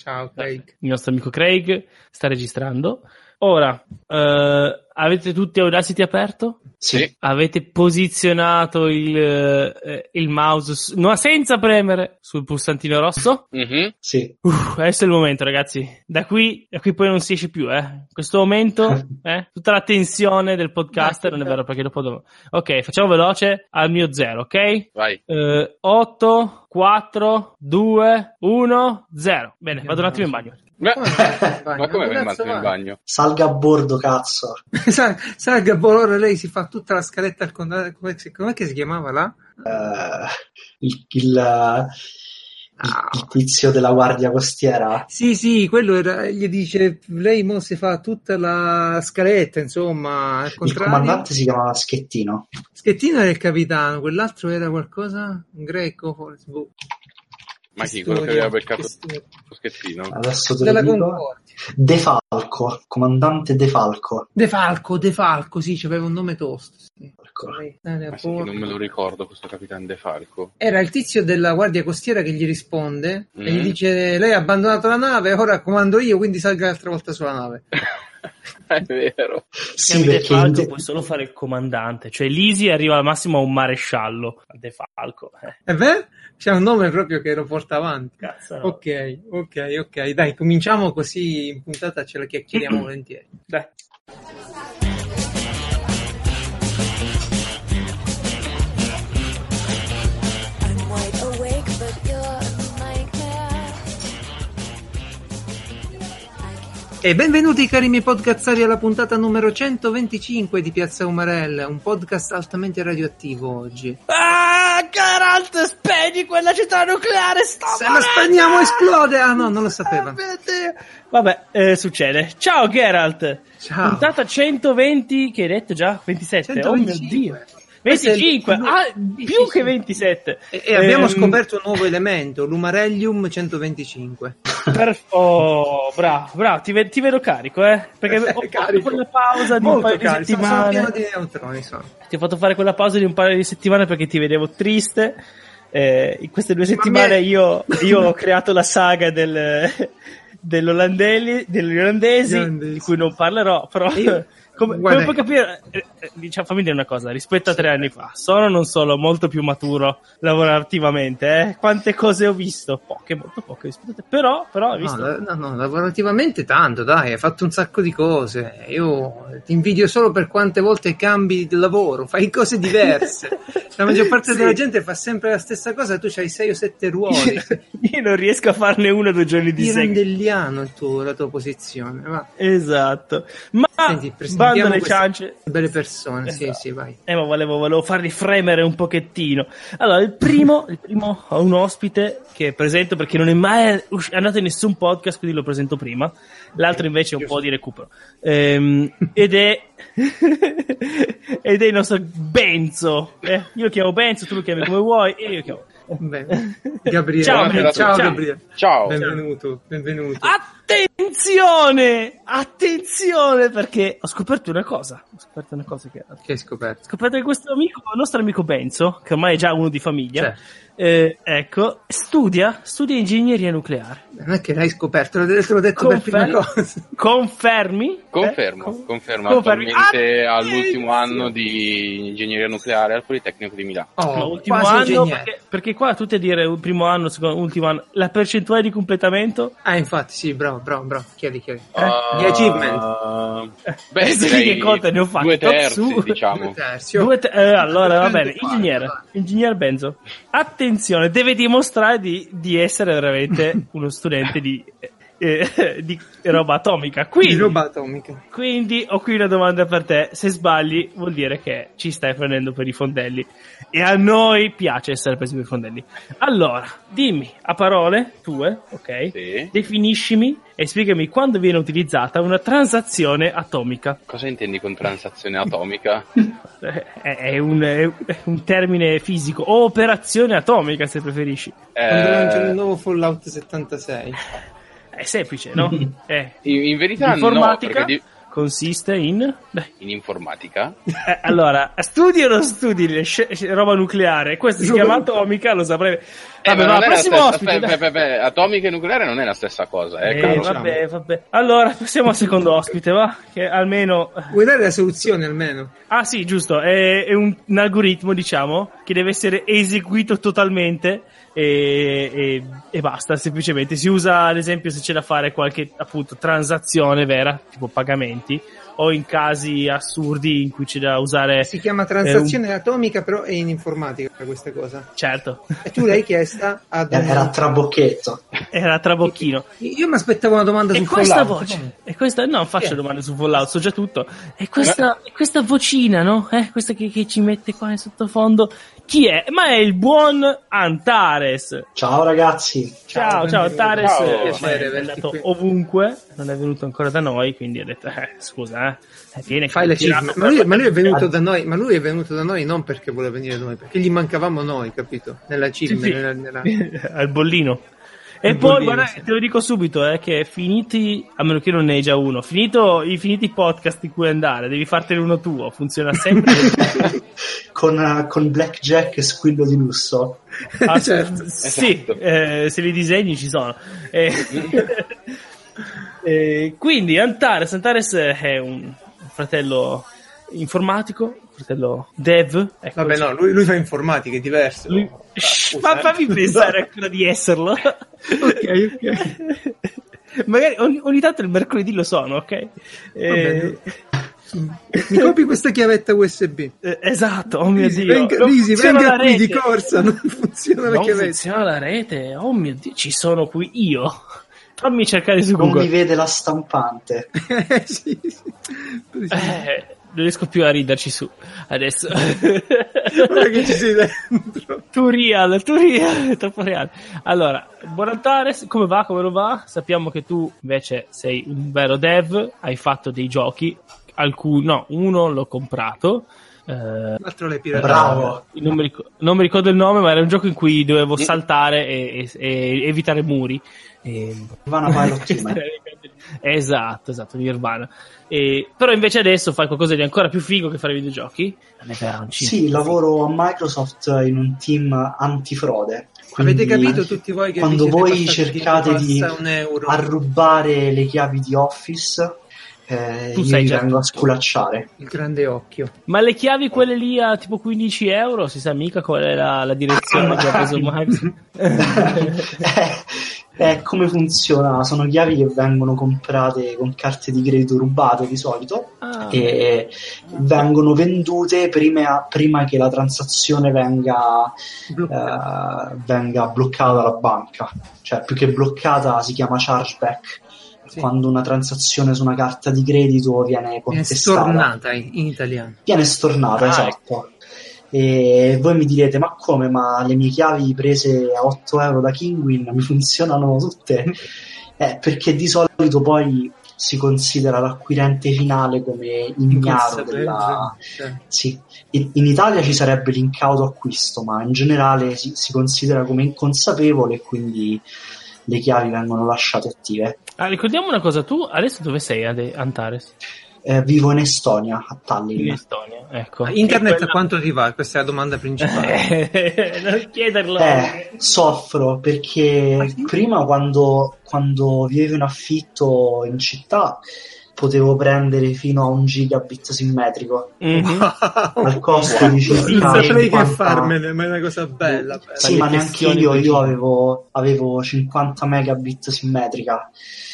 Ciao Craig. Il nostro amico Craig sta registrando. Ora, avete tutti Audacity aperto? Sì. Avete posizionato il mouse senza premere sul pulsantino rosso? Mm-hmm. Sì. Adesso è il momento, ragazzi. Da qui poi non si esce più, In questo momento, tutta la tensione del podcaster, non è vero, perché dopo... Ok, facciamo veloce al mio 0, ok? Vai. 8, 4, 2, 1, 0. Bene, vado un attimo in bagno. Ma come vai in bagno? Salga a bordo, cazzo. Salga a bordo, lei si fa tutta la scaletta al contrario. Com'è che si chiamava là? Il tizio della guardia costiera. Sì, quello era, gli dice, lei mo si fa tutta la scaletta, insomma, al contrario. Il comandante si chiamava Schettino. Schettino era il capitano, quell'altro era qualcosa, un greco, forse, boh. Ma chi? Quello che aveva beccato lo Schettino? Adesso te della lo dico. Concordia. De Falco, comandante De Falco. De Falco, sì, c'aveva un nome tosto. Sì. Ma sì, non me lo ricordo questo capitano De Falco. Era il tizio della guardia costiera che gli risponde e gli dice: lei ha abbandonato la nave, ora comando io, quindi salga l'altra volta sulla nave. È vero. Sì, De Falco puoi solo fare il comandante, cioè l'Easy arriva al massimo a un maresciallo. De Falco. È vero? C'è un nome proprio che lo porta avanti. Cazzo, no. Ok, dai, cominciamo così in puntata, ce la chiacchieriamo volentieri. Dai. E benvenuti cari miei podcazzari alla puntata numero 125 di Piazza Umarell, un podcast altamente radioattivo oggi. Geralt, spegni quella città nucleare, Se la spegniamo esplode! Ah no, non lo sapeva. Vabbè, succede. Ciao Geralt. Ciao. Puntata 120, che hai detto già? 27? 125. Oh mio Dio. 25, più che 27. E abbiamo scoperto un nuovo elemento, l'Umarellium 125. Bravo, ti vedo carico, Perché ho fatto quella pausa di un paio di settimane. Sono pieno di neutroni, Ti ho fatto fare quella pausa di un paio di settimane perché ti vedevo triste. In queste 2 settimane io ho creato la saga degli olandesi, di cui non parlerò, però... Come puoi capire, fammi dire una cosa, rispetto a 3 anni fa, sono non solo molto più maturo lavorativamente, quante cose ho visto? Molto poche rispetto a te, però hai visto? No, lavorativamente tanto, dai, hai fatto un sacco di cose, io ti invidio solo per quante volte cambi di lavoro, fai cose diverse, la maggior parte della gente fa sempre la stessa cosa, tu c'hai 6 o 7 ruoli. Io non riesco a farne 1 o 2 giorni di seguito. Pirandelliano la tua posizione, va. Esatto, ma... Senti, bando le ciance, belle persone, esatto. Sì, vai. Ma volevo farli fremere un pochettino. Allora, il primo ho un ospite che presento perché non è mai andato in nessun podcast, quindi lo presento prima. L'altro invece è un po' di recupero. Ed è il nostro Benzo. Io lo chiamo Benzo, tu lo chiami come vuoi e io lo chiamo. Bene. Gabriele. Ciao. Gabriele. Ciao. Benvenuto. Attenzione, perché ho scoperto una cosa. Che hai scoperto? Ho scoperto che questo nostro amico Benzo, che ormai è già uno di famiglia, studia ingegneria nucleare. Non è che l'hai scoperto, te l'ho detto per prima cosa. Confermi? Confermo. Attualmente all'ultimo anno di ingegneria nucleare al Politecnico di Milano. L'ultimo anno, perché qua tutti a dire il primo anno, secondo, ultimo anno, la percentuale di completamento? Infatti, sì, bravo. Chiedi. Gli achievement. Che conta ne ho fatti? 2 terzi, diciamo. Allora, va bene. Ingegnere Benzo. Attenzione, deve dimostrare di essere veramente uno studente di roba atomica. Quindi ho qui una domanda per te. Se sbagli vuol dire che ci stai prendendo per i fondelli, e a noi piace essere presi per i fondelli. Allora, dimmi a parole tue, ok? Sì. Definiscimi e spiegami quando viene utilizzata una transazione atomica. Cosa intendi con transazione atomica? È un termine fisico, o operazione atomica se preferisci. Quando lanciano il nuovo Fallout 76. È semplice, no? In verità l'informatica no, consiste in informatica. Allora, studi o non studi roba nucleare? Questo si chiama atomica, lo saprei. Vabbè, ma prossimo ospite. Atomica e nucleare non è la stessa cosa. Vabbè. Allora, passiamo al secondo ospite, va? Che almeno... Vuoi dare la soluzione almeno? Ah sì, giusto. È un algoritmo, diciamo, che deve essere eseguito totalmente e basta, semplicemente. Si usa, ad esempio, se c'è da fare qualche, appunto, transazione vera, tipo pagamenti, o in casi assurdi in cui c'è da usare... Si chiama transazione atomica, però è in informatica questa cosa. Certo. E tu l'hai chiesta ad... Era trabocchetto. Era trabocchino. Io mi aspettavo una domanda su questa Fallout. Voce? E questa... No, faccio domande su Fallout, so già tutto. E questa vocina, no? Questa che ci mette qua in sottofondo. Chi è? Ma è il buon Antares. Ciao ragazzi. Ciao Antares. Ciao. È andato ovunque, non è venuto ancora da noi, quindi ha detto scusa, vieni, fai le cifre. Ma lui è venuto da noi, ma lui è venuto da noi non perché voleva venire da noi, perché gli mancavamo noi, capito? Nella cifra, sì. Al bollino. E poi, guarda, te lo dico subito, che finiti, a meno che non ne hai già uno, finiti i podcast in cui andare, devi fartene uno tuo, funziona sempre. con blackjack e squillo di lusso. Certo. Sì, se li disegni ci sono. Quindi Antares è un fratello informatico, fratello dev. Ecco. Vabbè, no, lui fa informatica, è diverso. Ma fammi pensare ancora di esserlo. Ok. Magari ogni tanto il mercoledì lo sono, ok? Mi copi questa chiavetta USB? Esatto, oh mio Dio. Venga qui di corsa, non funziona la chiavetta. Non funziona la rete, oh mio Dio, ci sono qui io. Fammi cercare su non Google. Non mi vede la stampante. Sì. Non riesco più a riderci su adesso. Ora che ci sei dentro. Too real, troppo reale. Allora, buon Antares, come va, come non va? Sappiamo che tu invece sei un vero dev, hai fatto dei giochi, uno l'ho comprato. L'altro l'hai piratato. Bravo. Non mi ricordo il nome, ma era un gioco in cui dovevo saltare e evitare muri. Nirvana Pilot Team. Esatto, Nirvana. Però invece adesso fai qualcosa di ancora più figo che fare videogiochi. Sì, lavoro a Microsoft in un team antifrode. Avete capito tutti voi che quando voi cercate di arrubare le chiavi di Office, io vi vengo a sculacciare. Il grande occhio. Ma le chiavi quelle lì a tipo 15 euro, si sa mica qual è la direzione che ha preso Microsoft? Come funziona? Sono chiavi che vengono comprate con carte di credito rubate di solito e vengono vendute prima che la transazione venga bloccata dalla banca. Cioè, più che bloccata si chiama chargeback. Sì. Quando una transazione su una carta di credito viene contestata. Viene stornata in italiano. Viene stornata, esatto. E voi mi direte, ma come? Ma le mie chiavi prese a 8 euro da Kinguin mi funzionano tutte? Perché di solito poi si considera l'acquirente finale come ignaro della... Sì. In Italia ci sarebbe l'incauto acquisto, ma in generale si considera come inconsapevole e quindi le chiavi vengono lasciate attive. Ricordiamo una cosa, tu adesso dove sei, Antares? Vivo in Estonia, a Tallinn. In Estonia, ecco. Internet quanto ti va? Questa è la domanda principale. Non chiederlo. Soffro perché prima quando vivevo in affitto in città potevo prendere fino a 1 gigabit simmetrico al costo di circa non saprei che farmene, ma è una cosa bella. Sì, ma neanche io avevo 50 megabit simmetrica.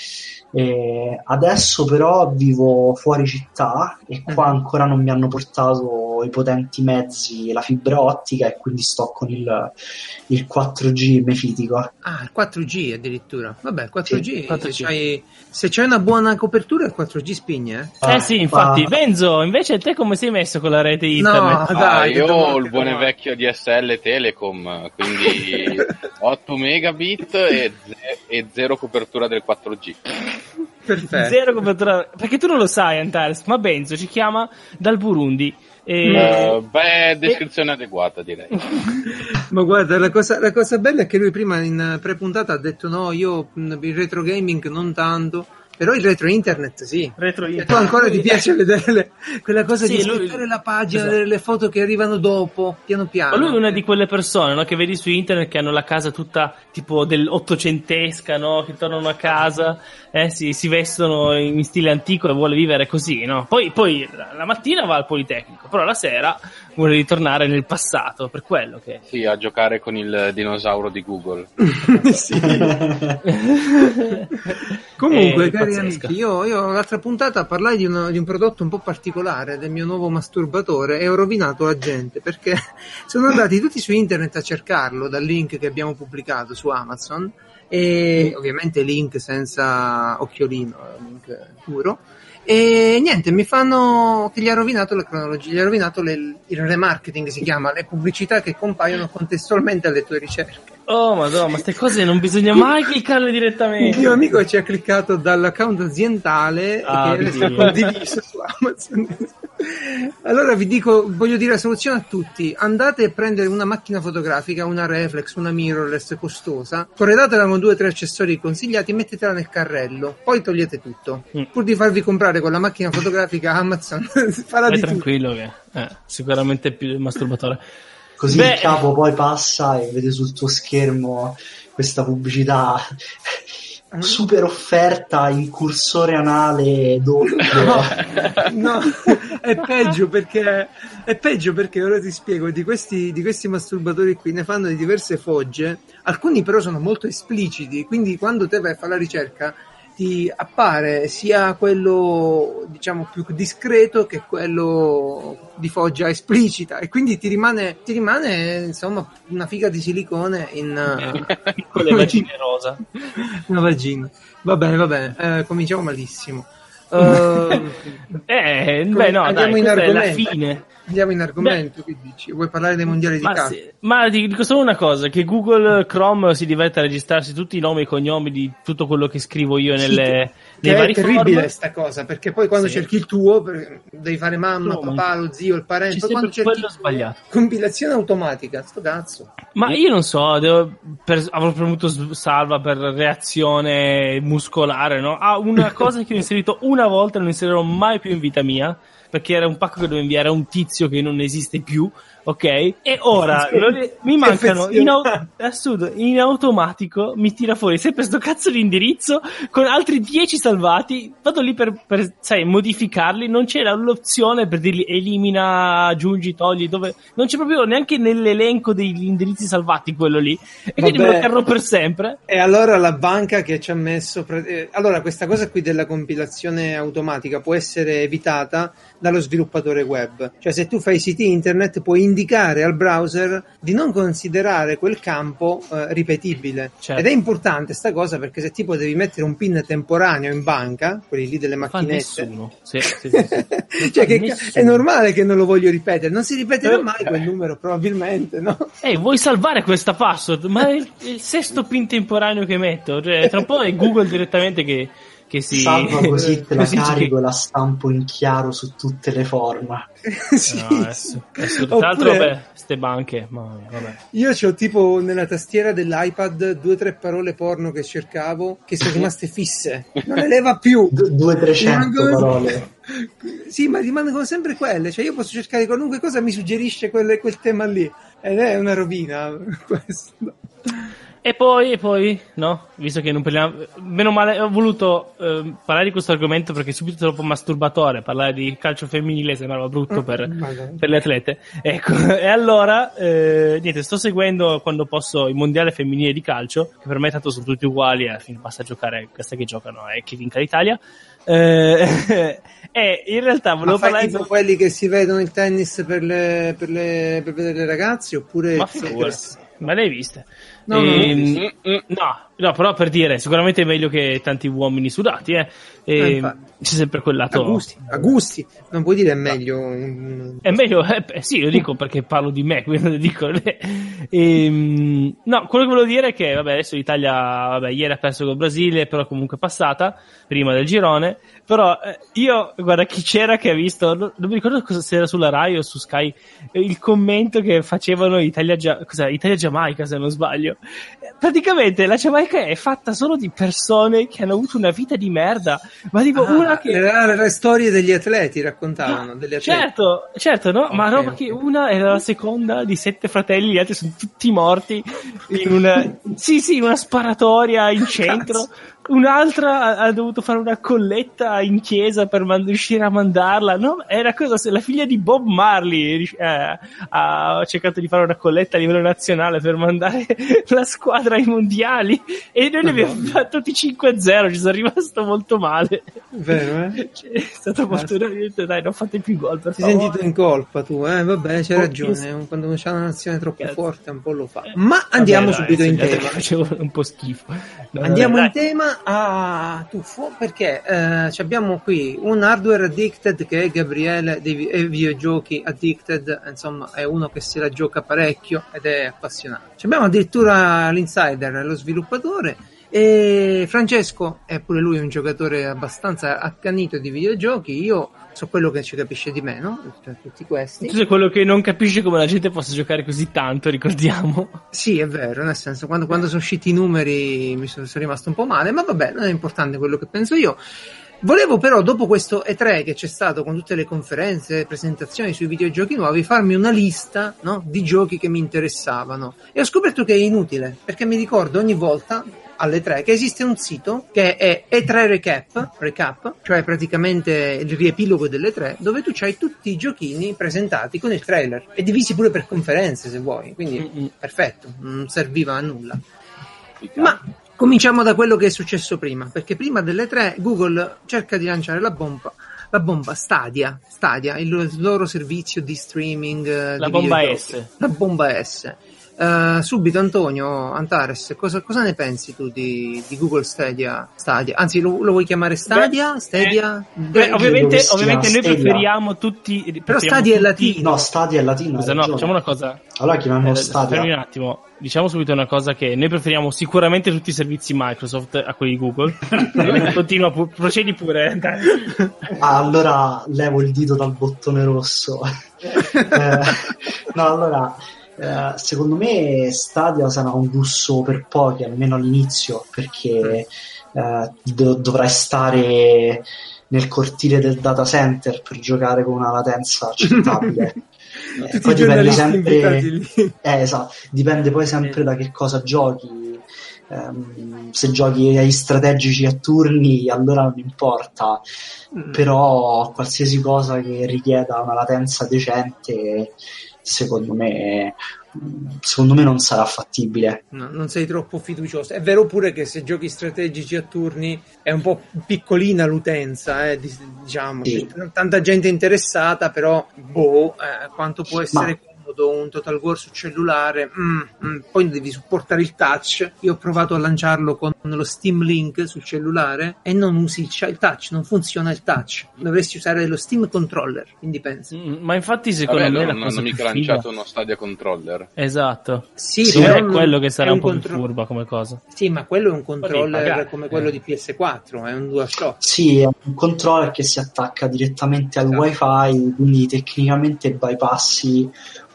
Adesso però vivo fuori città e qua ancora non mi hanno portato i potenti mezzi, la fibra ottica, e quindi sto con il 4G mefitico. Il 4G addirittura. Vabbè, il 4G. Se c'hai una buona copertura il 4G spigne. Sì, infatti. Benzo, invece te come sei messo con la rete internet? No, dai, io ho il buon e vecchio DSL Telecom, quindi 8 megabit e zero copertura del 4G. Perfetto. Zero copertura, perché tu non lo sai, Antares, ma Benzo ci chiama dal Burundi. Descrizione adeguata, direi. Ma guarda, la cosa bella è che lui prima in pre-puntata ha detto no, io il retro gaming non tanto, Però il retro internet sì. Retro E internet. tu ancora ti piace vedere quella cosa Sì, di lui- aspettare la pagina, esatto. vedere le foto che arrivano dopo, piano piano. Ma lui è una di quelle persone, no, che vedi su internet che hanno la casa tutta tipo dell'ottocentesca, no? Che tornano a casa, si vestono in stile antico e vuole vivere così, no? Poi la mattina va al Politecnico, però la sera vuole ritornare nel passato, per quello che... Sì, a giocare con il dinosauro di Google. Sì. Comunque, È cari pazzesco. amici, io l'altra puntata parlai di un prodotto un po' particolare del mio nuovo masturbatore e ho rovinato la gente perché sono andati tutti su internet a cercarlo dal link che abbiamo pubblicato su Amazon e ovviamente link senza occhiolino, link puro. E niente, mi fanno che gli ha rovinato la cronologia, gli ha rovinato il remarketing, si chiama, le pubblicità che compaiono contestualmente alle tue ricerche. Oh madonna, ma queste cose non bisogna mai cliccarle Un direttamente. mio amico ci ha cliccato dall'account aziendale Ah, che era Dio. condiviso su Amazon. Allora vi dico, voglio dire la soluzione a tutti: andate a prendere una macchina fotografica, una reflex, una mirrorless costosa, corredatela con 2 o 3 accessori consigliati, mettetela nel carrello, poi togliete tutto. Pur di farvi comprare quella macchina fotografica, Amazon farà Vai di tutto. tranquillo che sicuramente più il masturbatore. Così Beh. il capo poi passa e vede sul tuo schermo questa pubblicità super offerta in cursore anale doppio. No, è peggio perché ora ti spiego, di questi masturbatori qui ne fanno di diverse fogge, alcuni però sono molto espliciti, quindi quando te vai a fare la ricerca ti appare sia quello diciamo più discreto che quello di foggia esplicita e quindi ti rimane insomma una figa di silicone Con le vagine rosa. una vagina. Va bene, cominciamo malissimo. Beh no, Andiamo dai, in questa è la argomento. fine. Andiamo in argomento, che dici? Vuoi parlare dei mondiali di calcio? Sì, ma ti dico solo una cosa, che Google Chrome si diverte a registrarsi tutti i nomi e cognomi di tutto quello che scrivo io nei Che vari è terribile form. sta cosa, perché poi quando Sì. cerchi il tuo devi fare mamma, No, papà, lo zio, il parente, c'è poi quando sempre cerchi quello sbagliato. compilazione automatica, sto cazzo. Ma io non so, avrò premuto salva per reazione muscolare, no? Una cosa che ho inserito una volta e non inserirò mai più in vita mia, perché era un pacco che dovevo inviare a un tizio che non esiste più, ok? E ora mi mancano assurdo, in automatico mi tira fuori sempre sto cazzo di indirizzo con altri 10 salvati, vado lì per sai, modificarli, non c'era l'opzione per dirgli elimina, aggiungi, togli, dove non c'è proprio neanche nell'elenco degli indirizzi salvati quello lì, e quindi me lo terrò per sempre. E allora la banca che ci ha messo allora questa cosa qui della compilazione automatica può essere evitata dallo sviluppatore web, cioè se tu fai siti internet puoi indicare al browser di non considerare quel campo ripetibile, certo. Ed è importante sta cosa perché se tipo devi mettere un PIN temporaneo in banca, quelli lì delle Fa macchinette, nessuno. Sì. cioè che Nessuno. è normale che non lo voglio ripetere, non si ripeterà mai quel numero probabilmente, no? Vuoi salvare questa password? Ma è il sesto pin temporaneo che metto, cioè tra un po' è Google direttamente che si salva così te la così carico e la stampo in chiaro su tutte le forme. Sì. No, adesso. Tra l'altro, vabbè, ste banche, ma vabbè. Io c'ho tipo nella tastiera dell'iPad 2 o 3 parole porno che cercavo che sono rimaste fisse, non le leva più. 200-300 parole. Sì, ma rimangono sempre quelle, cioè io posso cercare qualunque cosa, mi suggerisce quel tema lì ed è una rovina questo. E poi, no, visto che non parliamo, meno male, ho voluto parlare di questo argomento perché subito dopo masturbatore, parlare di calcio femminile sembrava brutto per le atlete. Ecco, e allora, niente, sto seguendo quando posso il mondiale femminile di calcio, che per me tanto sono tutti uguali, alla fine basta giocare, queste che giocano è chi vinca l'Italia. E in realtà volevo parlare tipo quelli che si vedono il tennis per vedere le ragazze oppure ma le hai viste? No, no, però per dire, sicuramente è meglio che tanti uomini sudati, c'è sempre quel lato a gusti, non puoi dire è meglio. È meglio, sì, io dico perché parlo di me, quindi dico. No, quello che volevo dire è che, vabbè, adesso l'Italia, ieri ha perso col Brasile, però comunque è passata, prima del girone, però io, guarda, chi c'era che ha visto, non mi ricordo se era sulla Rai o su Sky, il commento che facevano Italia-Giamaica, se non sbaglio, meglio. Praticamente la Giamaica è fatta solo di persone che hanno avuto una vita di merda, ma tipo una che... Le storie degli atleti raccontavano, degli atleti. Certo, no? Okay, Ma roba che una era la seconda di 7 fratelli, gli altri sono tutti morti in una... sì, in una sparatoria in centro. Cazzo. Un'altra ha dovuto fare una colletta in chiesa per riuscire a mandarla, no? Era cosa, se la figlia di Bob Marley ha cercato di fare una colletta a livello nazionale per mandare la squadra ai mondiali, e noi ne abbiamo fatto tutti 5-0, ci sono rimasto molto male. Vero, È stato molto veramente, dai, non fate più gol, per Ti sei sentito in colpa tu, vabbè, c'hai ragione, sì. Quando c'è una nazione troppo forte un po' lo fa. Ma andiamo subito in tema. Facevo un po' schifo. Andiamo in tema a tuffo, perché abbiamo qui un hardware addicted che è Gabriele dei videogiochi addicted, insomma è uno che se la gioca parecchio ed è appassionato. Abbiamo addirittura l'insider, lo sviluppatore, e Francesco è pure lui un giocatore abbastanza accanito di videogiochi. Io so quello che ci capisce di meno tra tutti questi. Tu sei quello che non capisce come la gente possa giocare così tanto, ricordiamo. Sì, è vero, nel senso, quando sono usciti i numeri mi sono rimasto un po' male, ma vabbè, non è importante quello che penso io. Volevo però, dopo questo E3 che c'è stato con tutte le conferenze, le presentazioni sui videogiochi nuovi, farmi una lista, no, di giochi che mi interessavano, e ho scoperto che è inutile, perché mi ricordo ogni volta alle 3 che esiste un sito che è E3 Recap, cioè praticamente il riepilogo delle 3, dove tu c'hai tutti i giochini presentati con il trailer e divisi pure per conferenze se vuoi, quindi perfetto, non serviva a nulla. Ma cominciamo da quello che è successo prima, perché prima delle 3 Google cerca di lanciare la bomba Stadia, il loro servizio di streaming, la di bomba videogiochi. S. La bomba S. Subito Antonio Antares, cosa ne pensi tu di Google Stadia? Anzi, lo vuoi chiamare Stadia? Ovviamente noi preferiamo tutti. Però Stadia è latino. No, Stadia è latino. Scusa, no, facciamo una cosa. Allora chiamiamo Stadia. Fermi un attimo. Diciamo subito una cosa, che noi preferiamo sicuramente tutti i servizi Microsoft a quelli di Google. Continua, procedi pure. Allora levo il dito dal bottone rosso. No, allora secondo me Stadia sarà un lusso per pochi, almeno all'inizio, perché dovrai stare nel cortile del data center per giocare con una latenza accettabile. Poi dipende sempre, esatto, dipende poi sempre da che cosa giochi. Se giochi ai strategici a turni, allora non importa, però qualsiasi cosa che richieda una latenza decente, secondo me non sarà fattibile. No, non sei troppo fiducioso. È vero pure che se giochi strategici a turni è un po' piccolina l'utenza, diciamo, sì. C'è tanta gente interessata, però quanto può essere comodo un Total War su cellulare. Poi devi supportare il touch. Io ho provato a lanciarlo con lo Steam Link sul cellulare e non usi il touch, non funziona il touch, dovresti usare lo Steam Controller, quindi penso. Ma infatti secondo me non hanno mica lanciato uno Stadia Controller. Esatto, sì, è quello che sarà un po' più furba come cosa. Sì, ma quello è un controller come quello di PS4, è un DualShock. Sì, è un controller che si attacca direttamente al wifi, quindi tecnicamente bypassi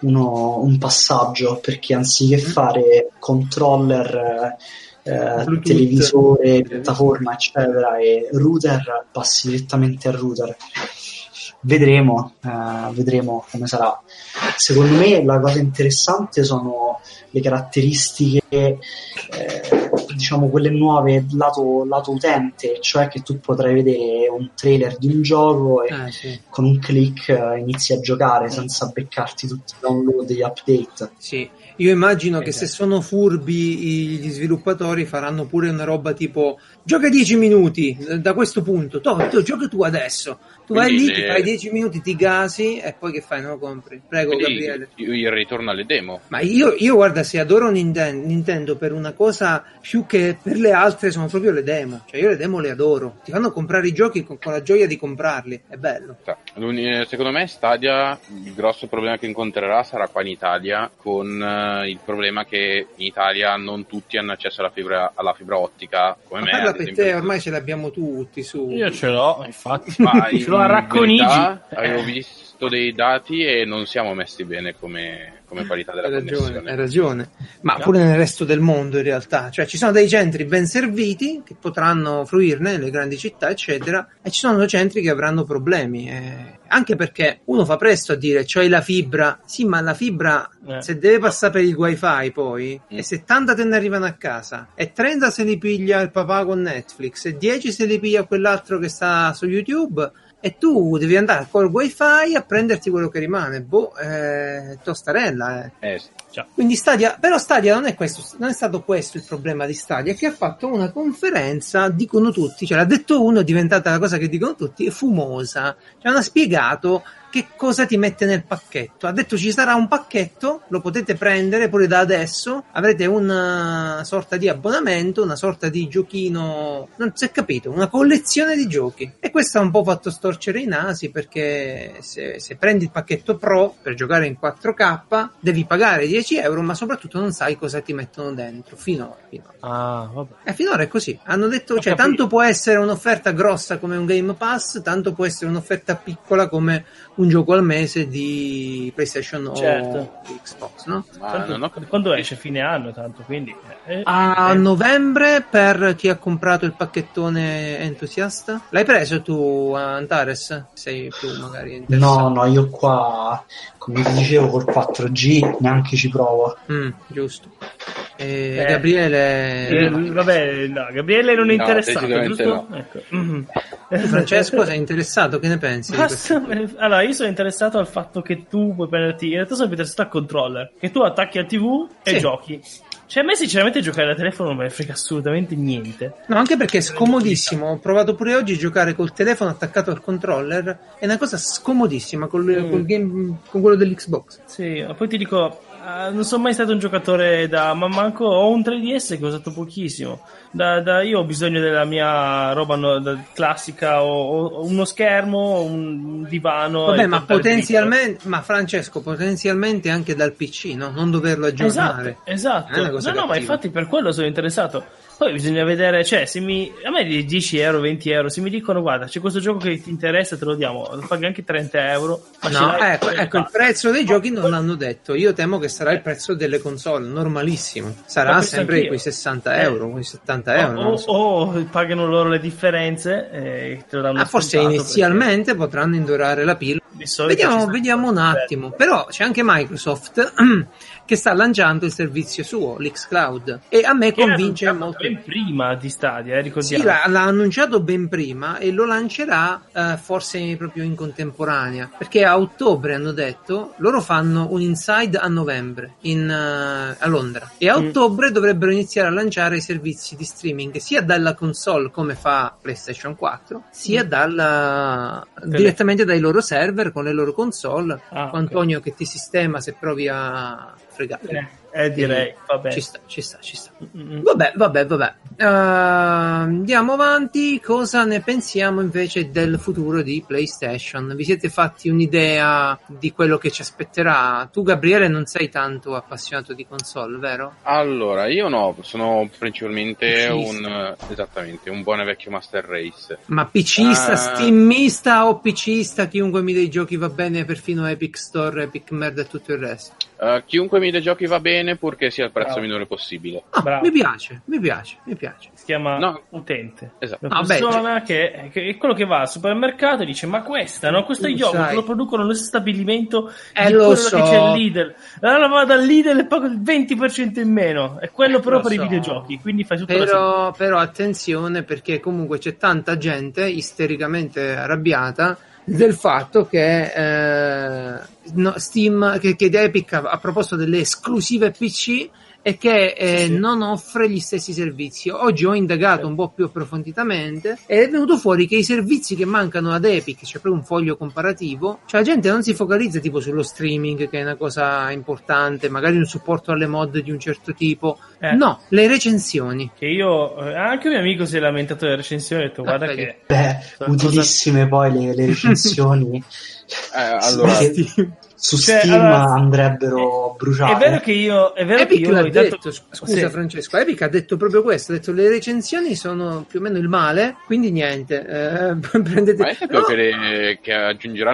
un passaggio, perché anziché fare controller, televisore, piattaforma eccetera e router, passi direttamente al router. Vedremo come sarà. Secondo me la cosa interessante sono le caratteristiche, diciamo quelle nuove lato utente, cioè che tu potrai vedere un trailer di un gioco e con un click inizi a giocare senza beccarti tutti i download e gli update. Sì, io immagino che se sono furbi gli sviluppatori faranno pure una roba tipo gioca 10 minuti da questo punto, gioca tu adesso. Tu vai lì, ti fai 10 minuti, ti gasi e poi che fai? Non lo compri. Prego, quindi, Gabriele. Il ritorno alle demo. Ma io guarda, se adoro Nintendo per una cosa più che per le altre, sono proprio le demo. Cioè io le demo le adoro. Ti fanno comprare i giochi con la gioia di comprarli. È bello. Secondo me Stadia, il grosso problema che incontrerà sarà qua in Italia, con il problema che in Italia non tutti hanno accesso alla fibra ottica come me. Parla per te, ormai ce l'abbiamo tutti su. Io ce l'ho, infatti. Ce l'ho a Racconigi. Avevo visto dei dati e non siamo messi bene come come qualità della connessione. Hai ragione, ma pure nel resto del mondo in realtà, cioè ci sono dei centri ben serviti che potranno fruirne nelle grandi città eccetera, e ci sono centri che avranno problemi, anche perché uno fa presto a dire c'hai la fibra, sì, ma la fibra se deve passare per il wifi poi e 70 te ne arrivano a casa e 30 se li piglia il papà con Netflix e 10 se li piglia quell'altro che sta su YouTube, e tu devi andare col wifi a prenderti quello che rimane, tostarella. Sì. Quindi Stadia non è stato questo il problema di Stadia, che ha fatto una conferenza, dicono tutti, cioè l'ha detto uno, è diventata la cosa che dicono tutti, è fumosa, cioè hanno spiegato che cosa ti mette nel pacchetto. Ha detto ci sarà un pacchetto, lo potete prendere pure da adesso, avrete una sorta di abbonamento, una sorta di giochino, non si è capito, una collezione di giochi. E questo ha un po' fatto storcere i nasi, perché se prendi il pacchetto Pro per giocare in 4K devi pagare 10 euro, ma soprattutto non sai cosa ti mettono dentro finora. Vabbè. Finora è così, hanno detto, cioè tanto può essere un'offerta grossa come un Game Pass, tanto può essere un'offerta piccola come un gioco al mese di PlayStation o di Xbox, no? Quando esce? Fine anno, tanto, quindi a novembre per chi ha comprato il pacchettone entusiasta. L'hai preso tu, Antares? Sei più magari interessato? No, io qua, come ti dicevo, col 4G neanche ci provo. Giusto. Gabriele vabbè, no, Gabriele non è interessato, giusto? No. Ecco. Francesco, sei interessato? Che ne pensi? Allora, io sono interessato al fatto che tu puoi prenderti, in realtà sono interessato al controller, che tu attacchi al TV e giochi. Cioè, a me sinceramente giocare da telefono non me ne frega assolutamente niente. No, anche perché è scomodissimo. Ho provato pure oggi a giocare col telefono attaccato al controller. È una cosa scomodissima col game, con quello dell'Xbox. Sì, poi ti dico, non sono mai stato un giocatore ma manco ho un 3DS che ho usato pochissimo. Io ho bisogno della mia roba classica, o uno schermo, un divano. Vabbè, ma potenzialmente, ma Francesco, potenzialmente anche dal PC, no? Non doverlo aggiornare. Esatto. No, ma infatti per quello sono interessato. Poi bisogna vedere, cioè, a me di 10 euro, 20 euro, se mi dicono guarda c'è questo gioco che ti interessa, te lo diamo, lo paghi anche 30 euro. Ma no, ecco, il prezzo dei giochi non l'hanno detto. Io temo che sarà il prezzo delle console, normalissimo. Sarà sempre quei 60 euro, quei 70 euro. O pagano loro le differenze e te lo danno forse inizialmente potranno indorare la pillola. Vediamo un attimo. Però c'è anche Microsoft che sta lanciando il servizio suo, l'xCloud, e a me convince molto. Ben prima di Stadia, ricordiamo. Sì, l'ha annunciato ben prima e lo lancerà forse proprio in contemporanea, perché a ottobre hanno detto, loro fanno un Inside a novembre a Londra, e a ottobre dovrebbero iniziare a lanciare i servizi di streaming sia dalla console come fa PlayStation 4, sia direttamente dai loro server con le loro console. Antonio che ti sistema se provi a fregare. Direi, vabbè. Ci sta. Vabbè. Andiamo avanti. Cosa ne pensiamo invece del futuro di PlayStation? Vi siete fatti un'idea di quello che ci aspetterà? Tu, Gabriele, non sei tanto appassionato di console, vero? Allora, io no, sono principalmente un buon e vecchio Master Race. Ma PCista, Steamista o PCista? Chiunque mi dei giochi va bene, perfino Epic Store, Epic Merda e tutto il resto. Chiunque mi dei giochi va bene, purché sia il prezzo minore possibile. Mi piace. Si chiama utente. Esatto. Una persona che è quello che va al supermercato e dice: ma questo è il gioco che lo producono nello stesso stabilimento di quello che c'è il Lidl. Allora vado al Lidl e pago il 20% in meno. È quello però per i videogiochi. Quindi fai tutto però attenzione, perché comunque c'è tanta gente istericamente arrabbiata del fatto che Steam, che Epic ha proposto delle esclusive PC e che non offre gli stessi servizi. Oggi ho indagato un po' più approfonditamente ed è venuto fuori che i servizi che mancano ad Epic, c'è proprio un foglio comparativo, cioè la gente non si focalizza tipo sullo streaming, che è una cosa importante, magari un supporto alle mod di un certo tipo, no, le recensioni. Che io, anche un mio amico si è lamentato delle recensioni, ho detto guarda che... utilissime poi le recensioni. Allora... Su Steam andrebbero bruciate. È vero che io Epic l'ha detto, scusa Francesco, Epic ha detto proprio questo, ha detto le recensioni sono più o meno il male, quindi niente, prendete. Ma è sapere che aggiungeranno una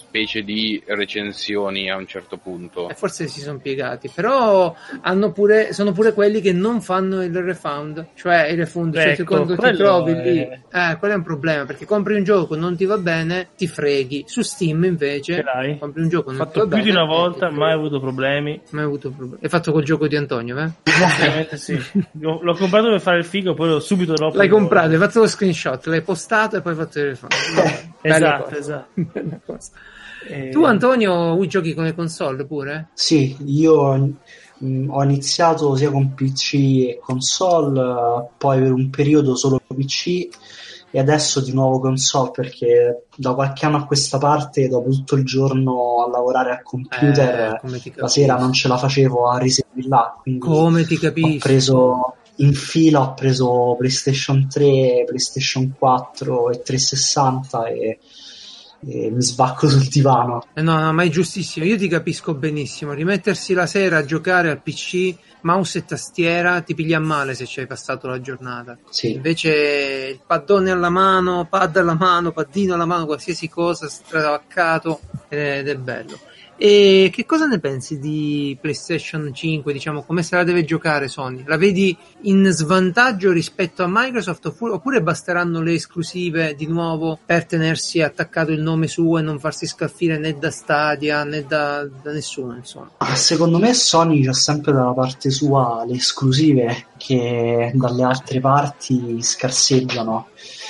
specie di recensioni a un certo punto. E forse si sono piegati, però sono pure quelli che non fanno il refund, cioè il refund, cioè quando ti trovi lì, quello è un problema, perché compri un gioco, non ti va bene, ti freghi. Su Steam invece compri un gioco, non ti va bene, più di una volta, mai avuto problemi. Hai fatto col gioco di Antonio, Ovviamente sì. L'ho comprato per fare il figo, poi subito dopo l'hai comprato, hai fatto lo screenshot, l'hai postato e poi hai fatto il refund. Esatto. Bella cosa. Tu Antonio giochi con le console pure? Sì, io ho iniziato sia con PC e console, poi per un periodo solo PC e adesso di nuovo console, perché da qualche anno a questa parte, dopo tutto il giorno a lavorare al computer, la sera non ce la facevo a riservare là, quindi come ti capisco? Ho preso PlayStation 3, PlayStation 4 e 360 e mi sbacco sul divano. No, ma è giustissimo, io ti capisco benissimo. Rimettersi la sera a giocare al PC, mouse e tastiera, ti piglia male se ci hai passato la giornata. Sì. Invece il paddone alla mano, pad alla mano, paddino alla mano, qualsiasi cosa stravaccato, ed è bello. E che cosa ne pensi di PlayStation 5? Diciamo, come se la deve giocare Sony? La vedi in svantaggio rispetto a Microsoft oppure basteranno le esclusive di nuovo per tenersi attaccato il nome suo e non farsi scalfire né da Stadia né da nessuno, insomma? Secondo me Sony c'ha sempre dalla parte sua le esclusive che dalle altre parti scarseggiano.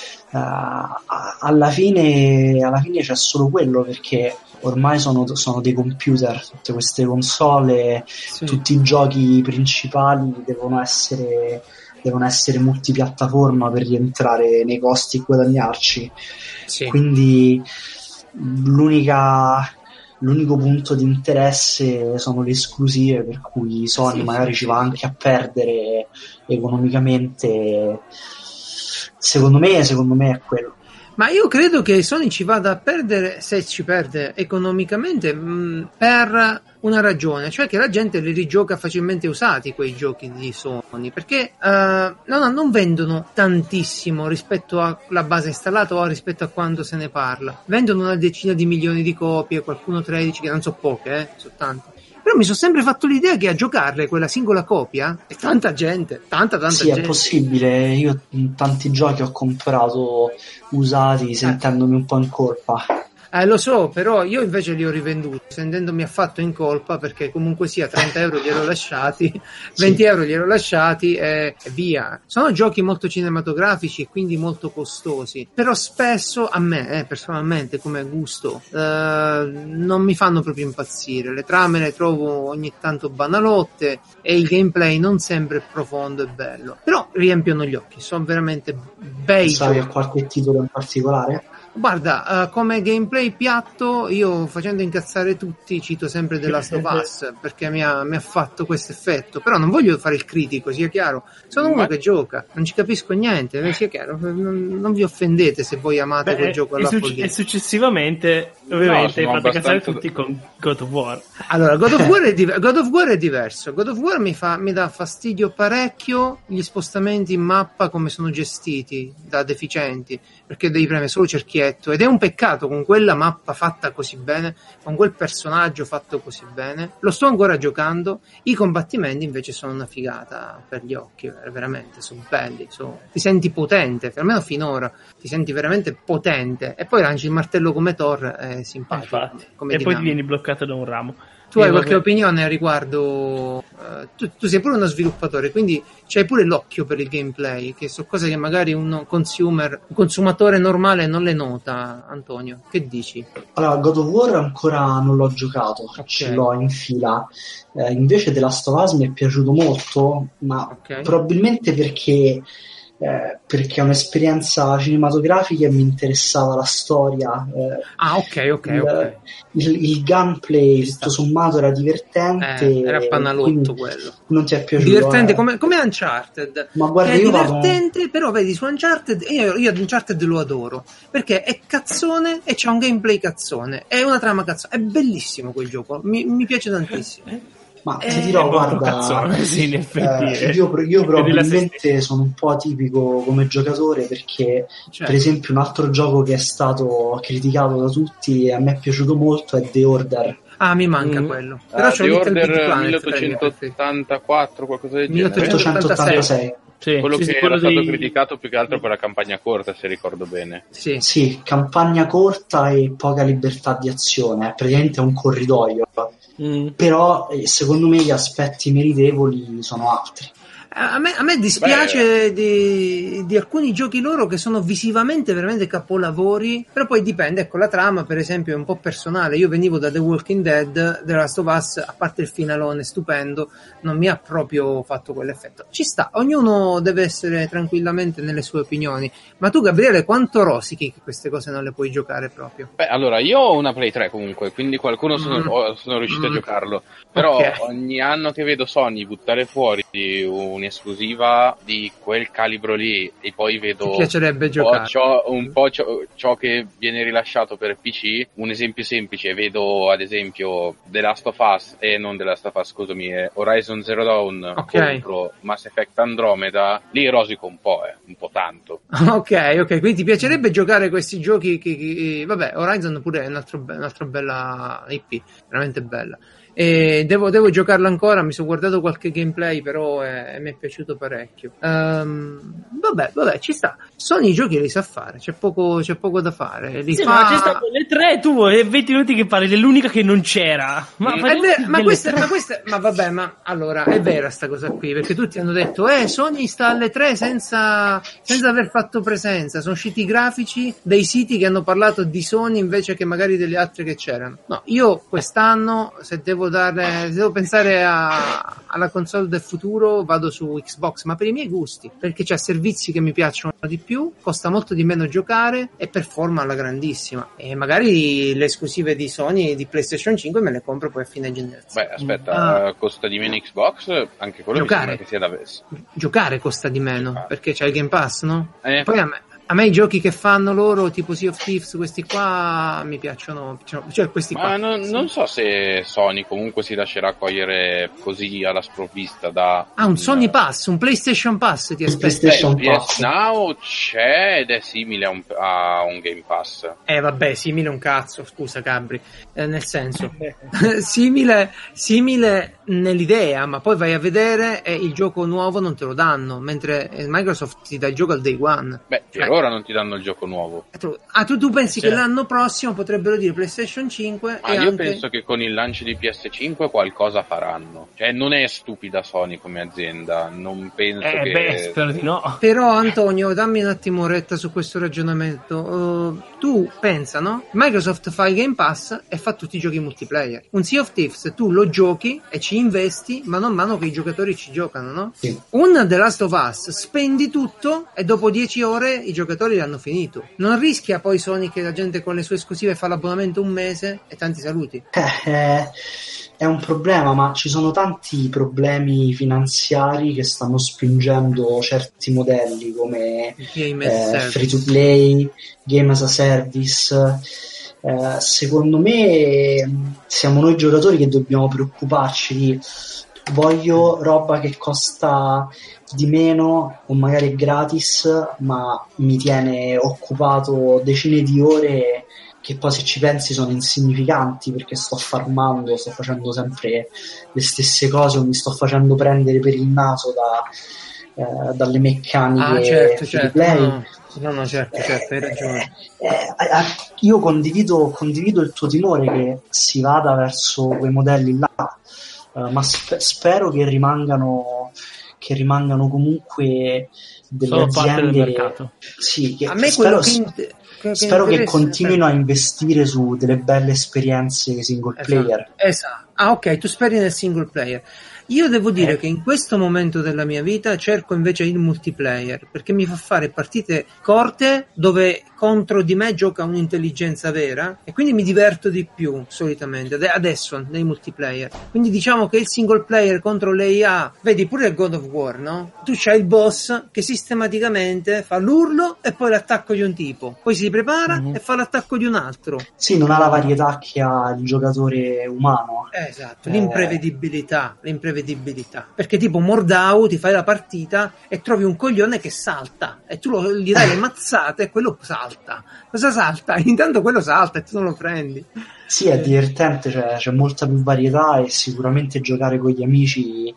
Alla fine c'è solo quello, perché ormai sono dei computer, tutte queste console, sì. Tutti i giochi principali devono essere multipiattaforma per rientrare nei costi e guadagnarci. Sì. Quindi l'unico punto di interesse sono le esclusive, per cui Sony magari ci va anche a perdere economicamente. Secondo me è quello. Ma io credo che Sony ci vada a perdere, se ci perde economicamente, per una ragione, cioè che la gente li rigioca facilmente usati quei giochi di Sony, perché non vendono tantissimo rispetto alla base installata o rispetto a quanto se ne parla. Vendono una decina di milioni di copie, qualcuno 13, che non so poche, sono tante. Però mi sono sempre fatto l'idea che a giocarle quella singola copia è tanta gente, tanta sì, gente. Sì, è possibile. Io tanti giochi ho comprato usati sentendomi un po' in colpa. Lo so, però io invece li ho rivenduti sentendomi affatto in colpa, perché comunque sia 30 euro li ero lasciati, 20 euro li ero lasciati e via. Sono giochi molto cinematografici e quindi molto costosi, però spesso a me personalmente come gusto non mi fanno proprio impazzire. Le trame le trovo ogni tanto banalotte e il gameplay non sempre profondo e bello, però riempiono gli occhi, sono veramente bei. Sai a qualche titolo in particolare? Guarda, come gameplay piatto, io facendo incazzare tutti cito sempre The Last of Us, perché mi ha fatto questo effetto, però non voglio fare il critico, sia chiaro, sono uno che gioca, non ci capisco niente, sia chiaro, non vi offendete se voi amate quel gioco e successivamente ovviamente fate incazzare tutti con God of War. Allora, God of War è diverso. God of War mi dà fastidio parecchio gli spostamenti in mappa come sono gestiti da deficienti, perché devi premere solo cerchietto, ed è un peccato con quella mappa fatta così bene, con quel personaggio fatto così bene. Lo sto ancora giocando. I combattimenti invece sono una figata per gli occhi, veramente sono belli, ti senti potente, almeno finora ti senti veramente potente, e poi lanci il martello come Thor, è simpatico come e dinamica. Poi ti vieni bloccato da un ramo. Tu hai qualche opinione a riguardo? Tu sei pure uno sviluppatore, quindi c'hai pure l'occhio per il gameplay, che sono cose che magari un consumatore normale non le nota. Antonio, che dici? Allora, God of War ancora non l'ho giocato, ce l'ho in fila. Invece The Last of Us mi è piaciuto molto, ma probabilmente perché è un'esperienza cinematografica e mi interessava la storia. Il gameplay tutto sommato era divertente, era panalotto quello. Non ti è piaciuto? Divertente come Uncharted. Ma guarda, è divertente, però vedi, su Uncharted io Uncharted lo adoro perché è cazzone e c'ha un gameplay cazzone, è una trama cazzone, è bellissimo quel gioco, mi piace tantissimo. Ma ti dirò, guarda, sì, in effetti, io probabilmente sono un po' atipico come giocatore, perché per esempio un altro gioco che è stato criticato da tutti e a me è piaciuto molto è The Order. Ah, mi manca quello. Però c'ho The Little Big Order Planet 1884, qualcosa del genere. 1886. Quello che era stato criticato più che altro per la campagna corta, se ricordo bene. Sì, campagna corta e poca libertà di azione, praticamente è un corridoio. Però secondo me gli aspetti meritevoli sono altri. A me dispiace di alcuni giochi loro che sono visivamente veramente capolavori, però poi dipende, ecco, la trama per esempio è un po' personale. Io venivo da The Walking Dead, The Last of Us, a parte il finalone stupendo, non mi ha proprio fatto quell'effetto. Ci sta, ognuno deve essere tranquillamente nelle sue opinioni, ma tu Gabriele quanto rosichi che queste cose non le puoi giocare proprio? Beh, allora, io ho una Play 3 comunque, quindi qualcuno sono riuscito a giocarlo, però ogni anno che vedo Sony buttare fuori un'esclusiva di quel calibro lì e poi vedo ti piacerebbe giocare ciò che viene rilasciato per PC. Un esempio semplice, vedo ad esempio The Last of Us non The Last of Us, scusami, Horizon Zero Dawn contro Mass Effect Andromeda, lì rosico un po' tanto. Ok, quindi ti piacerebbe giocare questi giochi che vabbè, Horizon pure è un'altra bella IP, veramente bella. E devo giocarlo ancora, mi sono guardato qualche gameplay, però mi è piaciuto parecchio. Vabbè, ci sta. Sony i giochi li sa fare, c'è poco da fare. Ma c'è stato le 3, tu e 20 minuti che parli dell'unica che non c'era. Ma allora è vera sta cosa qui, perché tutti hanno detto Sony sta alle 3 senza aver fatto presenza, sono usciti i grafici dei siti che hanno parlato di Sony invece che magari delle altre che c'erano. No, io quest'anno, se devo pensare alla console del futuro, vado su Xbox, ma per i miei gusti, perché c'ha servizi che mi piacciono di più, costa molto di meno giocare e performa alla grandissima, e magari le esclusive di Sony di PlayStation 5 me le compro poi a fine generazione. Beh, aspetta, costa di meno Xbox? Anche quello giocare, che sia da giocare costa di meno, perché c'è il Game Pass, no? Poi a me i giochi che fanno loro, tipo Sea of Thieves, questi qua mi piacciono, cioè questi qua. Ma non so se Sony comunque si lascerà cogliere così alla sprovvista da... un Sony Pass, un PlayStation Pass ti aspetta. PS Now c'è ed è simile a un Game Pass. Vabbè, simile un cazzo, scusa Gabri, nel senso simile nell'idea, ma poi vai a vedere e il gioco nuovo non te lo danno, mentre Microsoft ti dà il gioco al day one. Beh, per ora non ti danno il gioco nuovo. Tu pensi che l'anno prossimo potrebbero dire PlayStation 5? Ma io penso che con il lancio di PS5 qualcosa faranno. Cioè, non è stupida Sony come azienda, non penso che... spero di no. Però Antonio, dammi un attimo retta su questo ragionamento. Tu pensa, no? Microsoft fa il Game Pass e fa tutti i giochi multiplayer. Un Sea of Thieves tu lo giochi e ci investi man mano che i giocatori ci giocano, no? Sì. Un The Last of Us spendi tutto e dopo 10 ore i giocatori l'hanno finito. Non rischia poi Sony che la gente con le sue esclusive fa l'abbonamento un mese e tanti saluti? È un problema, ma ci sono tanti problemi finanziari che stanno spingendo certi modelli come free to play, game as a service. Secondo me siamo noi giocatori che dobbiamo preoccuparci di voglio roba che costa di meno o magari è gratis, ma mi tiene occupato decine di ore che poi se ci pensi sono insignificanti, perché sto farmando, sto facendo sempre le stesse cose o mi sto facendo prendere per il naso dalle meccaniche certo. play. No, certo, hai ragione. Io condivido il tuo timore che si vada verso quei modelli là, ma spero che rimangano comunque delle solo aziende, parte del mercato. Sì, a me spero che continuino a investire su delle belle esperienze single player. Esatto. Ok, tu speri nel single player. Io devo dire che in questo momento della mia vita cerco invece il multiplayer, perché mi fa fare partite corte dove contro di me gioca un'intelligenza vera e quindi mi diverto di più solitamente adesso nei multiplayer. Quindi diciamo che il single player contro l'IA, vedi pure God of War, no? Tu c'hai il boss che sistematicamente fa l'urlo e poi l'attacco di un tipo, poi si prepara e fa l'attacco di un altro. Sì, non ha la varietà che ha il giocatore umano. Esatto, l'imprevedibilità, perché tipo Mordau ti fai la partita e trovi un coglione che salta e tu gli dai le mazzate e quello salta. Cosa salta? Intanto quello salta e tu non lo prendi. Sì, è divertente, cioè, c'è molta più varietà e sicuramente giocare con gli amici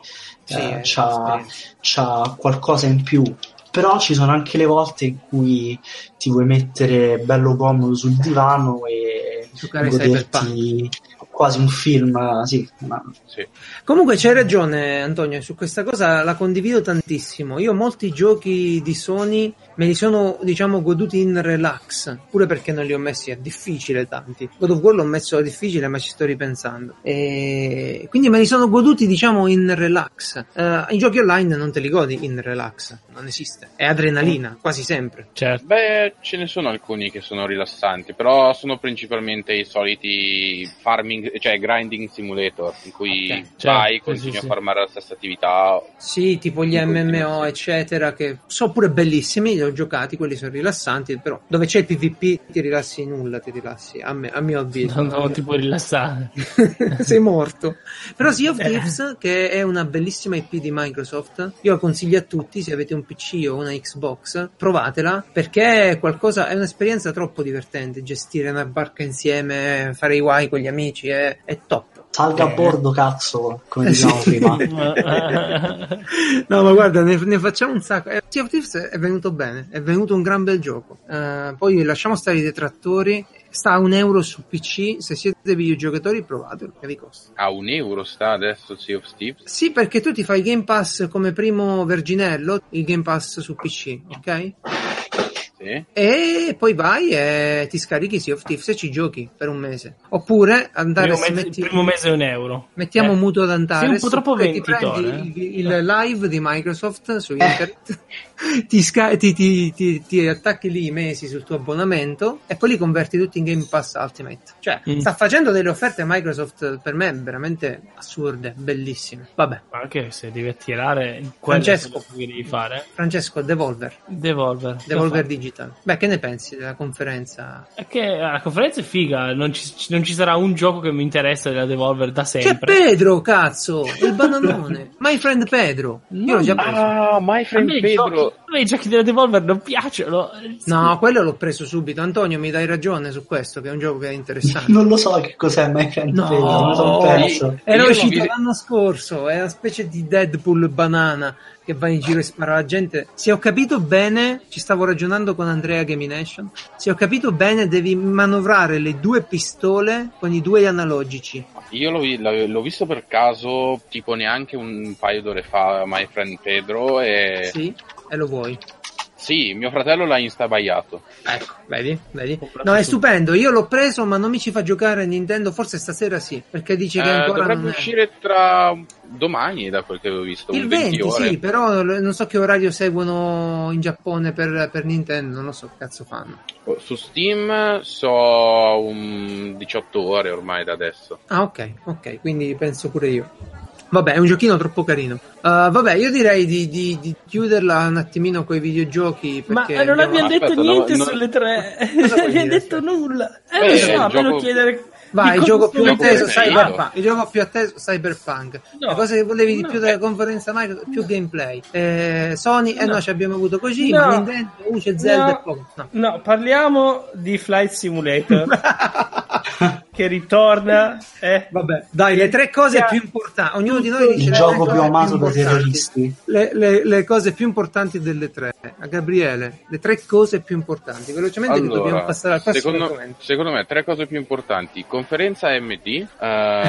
c'ha qualcosa in più. Però ci sono anche le volte in cui ti vuoi mettere bello comodo sul divano e goderti quasi un film, sì. Comunque c'hai ragione Antonio, su questa cosa la condivido tantissimo. Io molti giochi di Sony me li sono, diciamo, goduti in relax, pure perché non li ho messi a difficile tanti. God of War l'ho messo a difficile, ma ci sto ripensando. E quindi me li sono goduti, diciamo, in relax. I giochi online non te li godi in relax, non esiste. È adrenalina, quasi sempre. Certo. Beh, ce ne sono alcuni che sono rilassanti, però sono principalmente i soliti farming, cioè grinding simulator, in cui vai, continui a farmare la stessa attività. Sì, tipo gli MMO, eccetera, che sono pure bellissimi, li ho giocati, quelli sono rilassanti, però dove c'è il PvP ti rilassi nulla, a mio avviso. Non ti puoi rilassare. Sei morto. Però Sea of Thieves, che è una bellissima IP di Microsoft, io la consiglio a tutti, se avete un PC o una Xbox, provatela, perché è un'esperienza troppo divertente, gestire una barca insieme, fare i guai con gli amici, è top. Salga a bordo, cazzo, come dicevamo prima. No, ma guarda, ne facciamo un sacco. Sea of Thieves è venuto bene, è venuto un gran bel gioco. Poi lasciamo stare i detrattori. Sta a €1 su PC, se siete videogiocatori provatelo, che vi costa. A €1 sta adesso Sea of Thieves? Sì, perché tu ti fai Game Pass come primo verginello, il Game Pass su PC, ok? E poi vai e ti scarichi Sea of Thieves e ci giochi per un mese. Oppure andare il primo mese è €1. Mettiamo mutuo ad andare. Sei un po' troppo ti prendi il live di Microsoft su internet, ti attacchi lì i mesi sul tuo abbonamento e poi li converti tutti in Game Pass Ultimate. Cioè, sta facendo delle offerte Microsoft per me veramente assurde, bellissime. Vabbè. Anche se devi attirare Francesco, che devi fare. Francesco, Devolver Digital. Beh, che ne pensi della conferenza? È che la conferenza è figa, non ci sarà un gioco che mi interessa della Devolver da sempre. C'è Pedro, cazzo, il bananone. My Friend Pedro. Io l'ho già preso. Ah, My Friend Pedro. A me i giochi della Devolver non piacciono. No, quello l'ho preso subito. Antonio, mi dai ragione su questo, che è un gioco che è interessante. Non lo so che cos'è My Friend Pedro, me sono perso. Era uscito l'anno scorso, è una specie di Deadpool banana che va in giro e spara alla gente. Se ho capito bene, ci stavo ragionando con Andrea Gamination, se ho capito bene devi manovrare le due pistole con i due analogici. Io l'ho visto per caso tipo neanche un paio d'ore fa, My Friend Pedro, e... Sì, e lo vuoi? Sì, mio fratello l'ha instabaiato. Ecco, vedi? No, è stupendo, io l'ho preso ma non mi ci fa giocare Nintendo, forse stasera sì, perché dice che ancora dovrebbe non uscire tra domani, da quel che avevo visto. Il 20 ore. Sì, però non so che orario seguono in Giappone per Nintendo, non lo so che cazzo fanno. Su Steam so 18 ore ormai da adesso. Ah, ok, quindi penso pure io. Vabbè, è un giochino troppo carino. Vabbè, io direi di chiuderla un attimino coi videogiochi. Perché ma non abbiamo detto niente sulle tre. Non abbiamo detto nulla. Lo so, almeno chiedere. Vai, il gioco più atteso Cyberpunk. Il gioco più atteso Cyberpunk. No, la cosa che volevi di più della conferenza Microsoft, più gameplay. Sony, noi ci abbiamo avuto Kojima, Nintendo, c'è Zelda e poco. No, parliamo di Flight Simulator. Che ritorna. Vabbè, dai, le tre cose più importanti. Ognuno di noi dice il gioco più amato dai terroristi. Le cose più importanti delle tre. A Gabriele, le tre cose più importanti. Velocemente, allora, che dobbiamo passare al prossimo argomento. Secondo me, tre cose più importanti. Conferenza AMD,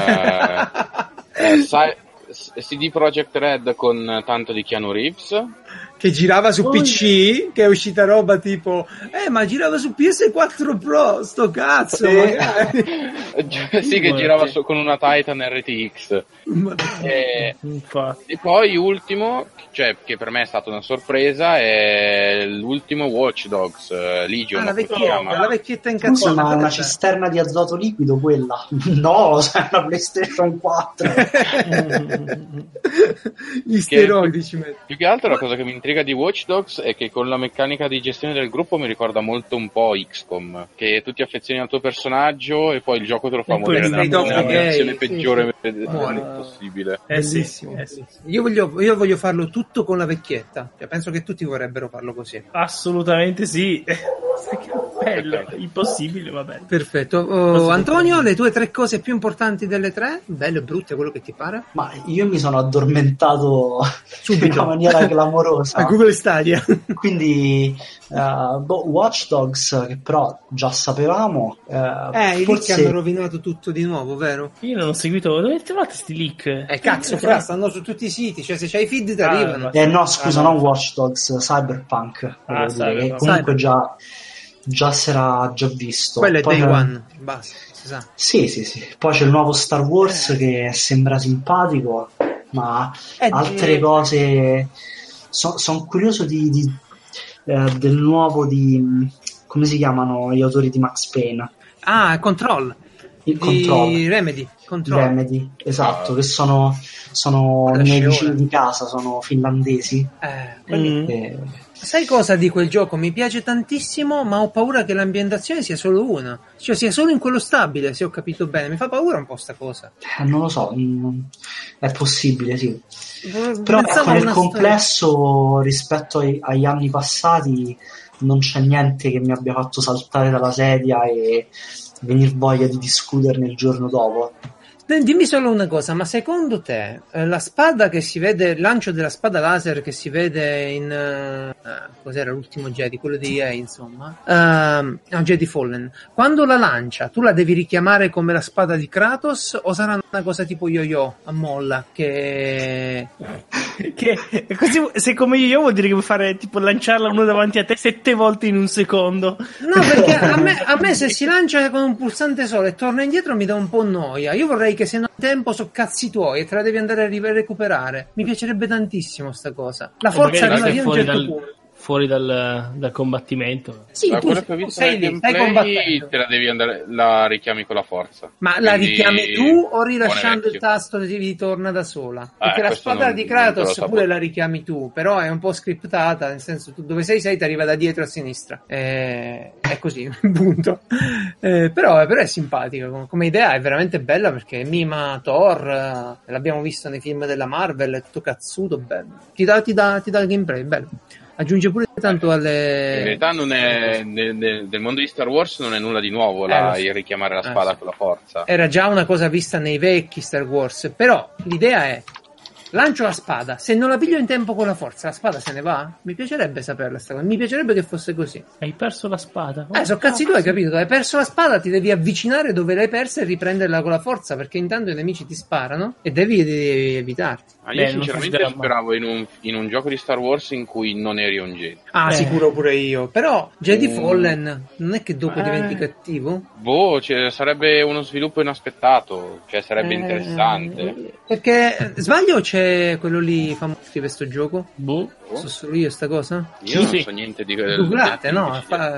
CD Projekt Red con tanto di Keanu Reeves, che girava su PC, che è uscita roba tipo ma girava su PS4 Pro, sto cazzo, magari. Sì, che girava con una Titan RTX. E poi ultimo, cioè che per me è stata una sorpresa, è l'ultimo Watch Dogs Legion. La vecchietta incazzata. Ma una cisterna di azoto liquido quella? No, è una PlayStation 4. Gli steroidi ci mettono. Più che altro la cosa che mi intriga di Watch Dogs è che con la meccanica di gestione del gruppo mi ricorda molto un po' XCOM, che tu ti affezioni al tuo personaggio e poi il gioco te lo fa morire nella versione peggiore possibile. Bellissimo. Io voglio farlo tutto con la vecchietta, cioè, penso che tutti vorrebbero farlo così. Assolutamente sì. Che bello, impossibile, vabbè. Perfetto. Antonio, le tue 3 cose più importanti delle 3? Belle e brutte, quello che ti pare? Ma io mi sono addormentato subito in una maniera clamorosa a Google Stadia. Quindi Watch Dogs, che però già sapevamo, i leak hanno rovinato tutto di nuovo, vero? Io non ho seguito. Dove avete trovato sti leak? Cazzo, fra, stanno su tutti i siti, cioè se c'hai i feed ti arrivano. No, scusa, non Watch Dogs, Cyberpunk, che comunque già si era già visto. Quello è Day One, basta, si sa. Sì. Poi c'è il nuovo Star Wars che sembra simpatico, ma altre cose. Sono curioso del nuovo di come si chiamano gli autori di Max Payne? Control. Remedy. Remedy, esatto, che sono i miei vicini di casa, sono finlandesi. Sai cosa di quel gioco? Mi piace tantissimo, ma ho paura che l'ambientazione sia solo una, cioè sia solo in quello stabile, se ho capito bene. Mi fa paura un po' sta cosa. Non lo so, è possibile, sì. Però nel complesso, rispetto agli anni passati, non c'è niente che mi abbia fatto saltare dalla sedia e venir voglia di discuterne il giorno dopo. Dimmi solo una cosa, ma secondo te la spada che si vede, il lancio della spada laser che si vede in cos'era l'ultimo Jedi, quello di EA, insomma, Jedi Fallen, quando la lancia tu la devi richiamare come la spada di Kratos o sarà una cosa tipo yo-yo a molla che così, se come yo-yo vuol dire che puoi fare tipo lanciarla uno davanti a te 7 volte in un secondo? No, perché a me se si lancia con un pulsante solo e torna indietro mi dà un po' noia. Io vorrei che se non hai tempo so cazzi tuoi e te la devi andare a recuperare. Mi piacerebbe tantissimo sta cosa. La forza arriva via a un certo punto. Fuori dal combattimento. Sì, quello che ho visto nel gameplay te la devi andare, la richiami con la forza. Ma la richiami tu o rilasciando il tasto ti ritorna da sola? Perché la spada di Kratos pure la richiami tu, però è un po' scriptata, nel senso tu dove sei ti arriva da dietro a sinistra. È così, punto. Però è simpatica come idea, è veramente bella perché mima Thor, l'abbiamo visto nei film della Marvel, è tutto cazzuto, bello. Ti dà il gameplay, bello. Aggiunge pure tanto alle... In realtà non è nel mondo di Star Wars non è nulla di nuovo il richiamare la spada con la forza. Era già una cosa vista nei vecchi Star Wars, però l'idea è lancio la spada, se non la piglio in tempo con la forza, la spada se ne va? Mi piacerebbe saperla sta cosa, mi piacerebbe che fosse così. Hai perso la spada? So cazzi tu, hai capito? Hai perso la spada, ti devi avvicinare dove l'hai persa e riprenderla con la forza, perché intanto i nemici ti sparano e devi evitarti. Io sinceramente speravo in un gioco di Star Wars in cui non eri un Jedi. Sicuro pure io, però Jedi Fallen non è che dopo diventi cattivo? Sarebbe uno sviluppo inaspettato, cioè sarebbe interessante. Perché sbaglio, c'è quello lì famoso di questo gioco? So solo io sta cosa? Io non so niente di Googlate, no?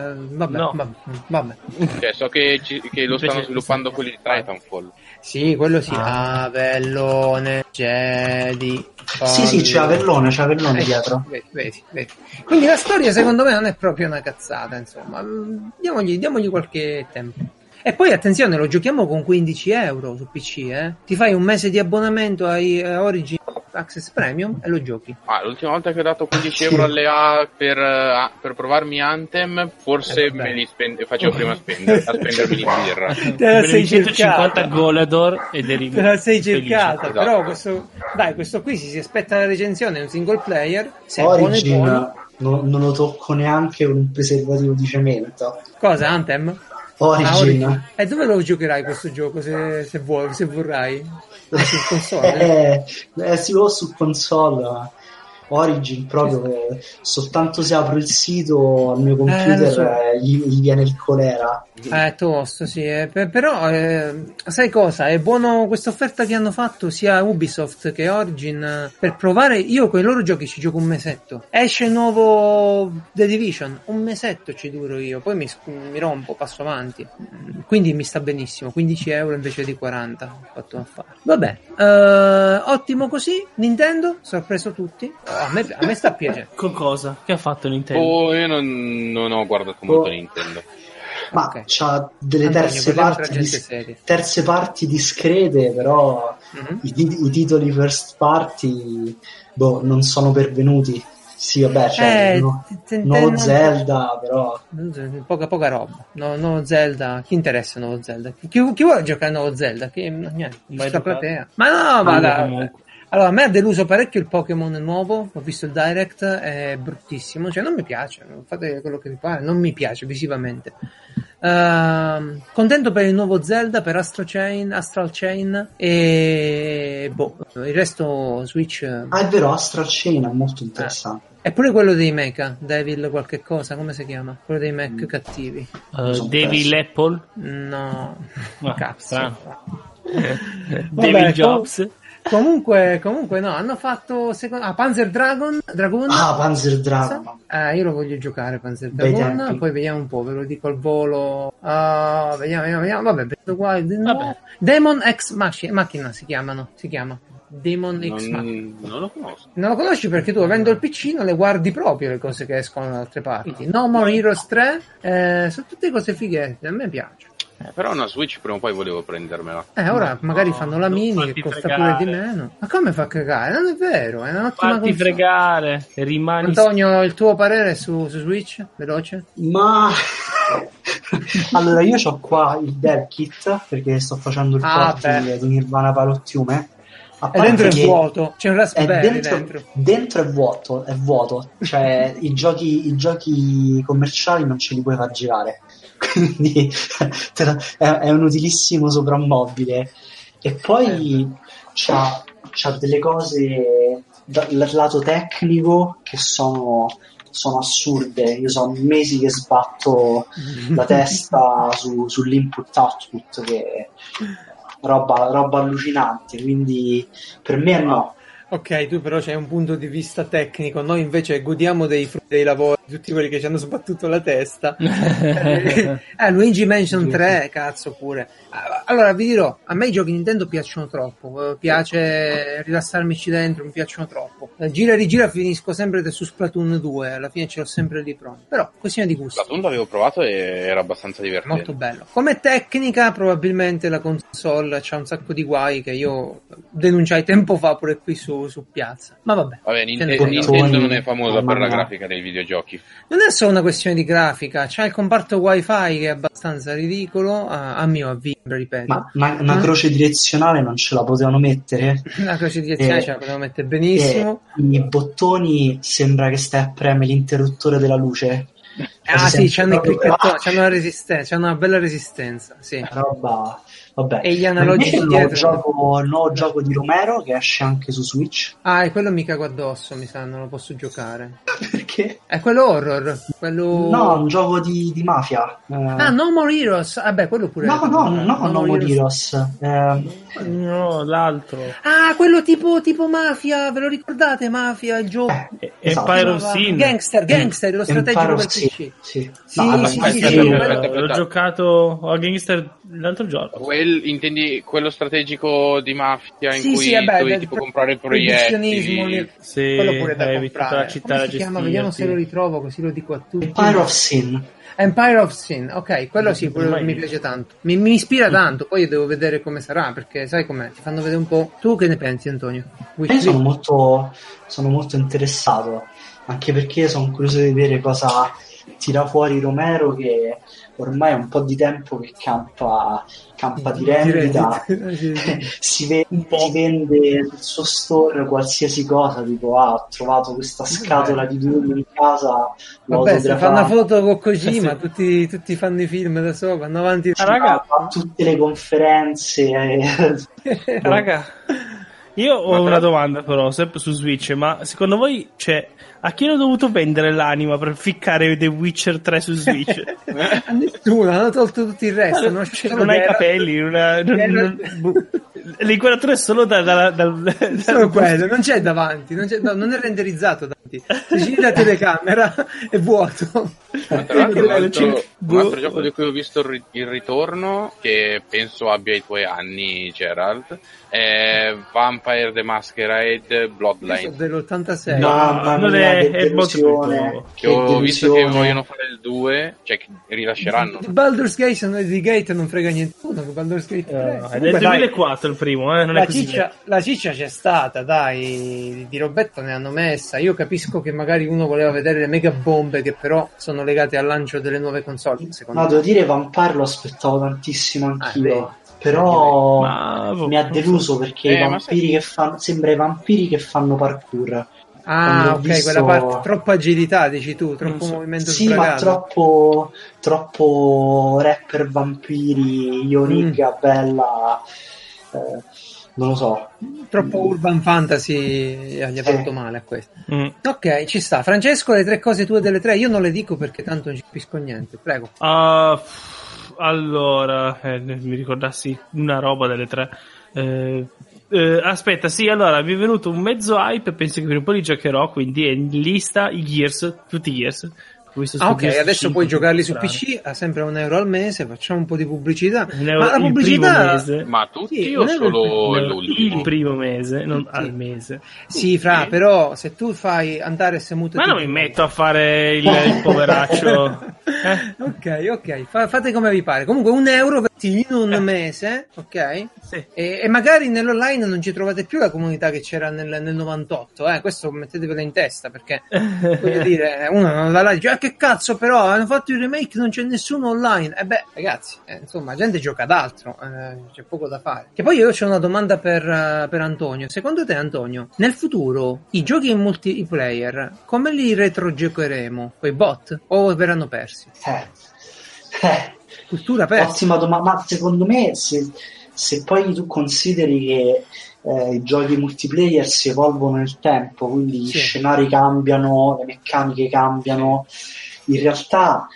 Vabbè. Cioè, so che lo stanno sviluppando quelli di Titanfall. Sì, quello sì. Avellone, Jedi. Sì, c'è Avellone dietro. Vedi. Quindi la storia secondo me non è proprio una cazzata, insomma. Diamogli qualche tempo. E poi attenzione, lo giochiamo con 15 euro su PC, Ti fai un mese di abbonamento a Origin Access Premium e lo giochi. L'ultima volta che ho dato 15 euro alle A per provarmi Anthem, forse me li facevo prima a spendermi in birra. Te la sei 150 Golador ed eri te la sei cercata, esatto. Però questo qui si aspetta la recensione, è un single player, se Origin, buono. Non lo tocco neanche con un preservativo di cemento. Cosa, Anthem? Origin. E dove lo giocherai questo gioco se vorrai? Su console? Si può su console. Origin proprio soltanto se apro il sito al mio computer gli viene il colera. È tosto, sì. Però sai cosa? È buono questa offerta che hanno fatto sia Ubisoft che Origin per provare. Io con i loro giochi ci gioco un mesetto. Esce il nuovo The Division, un mesetto ci duro io, poi mi rompo, passo avanti. Quindi mi sta benissimo, 15 euro invece di 40 ho fatto affare. Vabbè, ottimo così. Nintendo, sorpreso tutti. A me sta piacendo. Con cosa? Che ha fatto Nintendo? Io non ho guardato molto Nintendo. Ma c'ha delle terze parti discrete, però i titoli first party non sono pervenuti. Sì, vabbè, c'è nuovo Zelda, però poca roba. Nuovo Zelda, chi interessa nuovo Zelda? Chi vuole giocare a nuovo Zelda? Niente, la platea. Ma no, ma allora, a me ha deluso parecchio il Pokémon nuovo, ho visto il Direct, è bruttissimo, cioè non mi piace, fate quello che vi pare, non mi piace visivamente. Contento per il nuovo Zelda, per Astral Chain e il resto Switch. È vero, Astral Chain è molto interessante. E pure quello dei mecha, Devil qualche cosa, come si chiama? Quello dei mech cattivi. Devil Apple? No, cazzo. Devil Jobs. Comunque no, hanno fatto Panzer Dragon. Panzer Dragon. Io lo voglio giocare Panzer Dragon, poi vediamo un po', ve lo dico al volo. Vediamo, vabbè, vedo qua Demon X Machina si chiama Demon X Machina. Non lo conosco. Non lo conosci perché tu avendo il PC non le guardi proprio le cose che escono da altre parti. No More Heroes 3 sono tutte cose fighette, a me piace. Però una Switch prima o poi volevo prendermela. Ora magari fanno la mini che costa pure di meno. Ma come fa cagare? Non è vero, è un'ottima console. Fregare, rimani. Antonio, il tuo parere su Switch? Veloce? Ma allora io ho qua il dev kit perché sto facendo il port di Nirvana Palottiume. E dentro è vuoto, c'è un Raspberry dentro è vuoto, cioè i giochi commerciali non ce li puoi far girare, quindi è un utilissimo soprammobile. E poi c'ha delle cose dal lato tecnico che sono assurde. Io sono mesi che sbatto la testa sull'input-output, che roba allucinante, quindi per me no. Ok, tu però c'hai un punto di vista tecnico, noi invece godiamo dei frutti dei lavori, tutti quelli che ci hanno sbattuto la testa. Luigi Mansion 3, cazzo pure. Allora vi dirò, a me i giochi Nintendo piacciono troppo, piace rilassarmici dentro, mi piacciono troppo. Gira e rigira finisco sempre su Splatoon 2, alla fine ce l'ho sempre lì pronto. Però, questione di gusto. Splatoon l'avevo provato e era abbastanza divertente. Molto bello. Come tecnica probabilmente la console c'ha un sacco di guai che io denunciai tempo fa pure qui su piazza. Ma vabbè. Nintendo non è famosa per la grafica dei videogiochi. Non è solo una questione di grafica, c'è il comparto wifi che è abbastanza ridicolo, a mio avviso, ripeto. Ma una croce direzionale non ce la potevano mettere? La croce direzionale ce la potevano mettere benissimo. I bottoni sembra che stai a premere l'interruttore della luce. Sì, c'hanno i clicchettoni, c'hanno la resistenza, c'hanno una bella resistenza, sì. Roba, vabbè. E gli analogici dietro. Il nuovo gioco di Romero che esce anche su Switch. E quello mi cago addosso, mi sa, non lo posso giocare. Perché? È quello horror, quello... No, un gioco di mafia. No More Heroes, vabbè, quello pure. No More Heroes. No, l'altro. Quello tipo Mafia, ve lo ricordate Mafia, il gioco? Empire of Sin. Gangster, lo strategico per PC. Sì. L'ho giocato a Gangster l'altro giorno. Intendi quello strategico di mafia in cui dovevi tipo comprare proiettili? Sì, quello pure da comprare. La città come si chiama? Vediamo se lo ritrovo, così lo dico a tutti. Empire of Sin, ok, quello sì, quello mi piace tanto. Mi ispira tanto, poi io devo vedere come sarà, perché sai com'è, ti fanno vedere un po'. Tu che ne pensi, Antonio? Io sono molto interessato, anche perché sono curioso di vedere cosa tira fuori Romero, che ormai è un po' di tempo che campa di rendita. si vende sul suo store qualsiasi cosa, tipo ho trovato questa scatola di Doom in casa, vabbè, se fa una foto con Kojima, tutti fanno i film da sopra, vanno avanti a tutte le conferenze. Raga, Io ho una domanda però, sempre su Switch, ma secondo voi, cioè, a chi hanno dovuto vendere l'anima per ficcare The Witcher 3 su Switch? A nessuno, hanno tolto tutto il resto. Non hai capelli, l'inquadratura è solo solo quello, non c'è davanti, non è renderizzato davanti. Se giri la telecamera è vuoto. Tra l'altro, un altro gioco di cui ho visto il ritorno, che penso abbia i tuoi anni, Gerald, è Vampire the Masquerade Bloodline dell'86. No, non è molto, che ho visto che vogliono fare il 2, cioè che rilasceranno di Baldur's Gate non frega niente. Baldur's Gate 3. È del 2004 il primo, non è così. La ciccia c'è stata, dai, di robetta ne hanno messa. Io capisco che magari uno voleva vedere le mega bombe che però sono legate al lancio delle nuove console, secondo me. Devo dire, Vampire lo aspettavo tantissimo anch'io. Però mi ha deluso perché i vampiri che fanno, sembra i vampiri che fanno parkour. Ok, quella parte, troppa agilità, dici tu, troppo movimento sbragato. Ma troppo rapper vampiri, Ioniga, bella, non lo so. Troppo urban fantasy, gli ha fatto male a questo. Ok, ci sta. Francesco, le 3 cose tue delle 3, io non le dico perché tanto non ci capisco niente, prego. Allora, mi ricordassi una roba delle 3. Aspetta, sì, allora mi è venuto un mezzo hype, penso che per un po' li giocherò, quindi è in lista i Gears, tutti i Gears. Ok, adesso puoi giocarli su PC a sempre €1 al mese, facciamo un po' di pubblicità. Ma la pubblicità, ma tutti o solo l'ultimo? Il primo mese, non al mese. Sì, però se tu fai Antares Mutate, ma non mi metto a fare il poveraccio. Ok, fate come vi pare. Comunque €1 in un mese, ok? Sì. E magari nell'online non ci trovate più la comunità che c'era nel 98, questo mettetevelo in testa, perché voglio dire, uno non va là e dice che cazzo, però hanno fatto il remake, non c'è nessuno online. Ragazzi, insomma, la gente gioca ad altro, c'è poco da fare. Che poi io c'ho una domanda per Antonio. Secondo te, Antonio, nel futuro i giochi in multiplayer come li retrogiocheremo? Coi bot o verranno persi? Cultura persa. Ottima domanda, ma secondo me se poi tu consideri che i giochi multiplayer si evolvono nel tempo, quindi gli scenari cambiano, le meccaniche cambiano, in realtà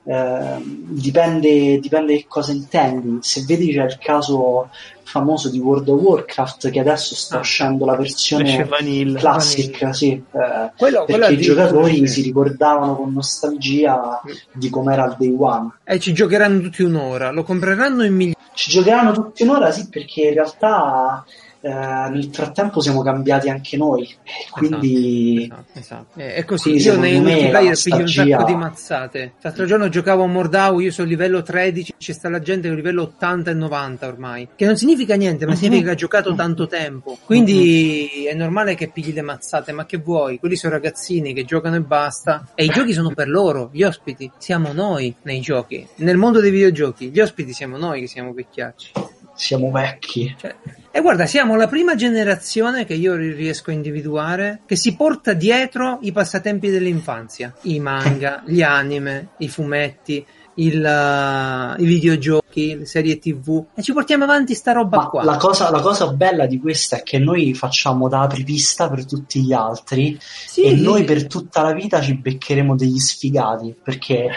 dipende che cosa intendi. Se vedi, c'è il caso famoso di World of Warcraft, che adesso sta uscendo la versione classic, sì, perché i giocatori si ricordavano con nostalgia di com'era il Day One. E ci giocheranno tutti un'ora, lo compreranno in milioni. Ci giocheranno tutti un'ora, sì, perché in realtà nel frattempo siamo cambiati anche noi, quindi esatto. È così. Io nei multiplayer piglio un sacco di mazzate. L'altro giorno giocavo a Mordau, io sono livello 13, c'è sta la gente che è livello 80 e 90 ormai, che non significa niente, ma significa che ha giocato tanto tempo, quindi è normale che pigli le mazzate. Ma che vuoi, quelli sono ragazzini che giocano e basta, e i giochi sono per loro. Gli ospiti siamo noi nei giochi, nel mondo dei videogiochi gli ospiti siamo noi che siamo vecchiacci, siamo vecchi, e guarda, siamo la prima generazione che io riesco a individuare che si porta dietro i passatempi dell'infanzia, i manga, gli anime, i fumetti, i videogiochi, le serie TV, e ci portiamo avanti sta roba qua. La cosa bella di questa è che noi facciamo da apripista per tutti gli altri, e noi per tutta la vita ci beccheremo degli sfigati, perché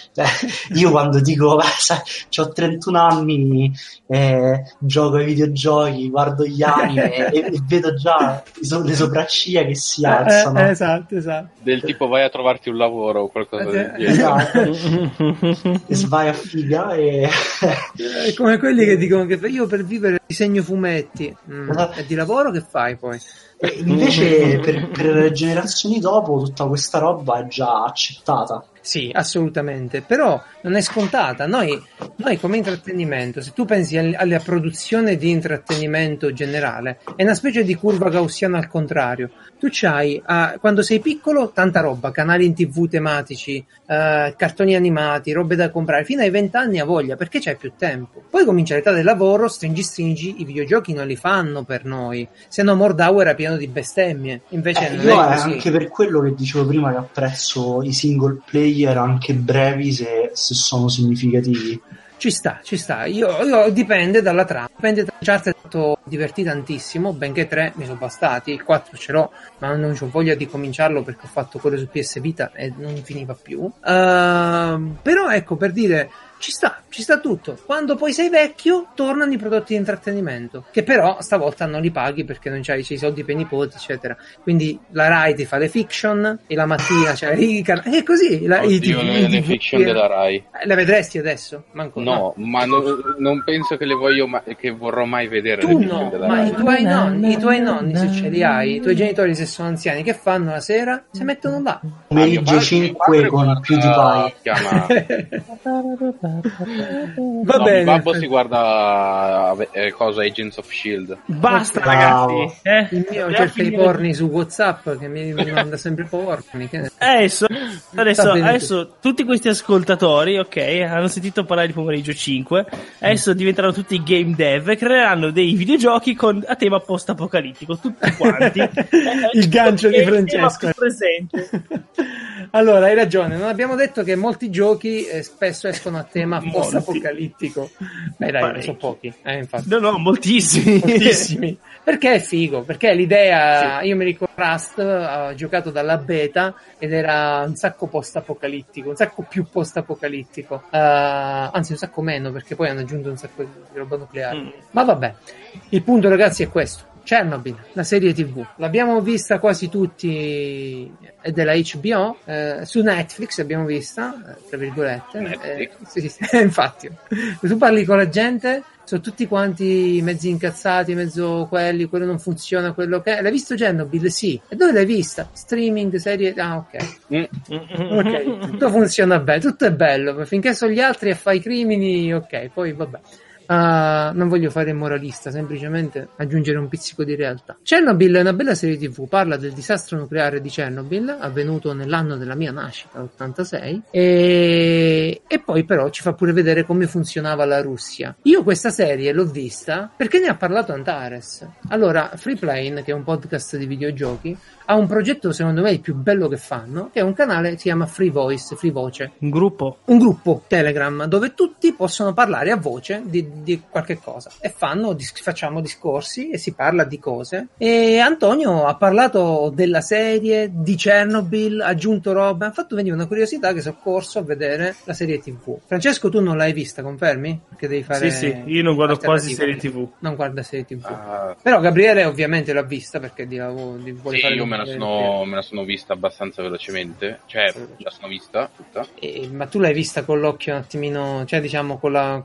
io quando dico ho 31 anni, gioco ai videogiochi, guardo gli anime e vedo già le sopracciglia che si alzano, esatto. Del tipo vai a trovarti un lavoro o qualcosa del genere, esatto. E vai a figa e è come quelli che dicono che io per vivere disegno fumetti, e di lavoro che fai poi? E invece per le generazioni dopo tutta questa roba è già accettata. Sì, assolutamente, però non è scontata. Noi come intrattenimento, se tu pensi alla produzione di intrattenimento generale, è una specie di curva gaussiana al contrario. Tu c'hai, quando sei piccolo, tanta roba, canali in TV tematici, cartoni animati, robe da comprare, fino ai 20 anni a voglia, perché c'hai più tempo. Poi comincia l'età del lavoro, stringi, i videogiochi non li fanno per noi, se no Mordau era pieno di bestemmie, invece non io è così. Anche per quello che dicevo prima, che apprezzo i single player anche brevi se sono significativi. Ci sta. Io dipende dalla trama, dipende da Uncharted, è stato divertito tantissimo, benché 3 mi sono bastati, il 4 ce l'ho, ma non ho voglia di cominciarlo perché ho fatto quello su PS Vita e non finiva più. Però ecco, per dire, ci sta tutto. Quando poi sei vecchio, tornano i prodotti di intrattenimento, che però stavolta non li paghi perché non c'hai i soldi per i nipoti, eccetera. Quindi la Rai ti fa le fiction e la mattina c'è è così. Le fiction della Rai. Le vedresti adesso? Manco, no, ma non penso che le che vorrò mai vedere. Tu no, ma i tuoi nonni, se ce li hai, i tuoi genitori se sono anziani, che fanno la sera? Si mettono là. Pomeriggio 5 con PewDiePie. Va bene. Babbo si guarda cosa Agents of Shield. Basta, ragazzi. Il mio cerca i porni su WhatsApp che mi manda sempre porni. Adesso tutti questi ascoltatori, ok, hanno sentito parlare di Pomeriggio 5. Adesso diventeranno tutti game dev e creeranno dei videogiochi a tema post-apocalittico, tutti quanti. Il gancio di Francesco presente. Allora, hai ragione, non abbiamo detto che molti giochi spesso escono a tema post-apocalittico. Beh dai, ne so pochi, infatti. No, moltissimi. Perché è figo, perché l'idea, sì. Io mi ricordo Rust, ho giocato dalla beta ed era un sacco post-apocalittico, un sacco più post-apocalittico, anzi un sacco meno, perché poi hanno aggiunto un sacco di roba nucleare. Ma vabbè, il punto ragazzi è questo. Chernobyl, la serie TV, l'abbiamo vista quasi tutti, è della HBO, su Netflix l'abbiamo vista, tra virgolette, sì, infatti, tu parli con la gente, sono tutti quanti mezzi incazzati, quello non funziona, quello che è. L'hai visto Chernobyl? Sì. E dove l'hai vista? Streaming, serie, ok. Ok, tutto funziona bene, tutto è bello, finché sono gli altri a fare i crimini, ok, poi vabbè. Non voglio fare moralista, semplicemente aggiungere un pizzico di realtà. Chernobyl è una bella serie TV, parla del disastro nucleare di Chernobyl avvenuto nell'anno della mia nascita, l'86, e poi però ci fa pure vedere come funzionava la Russia. Io questa serie l'ho vista perché ne ha parlato Antares. Allora, Freeplane, che è un podcast di videogiochi, ha un progetto secondo me il più bello che fanno, che è un canale che si chiama Free Voice, Free Voce. Un gruppo Telegram dove tutti possono parlare a voce di qualche cosa e facciamo discorsi e si parla di cose. E Antonio ha parlato della serie, di Chernobyl, ha aggiunto roba, ha fatto venire una curiosità che sono corso a vedere la serie TV. Francesco, tu non l'hai vista, confermi? Perché devi fare... Sì, io non guardo quasi serie TV. Non guarda serie TV. Però Gabriele ovviamente l'ha vista perché vuole fare... Io me la sono vista abbastanza velocemente, cioè la sono vista tutta. Ma tu l'hai vista con l'occhio un attimino, cioè diciamo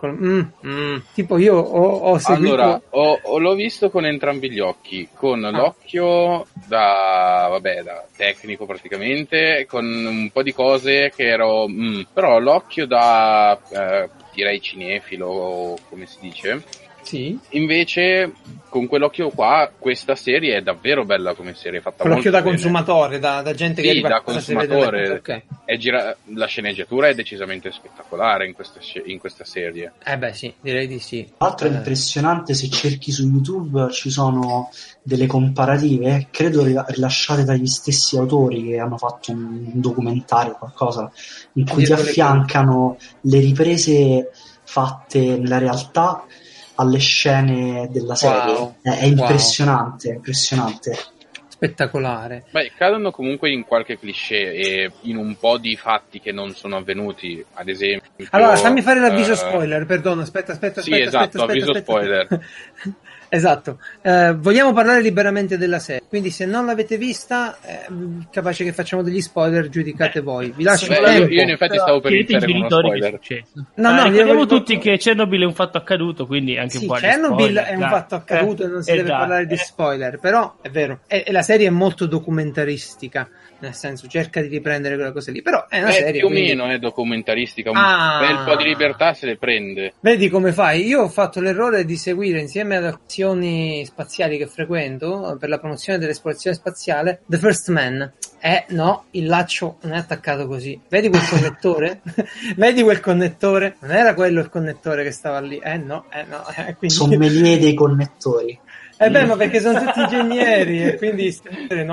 tipo io ho seguito... Allora, l'ho visto con entrambi gli occhi, con l'occhio da tecnico praticamente, con un po' di cose che ero... però l'occhio da, direi cinefilo, come si dice... Sì. Invece con quell'occhio qua questa serie è davvero bella come serie, fatta con l'occhio molto da bene. Consumatore, da gente che arriva da consumatore. Okay. La sceneggiatura è decisamente spettacolare in questa serie. Beh sì, direi di sì. Tra l'altro è impressionante, se cerchi su YouTube ci sono delle comparative, credo rilasciate dagli stessi autori che hanno fatto un documentario o qualcosa, in cui ti affiancano le riprese fatte nella realtà alle scene della serie. Wow. È impressionante, impressionante. Spettacolare. Beh, cadono comunque in qualche cliché e in un po' di fatti che non sono avvenuti, ad esempio... Allora, fammi fare l'avviso spoiler, perdono, aspetta. Avviso spoiler. Esatto, vogliamo parlare liberamente della serie, quindi se non l'avete vista capace che facciamo degli spoiler, giudicate voi. Vi lascio io in effetti stavo per iniziare con uno spoiler. Ricordiamo tutti che Chernobyl è un fatto accaduto, quindi anche un po' di Chernobyl spoiler, è un fatto accaduto e non si deve parlare di spoiler, però è vero, e la serie è molto documentaristica, nel senso cerca di riprendere quella cosa lì, però è una serie più o meno è documentaristica, un bel po' di libertà se le prende. Vedi come fai? Io ho fatto l'errore di seguire, insieme ad azioni spaziali che frequento per la promozione dell'esplorazione spaziale, The First Man. No, il laccio non è attaccato così. Vedi quel connettore? Vedi quel connettore? Non era quello il connettore che stava lì. No. Quindi... Sommelier dei connettori. Ma perché sono tutti ingegneri e quindi no.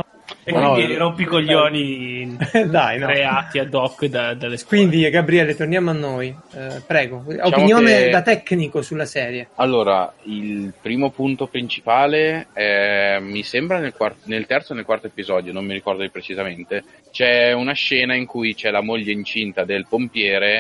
E quindi rompi i coglioni dai, no. creati ad hoc dalle scuole. Quindi, Gabriele, torniamo a noi. Prego, diciamo opinione da tecnico sulla serie. Allora, il primo punto principale mi sembra nel terzo o nel quarto episodio, non mi ricordo precisamente, c'è una scena in cui c'è la moglie incinta del pompiere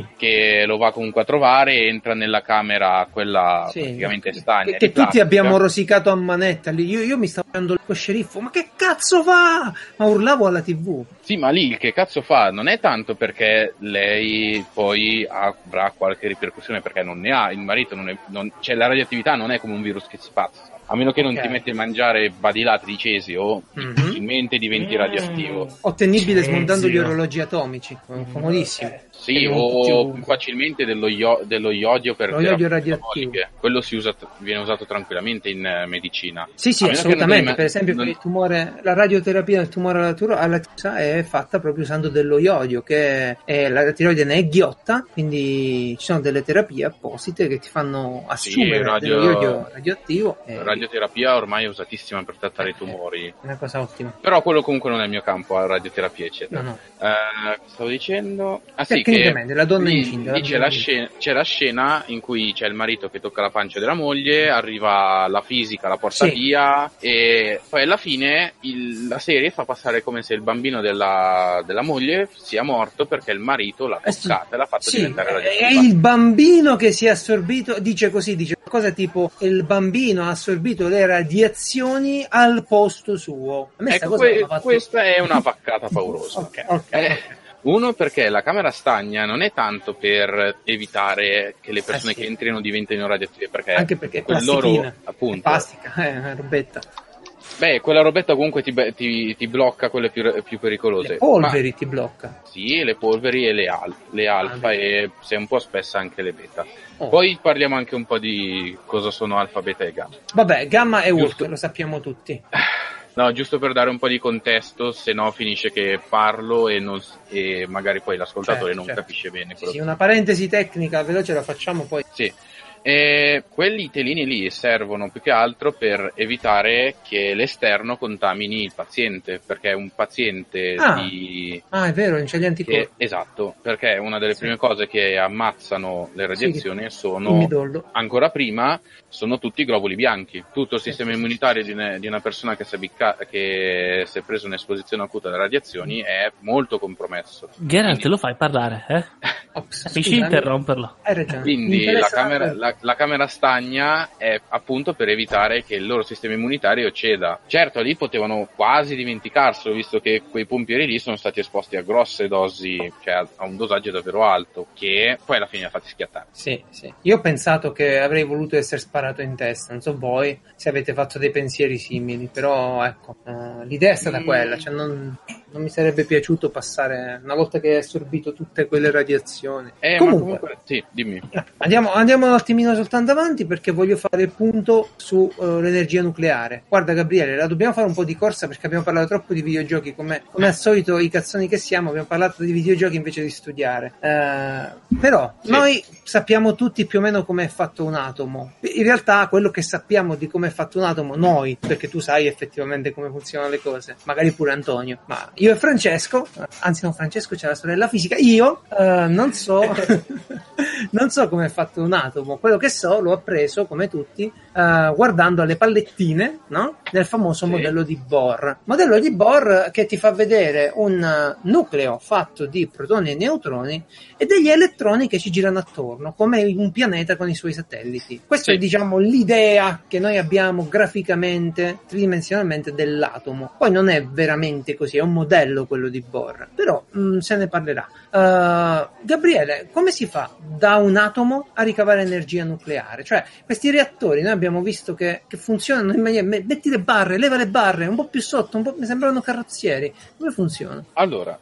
che lo va comunque a trovare e entra nella camera, quella praticamente stagna. Che tutti abbiamo rosicato a manetta lì. Io mi stavo facendo lo sceriffo, ma che cazzo fa? Ma urlavo alla TV. Sì, ma lì che cazzo fa? Non è tanto perché lei poi avrà qualche ripercussione, perché non ne ha, il marito cioè la radioattività non è come un virus che si spazza. A meno che non ti metti a mangiare badilati di cesio, difficilmente diventi radioattivo. Ottenibile smontando gli orologi atomici, comodissimo. Sì, o facilmente dello iodio per iodio radioattivo. Quello viene usato tranquillamente in medicina. Sì, assolutamente. Per esempio, per il tumore, la radioterapia del tumore alla tiroide è fatta proprio usando dello iodio, che la tiroide ne è ghiotta, quindi ci sono delle terapie apposite che ti fanno assumere dello iodio radioattivo. Radioterapia ormai è usatissima per trattare i tumori. È una cosa ottima. Però quello comunque non è il mio campo, la radioterapia, eccetera. No. Stavo dicendo... Tecnicamente, la donna incinta. Lì c'è la scena in cui c'è il marito che tocca la pancia della moglie, arriva la fisica, la porta via, e poi alla fine la serie fa passare come se il bambino della moglie sia morto perché il marito l'ha toccata e l'ha fatto diventare radioattiva. È il bambino che si è assorbito, dice qualcosa tipo il bambino ha assorbito le radiazioni al posto suo. A me questa è una vaccata paurosa. Ok. Uno, perché la camera stagna non è tanto per evitare che le persone che entrino diventino radioattive, anche perché è loro, appunto, plastica, è una robetta. Beh, quella robetta comunque ti blocca quelle più pericolose. Le polveri ti blocca. Sì, le polveri e le alfa e se è un po' spessa anche le beta. Poi parliamo anche un po' di cosa sono alfa, beta e gamma. Vabbè, gamma e Urk, lo sappiamo tutti. No, giusto per dare un po' di contesto, se no finisce che parlo e magari poi l'ascoltatore non capisce bene. Sì, una parentesi tecnica veloce la facciamo poi. Sì. Quelli telini lì servono più che altro per evitare che l'esterno contamini il paziente, perché un paziente è vero, non c'è gli anticorpi. Esatto, perché una delle prime cose che ammazzano le radiazioni sono, ancora prima, sono tutti i globuli bianchi. Tutto il sistema immunitario di una persona che si è preso un'esposizione acuta alle radiazioni è molto compromesso. Geralt, lo fai parlare, Capisci interromperlo. Hai ragione. Quindi la camera stagna è appunto per evitare che il loro sistema immunitario ceda. Certo, lì potevano quasi dimenticarselo, visto che quei pompieri lì sono stati esposti a grosse dosi, cioè a un dosaggio davvero alto, che poi alla fine li ha fatti schiattare. Sì. Io ho pensato che avrei voluto essere sparato in testa, non so voi se avete fatto dei pensieri simili, però ecco, l'idea è stata quella, cioè non mi sarebbe piaciuto passare, una volta che hai assorbito tutte quelle radiazioni. Comunque sì, dimmi. Andiamo un attimino soltanto avanti, perché voglio fare il punto su l'energia nucleare. Guarda Gabriele, la dobbiamo fare un po' di corsa, perché abbiamo parlato troppo di videogiochi, come al solito i cazzoni che siamo, abbiamo parlato di videogiochi invece di studiare. Però noi sappiamo tutti più o meno come è fatto un atomo. In realtà quello che sappiamo di come è fatto un atomo noi, perché tu sai effettivamente come funzionano le cose, magari pure Antonio, ma io e Francesco, anzi no, Francesco c'è la sorella fisica, io non so non so come è fatto un atomo. Quello che so l'ho appreso come tutti guardando alle pallettine, no? Del famoso modello di Bohr che ti fa vedere un nucleo fatto di protoni e neutroni e degli elettroni che ci girano attorno come un pianeta con i suoi satelliti. Questa è, diciamo, l'idea che noi abbiamo graficamente, tridimensionalmente, dell'atomo. Poi non è veramente così, è un modello quello di Bohr, però se ne parlerà. Gabriele, come si fa da un atomo a ricavare energia nucleare? Cioè, questi reattori noi abbiamo visto che funzionano in maniera, metti le barre, leva le barre un po' più sotto, un po', mi sembrano carrozzieri. Come funziona? Allora,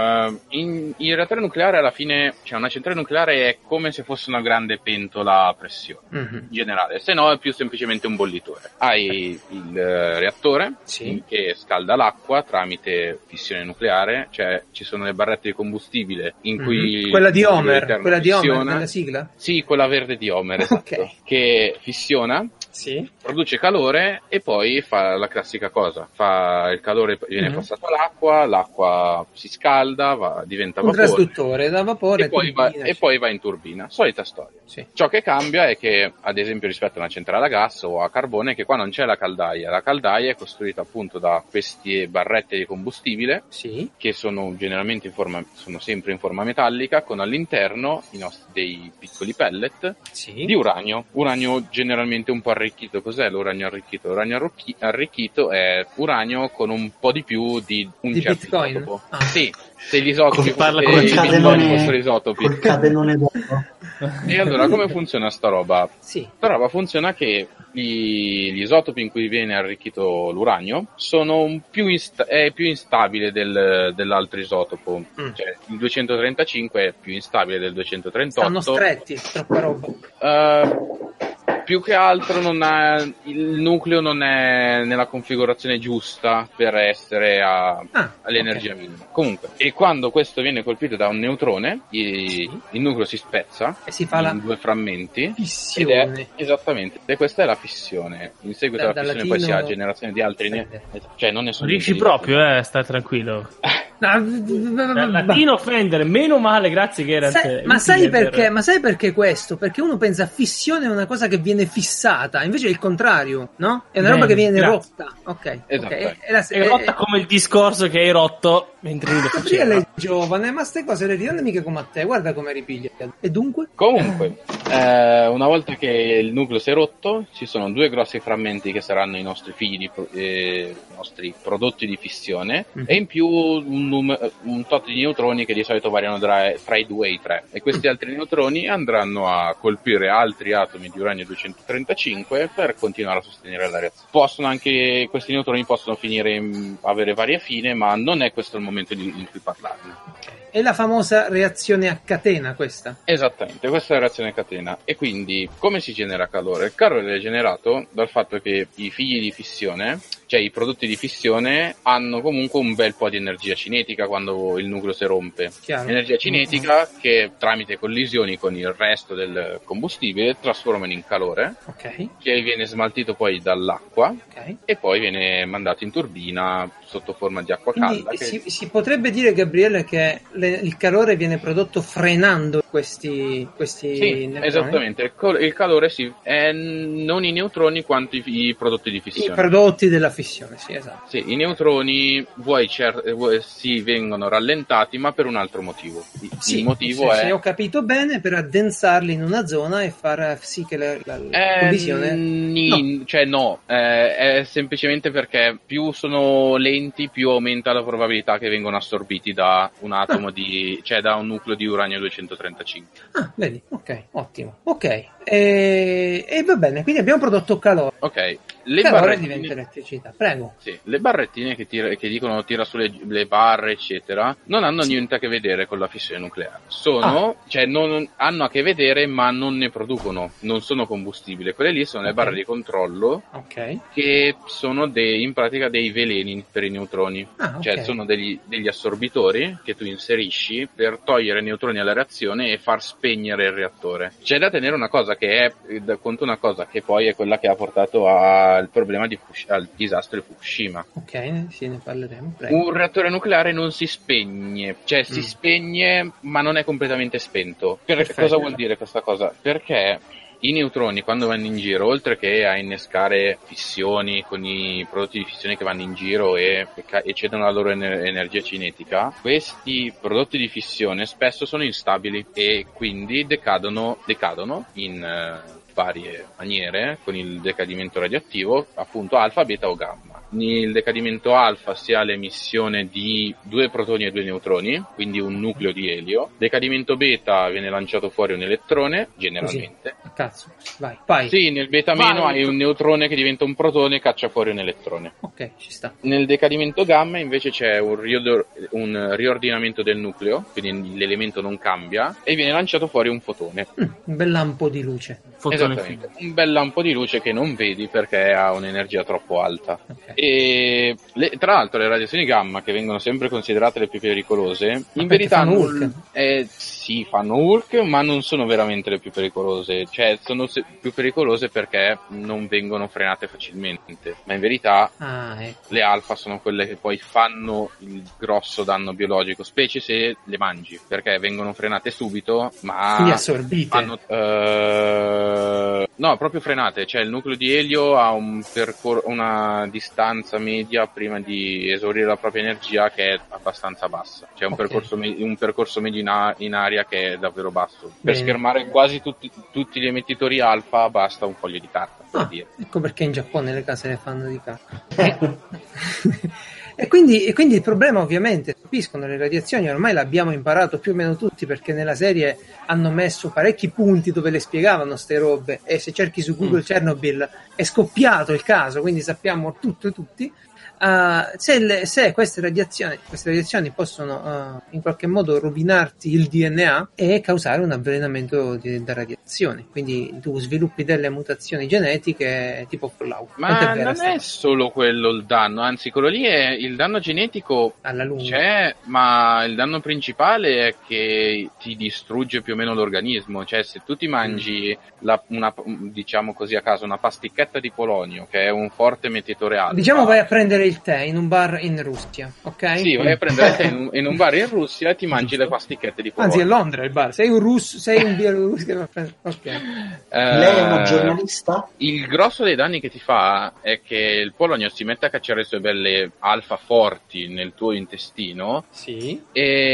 in reattore nucleare alla fine, cioè una centrale nucleare è come se fosse una grande pentola a pressione in generale, se no è più semplicemente un bollitore. Hai il reattore che scalda l'acqua tramite fissione nucleare, cioè ci sono le barrette di combustibile in cui quella di Homer della sigla? Sì, quella verde di Homer, esatto, che fissiona produce calore e poi fa la classica cosa, il calore viene passato l'acqua si scalda, diventa vapore. Un trasduttore da vapore e poi va in turbina. Solita storia. Sì. Ciò che cambia è che, ad esempio, rispetto a una centrale a gas o a carbone, che qua non c'è la caldaia. La caldaia è costruita appunto da queste barrette di combustibile, che sono generalmente sono sempre in forma metallica, con all'interno dei piccoli pellet di uranio. Uranio generalmente un po' arricchito. Cos'è l'uranio arricchito? L'uranio arricchito è uranio con un po' di più di un di certo Bitcoin? isotopo. Sì, se gli isotopi fossero isotopi. Col catenone d'oro. E allora come funziona sta roba? Sì. Sta roba funziona che gli isotopi in cui viene arricchito l'uranio sono è più instabile dell'altro isotopo. Cioè il 235 è più instabile del 238. Stanno stretti, troppa roba. Più che altro il nucleo non è nella configurazione giusta per essere all'energia minima. Comunque, e quando questo viene colpito da un neutrone, il nucleo si spezza e si fa in due frammenti. Fissione. Esattamente, e questa è la fissione. In seguito alla fissione poi si ha generazione di altri cioè non ne sono riesci proprio, stai tranquillo. Latino offendere, meno male, grazie Geralt. Ma sai perché questo? Perché uno pensa fissione è una cosa che viene fissata, invece è il contrario, no? È una roba che viene rotta. Ok. È rotta come il discorso che hai rotto mentre lui lo faceva. Gabriele è giovane, ma ste cose le ridanno mica come a te, guarda come ripiglia. E dunque? Comunque, una volta che il nucleo si è rotto, ci sono due grossi frammenti che saranno i nostri figli, i nostri prodotti di fissione, e in più un tot di neutroni che di solito variano tra i 2 e i 3, e questi altri neutroni andranno a colpire altri atomi di uranio 235 per continuare a sostenere la reazione. Questi neutroni possono avere varie fini, ma non è questo il momento in cui parlarne. È la famosa reazione a catena questa? Esattamente, questa è la reazione a catena. E quindi come si genera calore? Il calore è generato dal fatto che i figli di fissione, cioè i prodotti di fissione, hanno comunque un bel po' di energia cinetica quando il nucleo si rompe. Chiaro. Energia cinetica che tramite collisioni con il resto del combustibile trasformano in calore, che viene smaltito poi dall'acqua e poi viene mandato in turbina sotto forma di acqua calda. Si potrebbe dire, Gabriele, che il calore viene prodotto frenando questi neutroni? Esattamente, il calore è non i neutroni quanto i prodotti di fissione. I prodotti della fissione, sì, esatto. Sì, i neutroni si vengono rallentati, ma per un altro motivo. Il motivo è... Se ho capito bene, per addensarli in una zona e far sì che la collisione... è semplicemente perché più sono lenti, più aumenta la probabilità che vengano assorbiti da un atomo da un nucleo di uranio 235. Vedi, ok, ottimo. Ok, e va bene, quindi abbiamo prodotto calore. Ok. Calore diventa elettricità, prego. Sì, le barrettine che dicono tira su le barre, eccetera, non hanno niente a che vedere con la fissione nucleare. Non hanno a che vedere, ma non ne producono, non sono combustibile. Quelle lì sono le barre di controllo, che sono in pratica dei veleni per i neutroni. Cioè sono degli assorbitori che tu inserisci per togliere i neutroni alla reazione e far spegnere il reattore. C'è da tenere una cosa che poi è quella che ha portato al problema al disastro di Fukushima. Ok, sì, ne parleremo. Prego. Un reattore nucleare non si spegne, cioè si spegne ma non è completamente spento. Cosa vuol dire questa cosa? Perché i neutroni, quando vanno in giro, oltre che a innescare fissioni con i prodotti di fissione che vanno in giro e cedono la loro energia cinetica, questi prodotti di fissione spesso sono instabili e quindi decadono in varie maniere con il decadimento radioattivo, appunto alfa, beta o gamma. Nel decadimento alfa si ha l'emissione di 2 protoni e 2 neutroni, quindi un nucleo di elio. Decadimento beta viene lanciato fuori un elettrone, generalmente. Così. Cazzo, vai. Sì, nel beta meno hai un neutrone che diventa un protone e caccia fuori un elettrone. Ok, ci sta. Nel decadimento gamma invece c'è un riordinamento del nucleo, quindi l'elemento non cambia e viene lanciato fuori un fotone. Un bel lampo di luce. Esattamente, un bel lampo di luce che non vedi perché ha un'energia troppo alta. E tra l'altro le radiazioni gamma, che vengono sempre considerate le più pericolose, in verità sì, fanno Hulk, ma non sono veramente le più pericolose. Cioè, sono più pericolose perché non vengono frenate facilmente. Ma in verità le alfa sono quelle che poi fanno il grosso danno biologico, specie se le mangi, perché vengono frenate subito, ma quindi assorbite. Fanno, no, proprio frenate. Cioè, il nucleo di elio ha una distanza media prima di esaurire la propria energia che è abbastanza bassa. Cioè un percorso medio in aria che è davvero basso. Per schermare quasi tutti gli emettitori alfa basta un foglio di carta, per dire. Ecco perché in Giappone le case le fanno di carta. E quindi il problema, ovviamente, capiscono le radiazioni, ormai l'abbiamo imparato più o meno tutti, perché nella serie hanno messo parecchi punti dove le spiegavano ste robe, e se cerchi su Google Chernobyl è scoppiato il caso, quindi sappiamo tutto e tutti. Se queste radiazioni possono in qualche modo rovinarti il DNA e causare un avvelenamento da radiazioni, quindi tu sviluppi delle mutazioni genetiche tipo Fallout. Ma non è solo quello il danno, anzi quello lì è il danno genetico, alla lunga c'è, ma il danno principale è che ti distrugge più o meno l'organismo. Cioè, se tu ti mangi diciamo così a caso, una pasticchetta di polonio, che è un forte emettitore alfa, diciamo vai a prendere il tè in un bar in Russia, ok? Sì, vai a prendere il tè in un bar in Russia e ti mangi le pasticchette di polonio. Anzi, a Londra il bar. Sei un russo, sei un bielorusso. Okay. Lei è una giornalista? Il grosso dei danni che ti fa è che il polonio si mette a cacciare le sue belle alfa forti nel tuo intestino. Sì.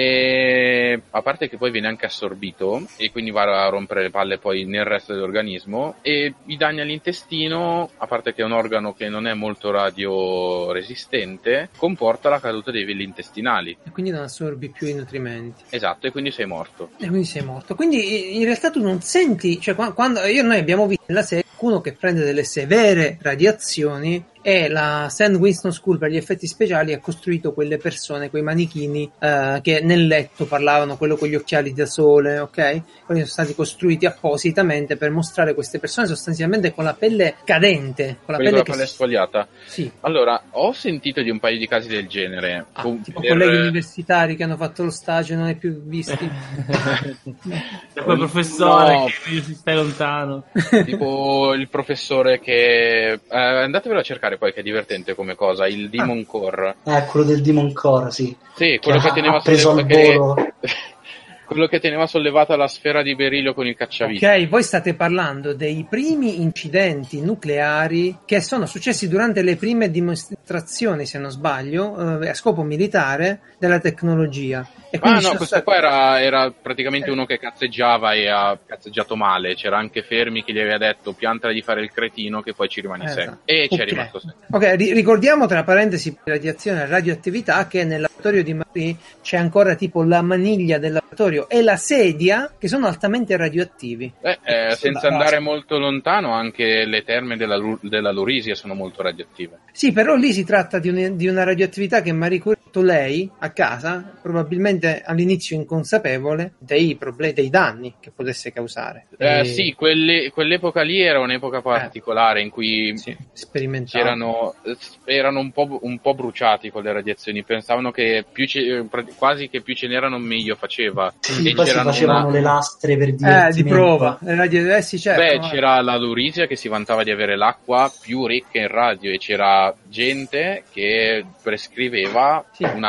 E a parte che poi viene anche assorbito e quindi va a rompere le palle poi nel resto dell'organismo, e i danni all'intestino, a parte che è un organo che non è molto radioresistente, comporta la caduta dei villi intestinali. E quindi non assorbi più i nutrimenti. Esatto, e quindi sei morto. Quindi in realtà tu non senti, cioè quando noi abbiamo visto nella serie qualcuno che prende delle severe radiazioni, e la St. Winston School per gli effetti speciali ha costruito quelle persone, quei manichini che nel letto parlavano, quello con gli occhiali da sole, ok? Quelli sono stati costruiti appositamente per mostrare queste persone sostanzialmente con la pelle cadente, con la pelle sfogliata. Sì. Allora, ho sentito di un paio di casi del genere. Tipo colleghi universitari che hanno fatto lo stage e non hai più visti. Da quel professore che stai lontano. Tipo il professore che andatevelo a cercare poi, che è divertente come cosa, il Demon Core. Quello del Demon Core, sì. Sì, quello che teneva preso al volo. Quello che teneva sollevata la sfera di berilio con il cacciavite. Ok, voi state parlando dei primi incidenti nucleari che sono successi durante le prime dimostrazioni, se non sbaglio, a scopo militare della tecnologia. E no, questo qua era praticamente uno che cazzeggiava e ha cazzeggiato male. C'era anche Fermi che gli aveva detto piantala di fare il cretino che poi ci rimani secco. E ci è rimasto secco. Ok, ricordiamo tra parentesi radiazione e radioattività che nel laboratorio di Marie c'è ancora tipo la maniglia del laboratorio e la sedia che sono altamente radioattivi. Senza andare molto lontano, anche le terme della Lurisia sono molto radioattive. Sì, però lì si tratta di una radioattività che Marie Curie ha fatto lei a casa, probabilmente all'inizio inconsapevole dei problemi, dei danni che potesse causare. Sì, quell'epoca lì era un'epoca particolare in cui erano un po' bruciati con le radiazioni. Pensavano che quasi che più ce n'erano meglio faceva. Sì, poi si facevano le lastre per di prova. Sì, certo. C'era la Lurisia che si vantava di avere l'acqua più ricca in radio, e c'era gente che prescriveva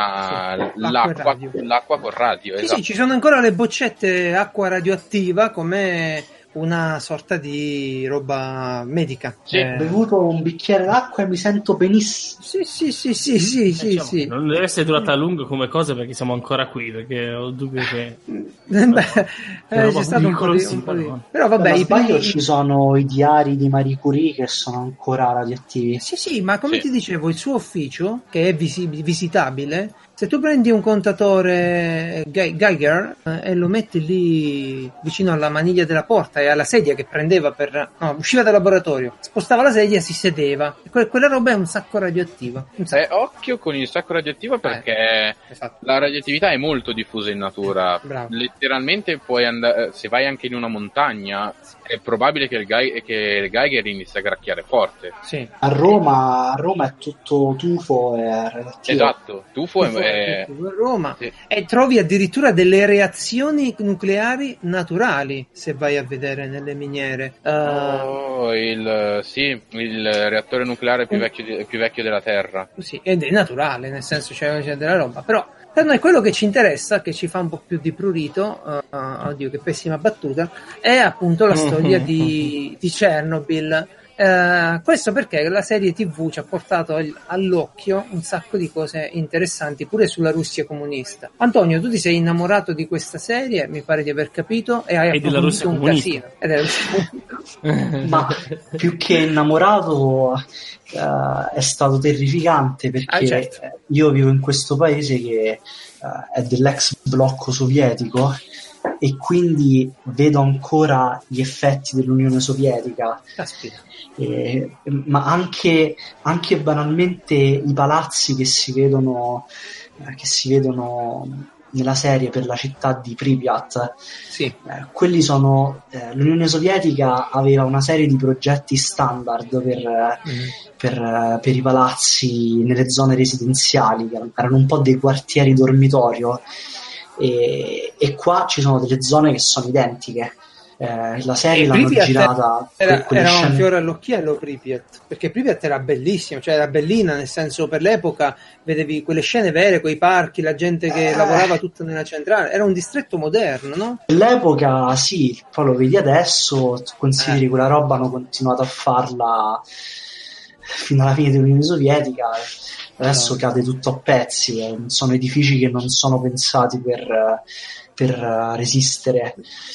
l'acqua con radio. Sì, esatto. Sì, ci sono ancora le boccette acqua radioattiva come una sorta di roba medica. Sì. Ho bevuto un bicchiere d'acqua e mi sento benissimo. Sì. Non deve essere durata a lungo come cosa, perché siamo ancora qui, perché ho dubbio che c'è stato un po' di... Però vabbè, ci sono i diari di Marie Curie che sono ancora radioattivi. Sì, ma come ti dicevo, il suo ufficio, che è visitabile, se tu prendi un contatore Geiger e lo metti lì vicino alla maniglia della porta e alla sedia che prendeva usciva dal laboratorio, spostava la sedia, si sedeva, e quella roba è un sacco radioattiva. Occhio con il sacco radioattivo, perché la radioattività è molto diffusa in natura. Bravo. Letteralmente puoi andare, se vai anche in una montagna, è probabile che il Geiger inizia a gracchiare forte. Sì. A Roma è tutto tufo e radioattivo. Esatto, tufo a Roma. Sì. E trovi addirittura delle reazioni nucleari naturali, se vai a vedere nelle miniere. Il reattore nucleare più vecchio della Terra. Sì, ed è naturale, nel senso c'è della roba, però per noi quello che ci interessa, che ci fa un po' più di prurito, oddio che pessima battuta, è appunto la storia di Chernobyl. Questo perché la serie TV ci ha portato all'occhio un sacco di cose interessanti pure sulla Russia comunista. Antonio, tu ti sei innamorato di questa serie, mi pare di aver capito, e hai della Russia un comunista. casino. Ma più che innamorato è stato terrificante, perché certo. Io vivo in questo paese che è dell'ex blocco sovietico e quindi vedo ancora gli effetti dell'Unione Sovietica. Caspita. Ma anche banalmente i palazzi che si vedono nella serie per la città di Pripyat, sì. Quelli sono l'Unione Sovietica aveva una serie di progetti standard per i palazzi nelle zone residenziali, che erano un po' dei quartieri dormitorio, e qua ci sono delle zone che sono identiche. La serie l'hanno girata era un fiore all'occhiello Pripyat, perché Pripyat era bellissimo, cioè era bellina, nel senso, per l'epoca vedevi quelle scene vere, quei parchi, la gente che lavorava tutta nella centrale, era un distretto moderno, no? All'epoca sì, poi lo vedi adesso, consideri quella roba hanno continuato a farla fino alla fine dell'Unione Sovietica, adesso cade tutto a pezzi, sono edifici che non sono pensati per resistere.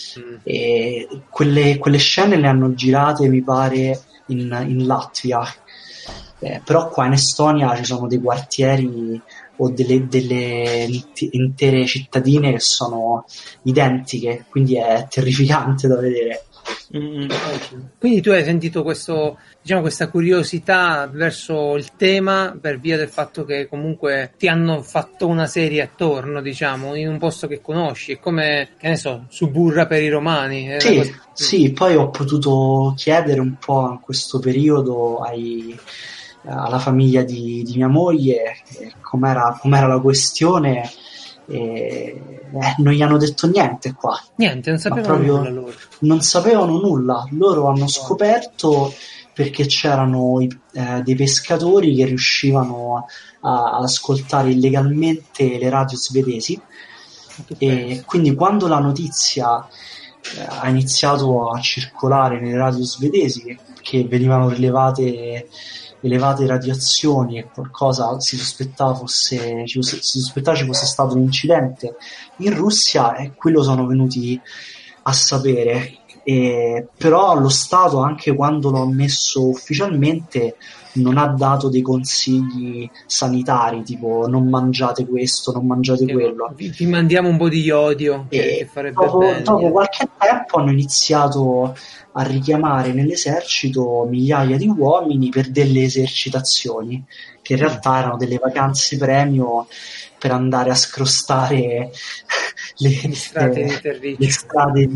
E quelle scene le hanno girate, mi pare, in Latvia, però qua in Estonia ci sono dei quartieri o delle intere cittadine che sono identiche, quindi è terrificante da vedere. Quindi tu hai sentito questa curiosità verso il tema per via del fatto che comunque ti hanno fatto una serie attorno, diciamo, in un posto che conosci, è come, che ne so, Suburra per i romani. Sì, poi ho potuto chiedere un po' in questo periodo alla famiglia di mia moglie com'era la questione. Non gli hanno detto niente qua. Niente, non sapevano nulla loro. Non sapevano nulla. Loro hanno scoperto perché c'erano dei pescatori che riuscivano ad ascoltare illegalmente le radio svedesi, e quindi quando la notizia ha iniziato a circolare nelle radio svedesi che venivano rilevate elevate radiazioni e qualcosa ci sospettava ci fosse stato un incidente in Russia, e quello sono venuti a sapere. Però lo Stato, anche quando l'ho ammesso ufficialmente, non ha dato dei consigli sanitari tipo non mangiate questo, non mangiate quello. Vi mandiamo un po' di iodio che farebbe bene. Dopo qualche tempo hanno iniziato a richiamare nell'esercito migliaia di uomini per delle esercitazioni, che in realtà erano delle vacanze premio per andare a scrostare le strade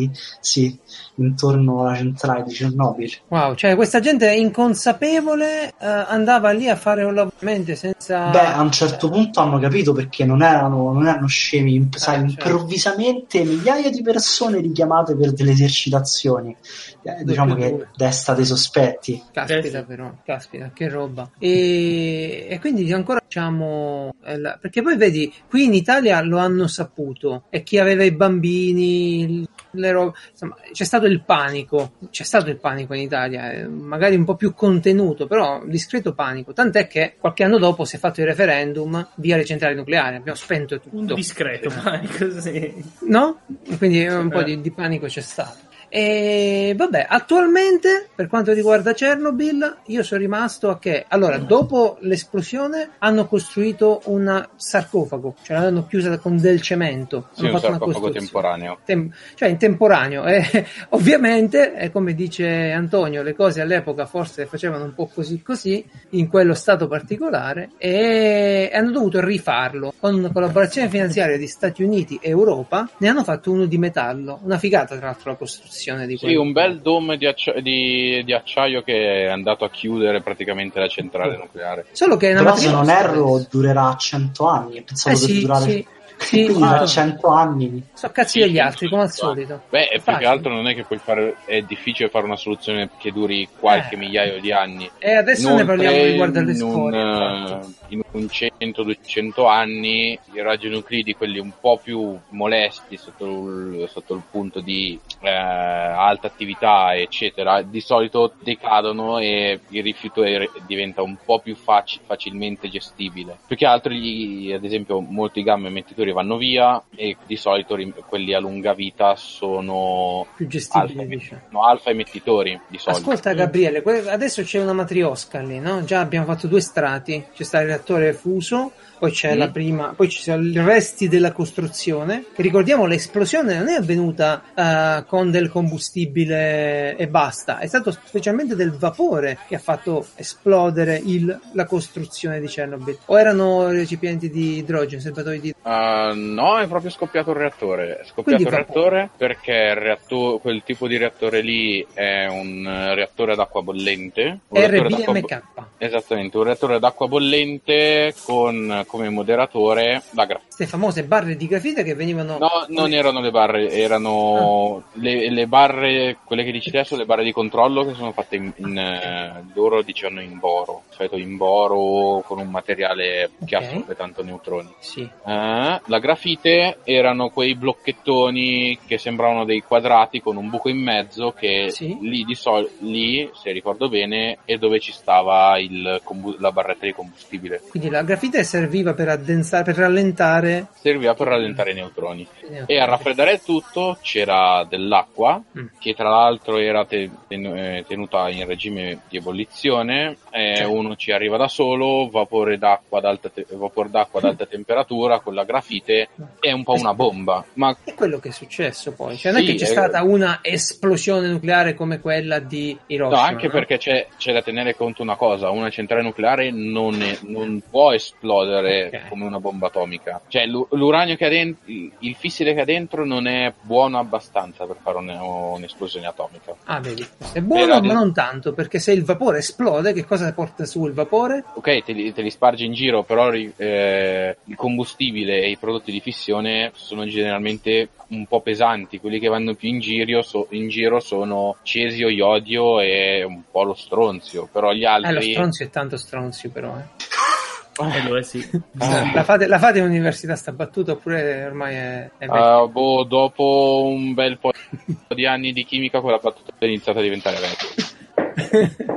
intorno alla centrale di Chernobyl. Wow, cioè questa gente inconsapevole andava lì a fare un lavoro senza... Beh, a un certo punto hanno capito, perché non erano scemi, improvvisamente migliaia di persone richiamate per delle esercitazioni. Diciamo che desta dei sospetti. Caspita, però, che roba. E quindi ancora diciamo, perché poi vedi, qui in Italia lo hanno saputo, e chi aveva i bambini, insomma, c'è stato il panico in Italia, magari un po' più contenuto, però discreto panico, tant'è che qualche anno dopo si è fatto il referendum via le centrali nucleari, abbiamo spento tutto. Un discreto panico, sì. No? Quindi un po' di panico c'è stato. E vabbè, attualmente per quanto riguarda Chernobyl, io sono rimasto a che allora dopo l'esplosione hanno costruito un sarcofago, cioè l'hanno chiusa con del cemento, sì, hanno fatto un sarcofago temporaneo, cioè in temporaneo, ovviamente, come dice Antonio, le cose all'epoca forse le facevano un po' così in quello stato particolare, e hanno dovuto rifarlo con una collaborazione finanziaria di Stati Uniti e Europa. Ne hanno fatto uno di metallo, una figata tra l'altro la costruzione, un'esplosione di Sì, un bel dome di acciaio che è andato a chiudere praticamente la centrale nucleare. Solo che però se non erro durerà 100 anni, pensavo per durare sì, quindi da 100 anni so cazzi degli altri come al solito. Beh, più che altro non è che puoi fare, è difficile fare una soluzione che duri qualche migliaio di anni. E adesso inoltre, ne parliamo riguardo alle scorie. In un 100-200 anni i radionuclidi, quelli un po' più molesti sotto il punto di alta attività eccetera, di solito decadono e il rifiuto diventa un po' più facilmente gestibile. Più che altro ad esempio molti gamma emettitori vanno via e di solito quelli a lunga vita sono più gestibili, alfa emettitori di solito. Ascolta Gabriele, adesso c'è una matriosca lì, no? Già abbiamo fatto 2 strati, c'è sta il reattore fuso, poi c'è la prima, poi ci sono i resti della costruzione, che ricordiamo l'esplosione non è avvenuta con del combustibile e basta, è stato specialmente del vapore che ha fatto esplodere la costruzione di Chernobyl, o erano recipienti di idrogeno, serbatoi di no, è proprio scoppiato il reattore. È scoppiato il reattore perché quel tipo di reattore lì è un reattore ad acqua bollente. RBMK. Esattamente, un reattore ad acqua bollente con come moderatore la grafite. Queste famose barre di grafite che venivano... No, non erano le barre, erano le barre, quelle che dici adesso, le barre di controllo che sono fatte loro dicevano in boro, solito in boro con un materiale che assorbe tanto neutroni. Sì. La grafite erano quei blocchettoni che sembravano dei quadrati con un buco in mezzo che lì, se ricordo bene, è dove ci stava la barretta di combustibile. Quindi la grafite serviva per addensare, per rallentare? Serviva per rallentare i neutroni. E a raffreddare il tutto c'era dell'acqua, che tra l'altro era tenuta in regime di ebollizione, uno ci arriva da solo, vapore d'acqua ad alta temperatura con la grafite, è un po' una bomba. Ma è quello che è successo poi, cioè non è che c'è stata una esplosione nucleare come quella di Hiroshima. No, anche perché c'è da tenere conto una cosa, una centrale nucleare non può esplodere come una bomba atomica, cioè l'uranio che ha dentro, il fissile che ha dentro non è buono abbastanza per fare un'esplosione atomica. Vedi, è buono ma non tanto, perché se il vapore esplode, che cosa porta su il vapore? Ok, te li spargi in giro, però il combustibile e i prodotti di fissione sono generalmente un po' pesanti, quelli che vanno più in giro sono cesio, iodio e un po' lo stronzio, però gli altri... Lo stronzio è tanto stronzio però, sì. La fate in università sta battuta oppure ormai è dopo un bel po' di anni di chimica quella battuta è iniziata a diventare vecchia.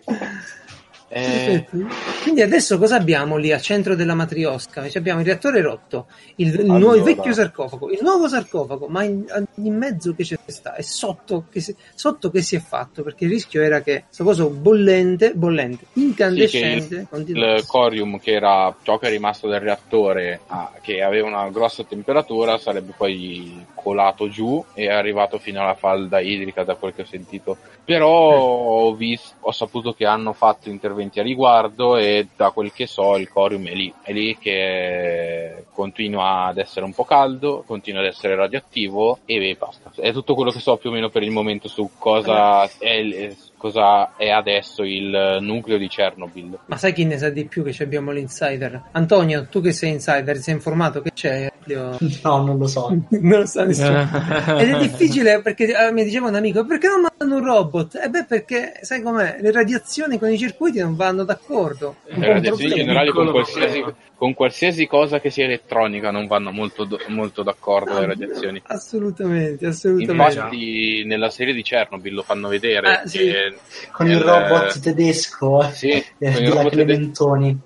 Quindi adesso cosa abbiamo lì al centro della matriosca? Abbiamo il reattore rotto, il vecchio sarcofago, il nuovo sarcofago, ma in mezzo che c'è sta, e sotto che si è fatto, perché il rischio era che questo coso bollente, incandescente, il corium, che era ciò che è rimasto del reattore, che aveva una grossa temperatura, sarebbe poi colato giù e è arrivato fino alla falda idrica, da quel che ho sentito. Però ho saputo che hanno fatto interventi a riguardo e da quel che so il corium è lì che continua ad essere un po' caldo, continua ad essere radioattivo e basta. È tutto quello che so più o meno per il momento su cosa è adesso il nucleo di Chernobyl. Ma sai chi ne sa di più, che abbiamo l'insider? Antonio, tu che sei insider, sei informato che c'è? No, non lo so. Non lo sa nessuno. Ed è difficile perché mi diceva un amico, perché non mandano un robot? Perché sai com'è? Le radiazioni con i circuiti non vanno d'accordo. Le radiazioni in generale con qualsiasi cosa che sia elettronica non vanno molto d'accordo le radiazioni. Assolutamente. Infatti nella serie di Chernobyl lo fanno vedere. Con il robot tedesco della Clementoni.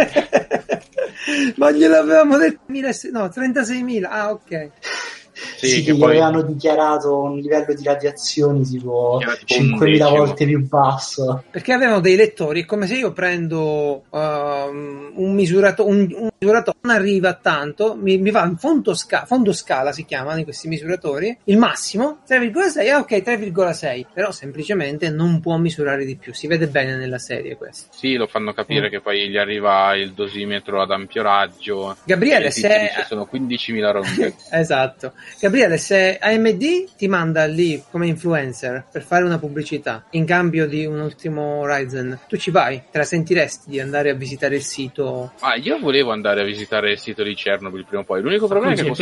Ma gliel'avevamo detto 36.000. Ok. Sì, che gli avevano dichiarato un livello di radiazioni tipo 5.000 volte più basso. Perché avevano dei lettori, è come se io prendo un misuratore, non arriva a tanto, mi va in fondo scala si chiamano in questi misuratori, il massimo 3,6, ok 3,6, però semplicemente non può misurare di più, si vede bene nella serie questo. Sì, lo fanno capire che poi gli arriva il dosimetro ad ampio raggio. Gabriele, se sono 15.000 ronde. Esatto. Gabriele, se AMD ti manda lì come influencer per fare una pubblicità in cambio di un ultimo Ryzen, tu ci vai? Te la sentiresti di andare a visitare il sito? Io volevo andare a visitare il sito di Chernobyl prima o poi. L'unico problema è che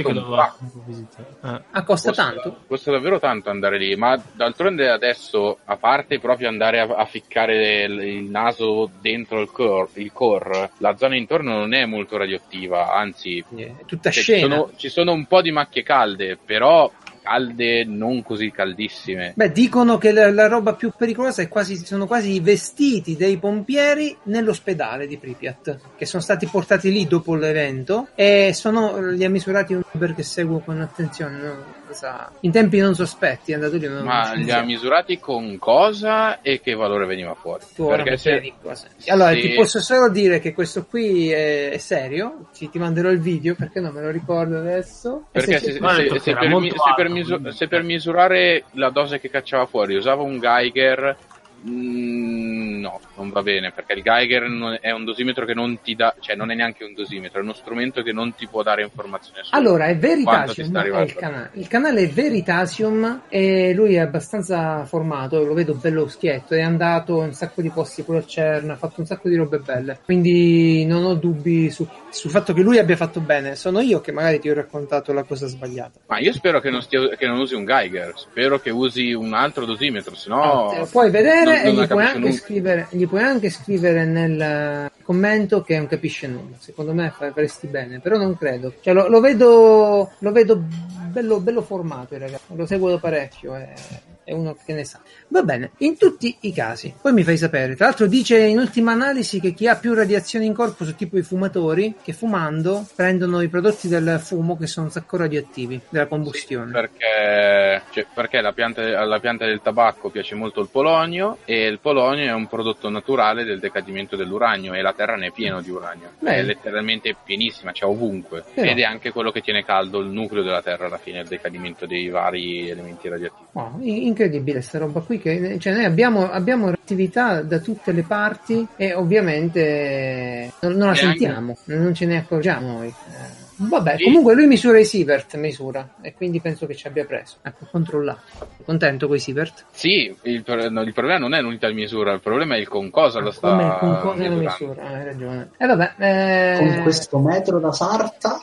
costa tanto? Costa davvero tanto andare lì, ma d'altronde adesso, a parte proprio andare a ficcare il naso dentro il core, la zona intorno non è molto radioattiva, anzi tutta scena. Ci sono un po' di macchie calde, però calde non così caldissime. Beh, dicono che la roba più pericolosa sono quasi i vestiti dei pompieri nell'ospedale di Pripyat, che sono stati portati lì dopo l'evento e li ha misurati un Uber che seguo con attenzione, no? In tempi non sospetti è andato lì. Ma li ha misurati con cosa e che valore veniva fuori? Allora ti posso solo dire che questo qui è serio, ti manderò il video perché non me lo ricordo adesso. Perché se per misurare la dose che cacciava fuori usava un Geiger, no, non va bene, perché il Geiger è un dosimetro che non ti dà, cioè non è neanche un dosimetro, è uno strumento che non ti può dare informazioni su. Allora è Veritasium, è il canale è Veritasium e lui è abbastanza formato, lo vedo bello schietto, è andato in un sacco di posti pure a CERN, ha fatto un sacco di robe belle, quindi non ho dubbi sul fatto che lui abbia fatto bene. Sono io che magari ti ho raccontato la cosa sbagliata. Ma io spero che non usi un Geiger, spero che usi un altro dosimetro, sennò puoi vedere e gli puoi anche scrivere nel commento che non capisce nulla. Secondo me faresti bene, però non credo. Cioè lo vedo bello formato il ragazzo, lo seguo da parecchio, è uno che ne sa. Va bene, in tutti i casi, poi mi fai sapere. Tra l'altro dice in ultima analisi che chi ha più radiazione in corpo sono tipo i fumatori, che fumando prendono i prodotti del fumo che sono un sacco radioattivi della combustione. Perché alla pianta del tabacco piace molto il polonio, e il polonio è un prodotto naturale del decadimento dell'uranio e la Terra ne è pieno di uranio. È letteralmente pienissima, c'è ovunque. Ed è anche quello che tiene caldo il nucleo della Terra alla fine, il decadimento dei vari elementi radioattivi. Incredibile sta roba qui, che cioè noi abbiamo attività da tutte le parti e ovviamente non la sentiamo, non ce ne accorgiamo noi. Vabbè, comunque lui misura i sievert, e quindi penso che ci abbia preso. Ecco, controllato. Contento con i sievert? Sì, il problema non è l'unità di misura, il problema è il con cosa lo sta con cosa lo misura, hai ragione. Vabbè, con questo metro da sarta.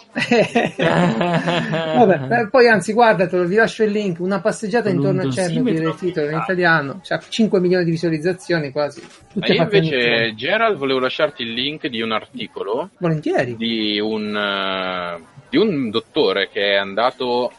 Vabbè, poi anzi guardatelo, vi lascio il link, una passeggiata intorno a Chernobyl, il titolo in italiano, c'ha 5 milioni di visualizzazioni quasi. Io invece, Gerald, volevo lasciarti il link di un articolo. Volentieri. Di un dottore che è andato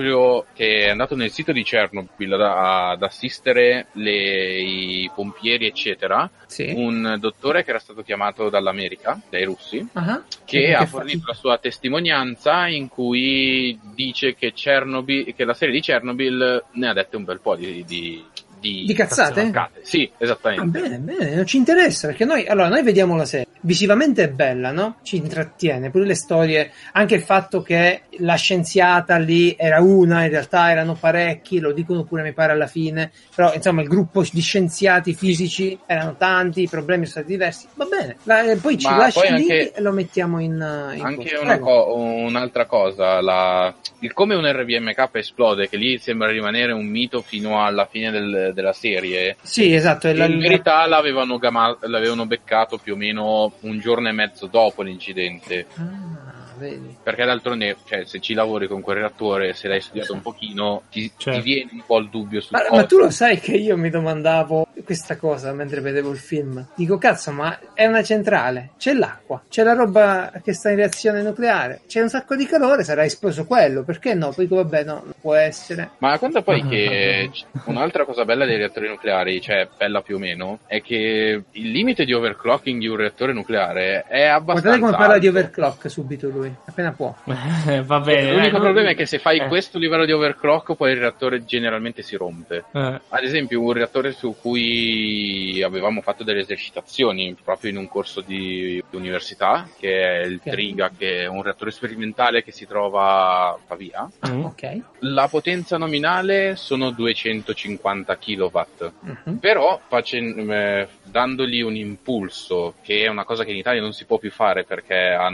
nel sito di Chernobyl ad assistere i pompieri eccetera. Sì. Un dottore che era stato chiamato dall'America, dai russi, che ha fornito la sua testimonianza in cui dice che la serie di Chernobyl ne ha dette un bel po' di cazzate? Sì, esattamente. Bene, non ci interessa, perché noi vediamo la serie, visivamente è bella, no? Ci intrattiene, pure le storie, anche il fatto che la scienziata lì era una, in realtà erano parecchi, lo dicono pure mi pare alla fine, però insomma il gruppo di scienziati fisici erano tanti, i problemi sono stati diversi, va bene, poi ci lascia lì e lo mettiamo in anche un'altra cosa, il come un RVMK esplode, che lì sembra rimanere un mito fino alla fine della serie. Sì, esatto. In verità l'avevano beccato più o meno un giorno e mezzo dopo l'incidente. Vedi. Perché d'altronde, cioè, se ci lavori con quel reattore, se l'hai studiato un pochino, ti viene un po' il dubbio su ma tu lo sai che io mi domandavo questa cosa mentre vedevo il film. Dico, cazzo, ma è una centrale, c'è l'acqua, c'è la roba che sta in reazione nucleare, c'è un sacco di calore, sarà esploso quello, perché no? Poi dico, vabbè, no, non può essere. Ma conta poi che un'altra cosa bella dei reattori nucleari, cioè bella più o meno, è che il limite di overclocking di un reattore nucleare è abbastanza Guardate come parla alto. di overclock subito lui, appena può. Va bene. L'unico problema è che se fai questo livello di overclock, poi il reattore generalmente si rompe. Ad esempio, un reattore su cui avevamo fatto delle esercitazioni proprio in un corso di università, che è il Triga, che è un reattore sperimentale che si trova a Pavia. Ok. La potenza nominale sono 250 kW, però dandogli un impulso, che è una cosa che in Italia non si può più fare perché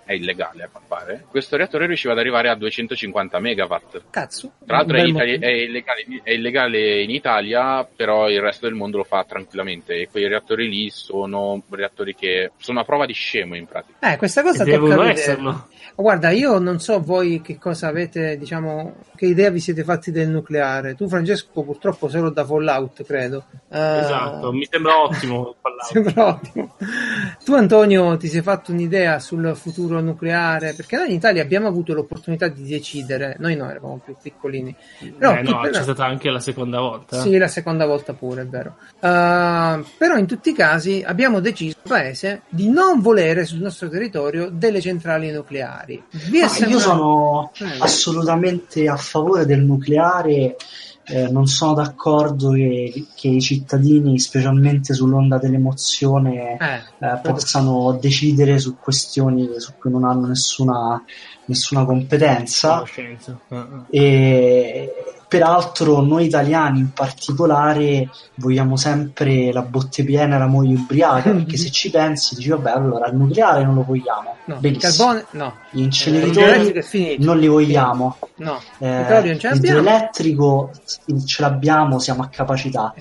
è illegale a pare, questo reattore riusciva ad arrivare a 250 megawatt. Cazzo. Tra l'altro è illegale in Italia, però il resto del mondo lo fa tranquillamente, e quei reattori lì sono reattori che sono a prova di scemo in pratica. Questa cosa devono esserlo. Guarda, io non so voi che cosa avete, diciamo, che idea vi siete fatti del nucleare. Tu, Francesco, purtroppo solo da Fallout, credo. Esatto, mi sembra ottimo. Sembra ottimo. Tu, Antonio, ti sei fatto un'idea sul futuro nucleare? Perché noi in Italia abbiamo avuto l'opportunità di decidere, noi no, eravamo più piccolini. Però, c'è stata anche la seconda volta. Sì, la seconda volta pure, è vero. Però in tutti i casi abbiamo deciso, il paese, di non volere sul nostro territorio delle centrali nucleari. Io sono assolutamente a favore del nucleare. Non sono d'accordo che i cittadini, specialmente sull'onda dell'emozione, possano decidere su questioni su cui non hanno nessuna competenza. E peraltro noi italiani in particolare vogliamo sempre la botte piena e la moglie ubriaca, perché se ci pensi dici vabbè, allora il nucleare non lo vogliamo, il carbone no, gli inceneritori non li vogliamo, l'idroelettrico ce l'abbiamo, siamo a capacità,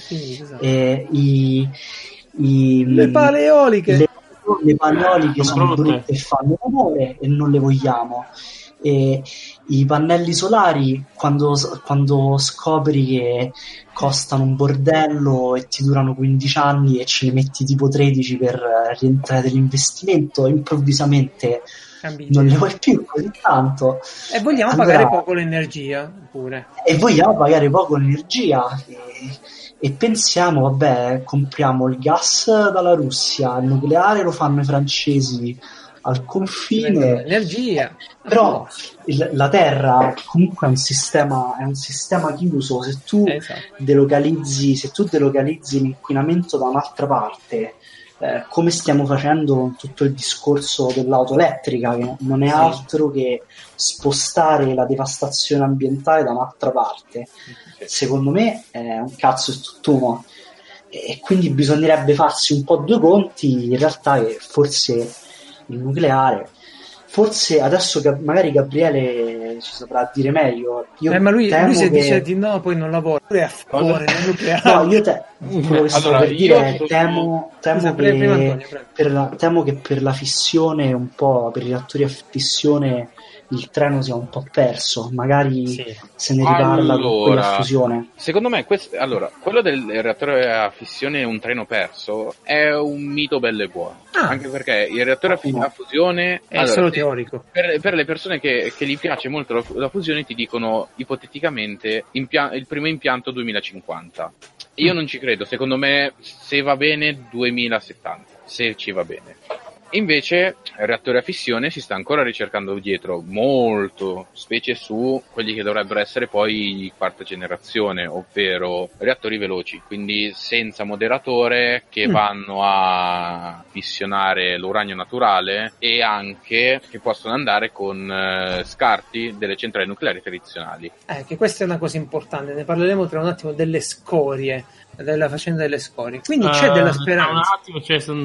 le pale eoliche le pale eoliche sono brutte e fanno rumore e non le vogliamo. E i pannelli solari, quando scopri che costano un bordello e ti durano 15 anni e ce ne metti tipo 13 per rientrare dell'investimento, improvvisamente non le vuoi più così tanto e vogliamo pagare poco l'energia pure, e pensiamo vabbè, compriamo il gas dalla Russia, il nucleare lo fanno i francesi al confine, energia. Però la Terra comunque è un sistema chiuso. Se tu delocalizzi l'inquinamento da un'altra parte, come stiamo facendo con tutto il discorso dell'auto elettrica, che non è altro che spostare la devastazione ambientale da un'altra parte, secondo me è un cazzo di tutt'uno, e quindi bisognerebbe farsi un po' due conti in realtà, che forse il nucleare, forse adesso magari Gabriele ci saprà dire meglio. Ma lui se dice di no poi non lavora, lui è a favore del nucleare. No, quello che sto per dire è temo che per la fissione, un po' per i reattori a fissione, il treno sia un po' perso, magari se ne riparla con quella fusione. Secondo me quello del reattore a fissione è un treno perso, è un mito bello e buono, anche perché il reattore a fusione è solo teorico. Per le persone che gli piace molto la fusione ti dicono ipoteticamente il primo impianto 2050. Io non ci credo, secondo me se va bene 2070, se ci va bene. Invece il reattore a fissione si sta ancora ricercando dietro molto, specie su quelli che dovrebbero essere poi di quarta generazione, ovvero reattori veloci, quindi senza moderatore, che vanno a fissionare l'uranio naturale e anche che possono andare con scarti delle centrali nucleari tradizionali. Che questa è una cosa importante, ne parleremo tra un attimo delle scorie, della faccenda delle scorie, quindi c'è della speranza. Un attimo,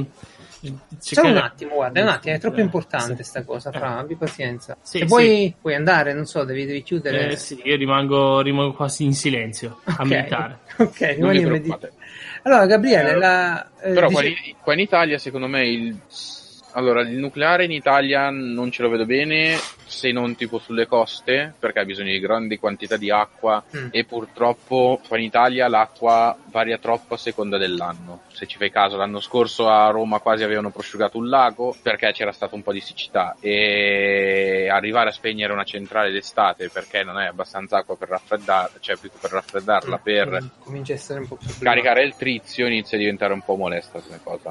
Solo un attimo, guarda, è troppo importante sta cosa, abbi pazienza. Se puoi andare, non so, devi chiudere. Io rimango quasi in silenzio a meditare. Ok, rimani a meditare. Allora, Gabriele, però qua in Italia, secondo me, il nucleare in Italia non ce lo vedo bene, se non tipo sulle coste, perché ha bisogno di grandi quantità di acqua e purtroppo qua in Italia l'acqua varia troppo a seconda dell'anno. Se ci fai caso, l'anno scorso a Roma quasi avevano prosciugato un lago perché c'era stato un po' di siccità, e arrivare a spegnere una centrale d'estate perché non è abbastanza acqua per raffreddarla, per comincia a essere un po' più caricare il trizio, inizia a diventare un po' molesta come cosa.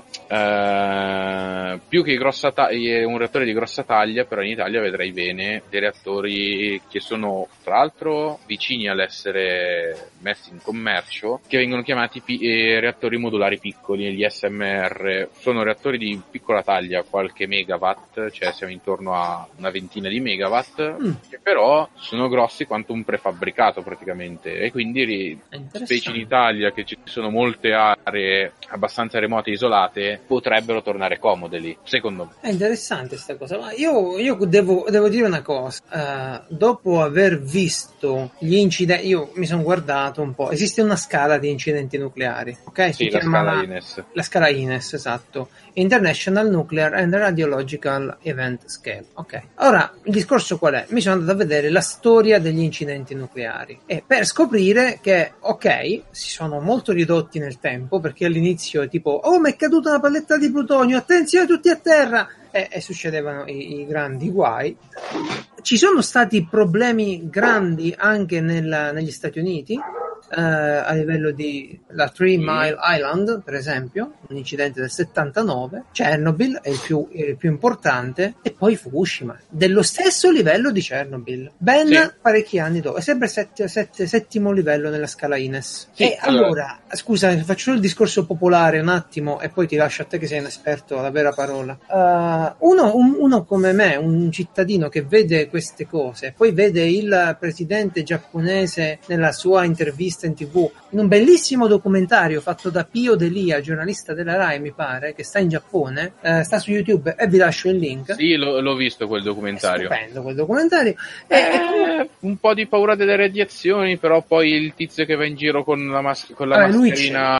Più che un reattore di grossa taglia, però in Italia vedrei bene dei reattori che sono tra l'altro vicini all'essere messi in commercio, che vengono chiamati reattori modulari piccoli, gli SMR. Sono reattori di piccola taglia, qualche megawatt, cioè siamo intorno a una ventina di megawatt, che però sono grossi quanto un prefabbricato praticamente, e quindi specie in Italia che ci sono molte aree abbastanza remote e isolate potrebbero tornare comode lì. Secondo secondo me. È interessante sta cosa, ma io devo dire una cosa, dopo aver visto gli incidenti, io mi sono guardato un po', esiste una scala di incidenti nucleari, ok? Sì, la scala INES. La scala INES, esatto. International Nuclear and Radiological Event Scale, ok? Ora, il discorso qual è? Mi sono andato a vedere la storia degli incidenti nucleari e per scoprire che, ok, si sono molto ridotti nel tempo, perché all'inizio è tipo, oh, mi è caduta una palletta di plutonio, attenzione tutti a terra, e succedevano i grandi guai. Ci sono stati problemi grandi anche negli Stati Uniti, a livello di la 3 Mile Island, per esempio, un incidente del 79, Chernobyl è il più importante, e poi Fukushima, dello stesso livello di Chernobyl, parecchi anni dopo, è sempre settimo livello nella scala INES. Sì, e allora, scusa, faccio solo il discorso popolare un attimo e poi ti lascio a te che sei un esperto alla vera parola. Uno come me, un cittadino che vede queste cose, poi vede il presidente giapponese nella sua intervista in TV, in un bellissimo documentario fatto da Pio Delia, giornalista della Rai mi pare, che sta in Giappone, sta su YouTube e vi lascio il link. Sì, l'ho visto quel documentario. È stupendo quel documentario. Un po' di paura delle radiazioni, però poi il tizio che va in giro con la mascherina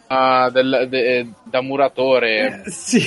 da muratore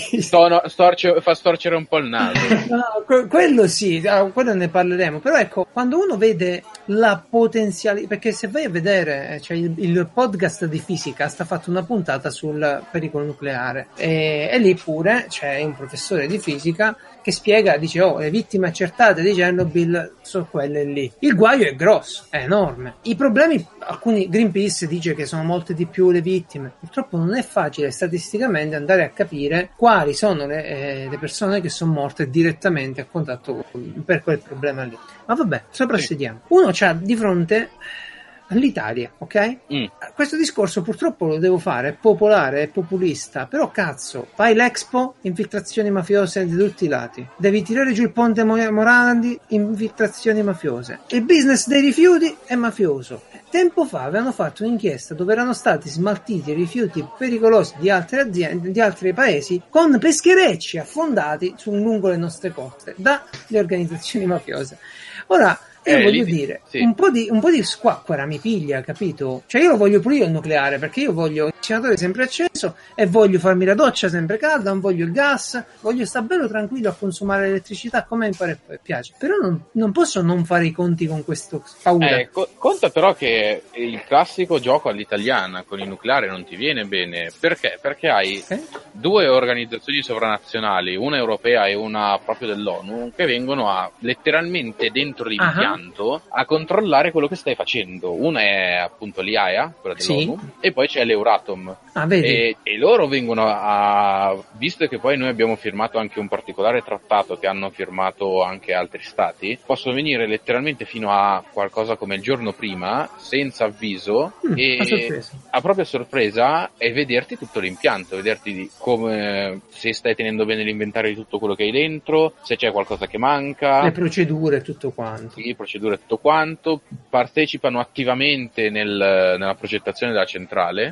fa storcere un po' il naso. No, quello sì, quello ne parleremo, però ecco, quando uno vede la potenziale, perché se vai a vedere, cioè il podcast di fisica sta fatto una puntata sul pericolo nucleare e lì pure c'è un professore di fisica che spiega, dice, le vittime accertate di Chernobyl sono quelle lì. Il guaio è grosso, è enorme. I problemi, alcuni Greenpeace dice che sono molte di più le vittime. Purtroppo non è facile statisticamente andare a capire quali sono le persone che sono morte direttamente a contatto per quel problema lì. Ma vabbè, soprassediamo. Uno c'ha di fronte all'Italia, ok? Questo discorso purtroppo lo devo fare, è popolare, è populista, però cazzo, fai l'Expo, infiltrazioni mafiose di tutti i lati, devi tirare giù il ponte Morandi, infiltrazioni mafiose, il business dei rifiuti è mafioso. Tempo fa avevano fatto un'inchiesta dove erano stati smaltiti rifiuti pericolosi di altre aziende, di altri paesi, con pescherecci affondati lungo le nostre coste dalle organizzazioni mafiose. Ora, io voglio dire, sì, un po' di squacquera mi piglia, capito? Cioè io lo voglio pure io il nucleare, perché io voglio il inceneritore sempre acceso e voglio farmi la doccia sempre calda, non voglio il gas, voglio stare bello tranquillo a consumare l'elettricità come mi pare e piace. Però non posso non fare i conti con questo paura. Conta però che il classico gioco all'italiana con il nucleare non ti viene bene. Perché? Perché hai due organizzazioni sovranazionali, una europea e una proprio dell'ONU, che vengono letteralmente dentro l'impianto a controllare quello che stai facendo. Una è appunto l'IAEA, quella dell'ONU, e poi c'è l'Euratom. E loro vengono visto che poi noi abbiamo firmato anche un particolare trattato che hanno firmato anche altri stati, possono venire letteralmente fino a qualcosa come il giorno prima, senza avviso, e a propria sorpresa, e vederti tutto l'impianto, vederti come, se stai tenendo bene l'inventario di tutto quello che hai dentro, se c'è qualcosa che manca, le procedure, tutto quanto. Sì, procedure, tutto quanto. Partecipano attivamente nella progettazione della centrale,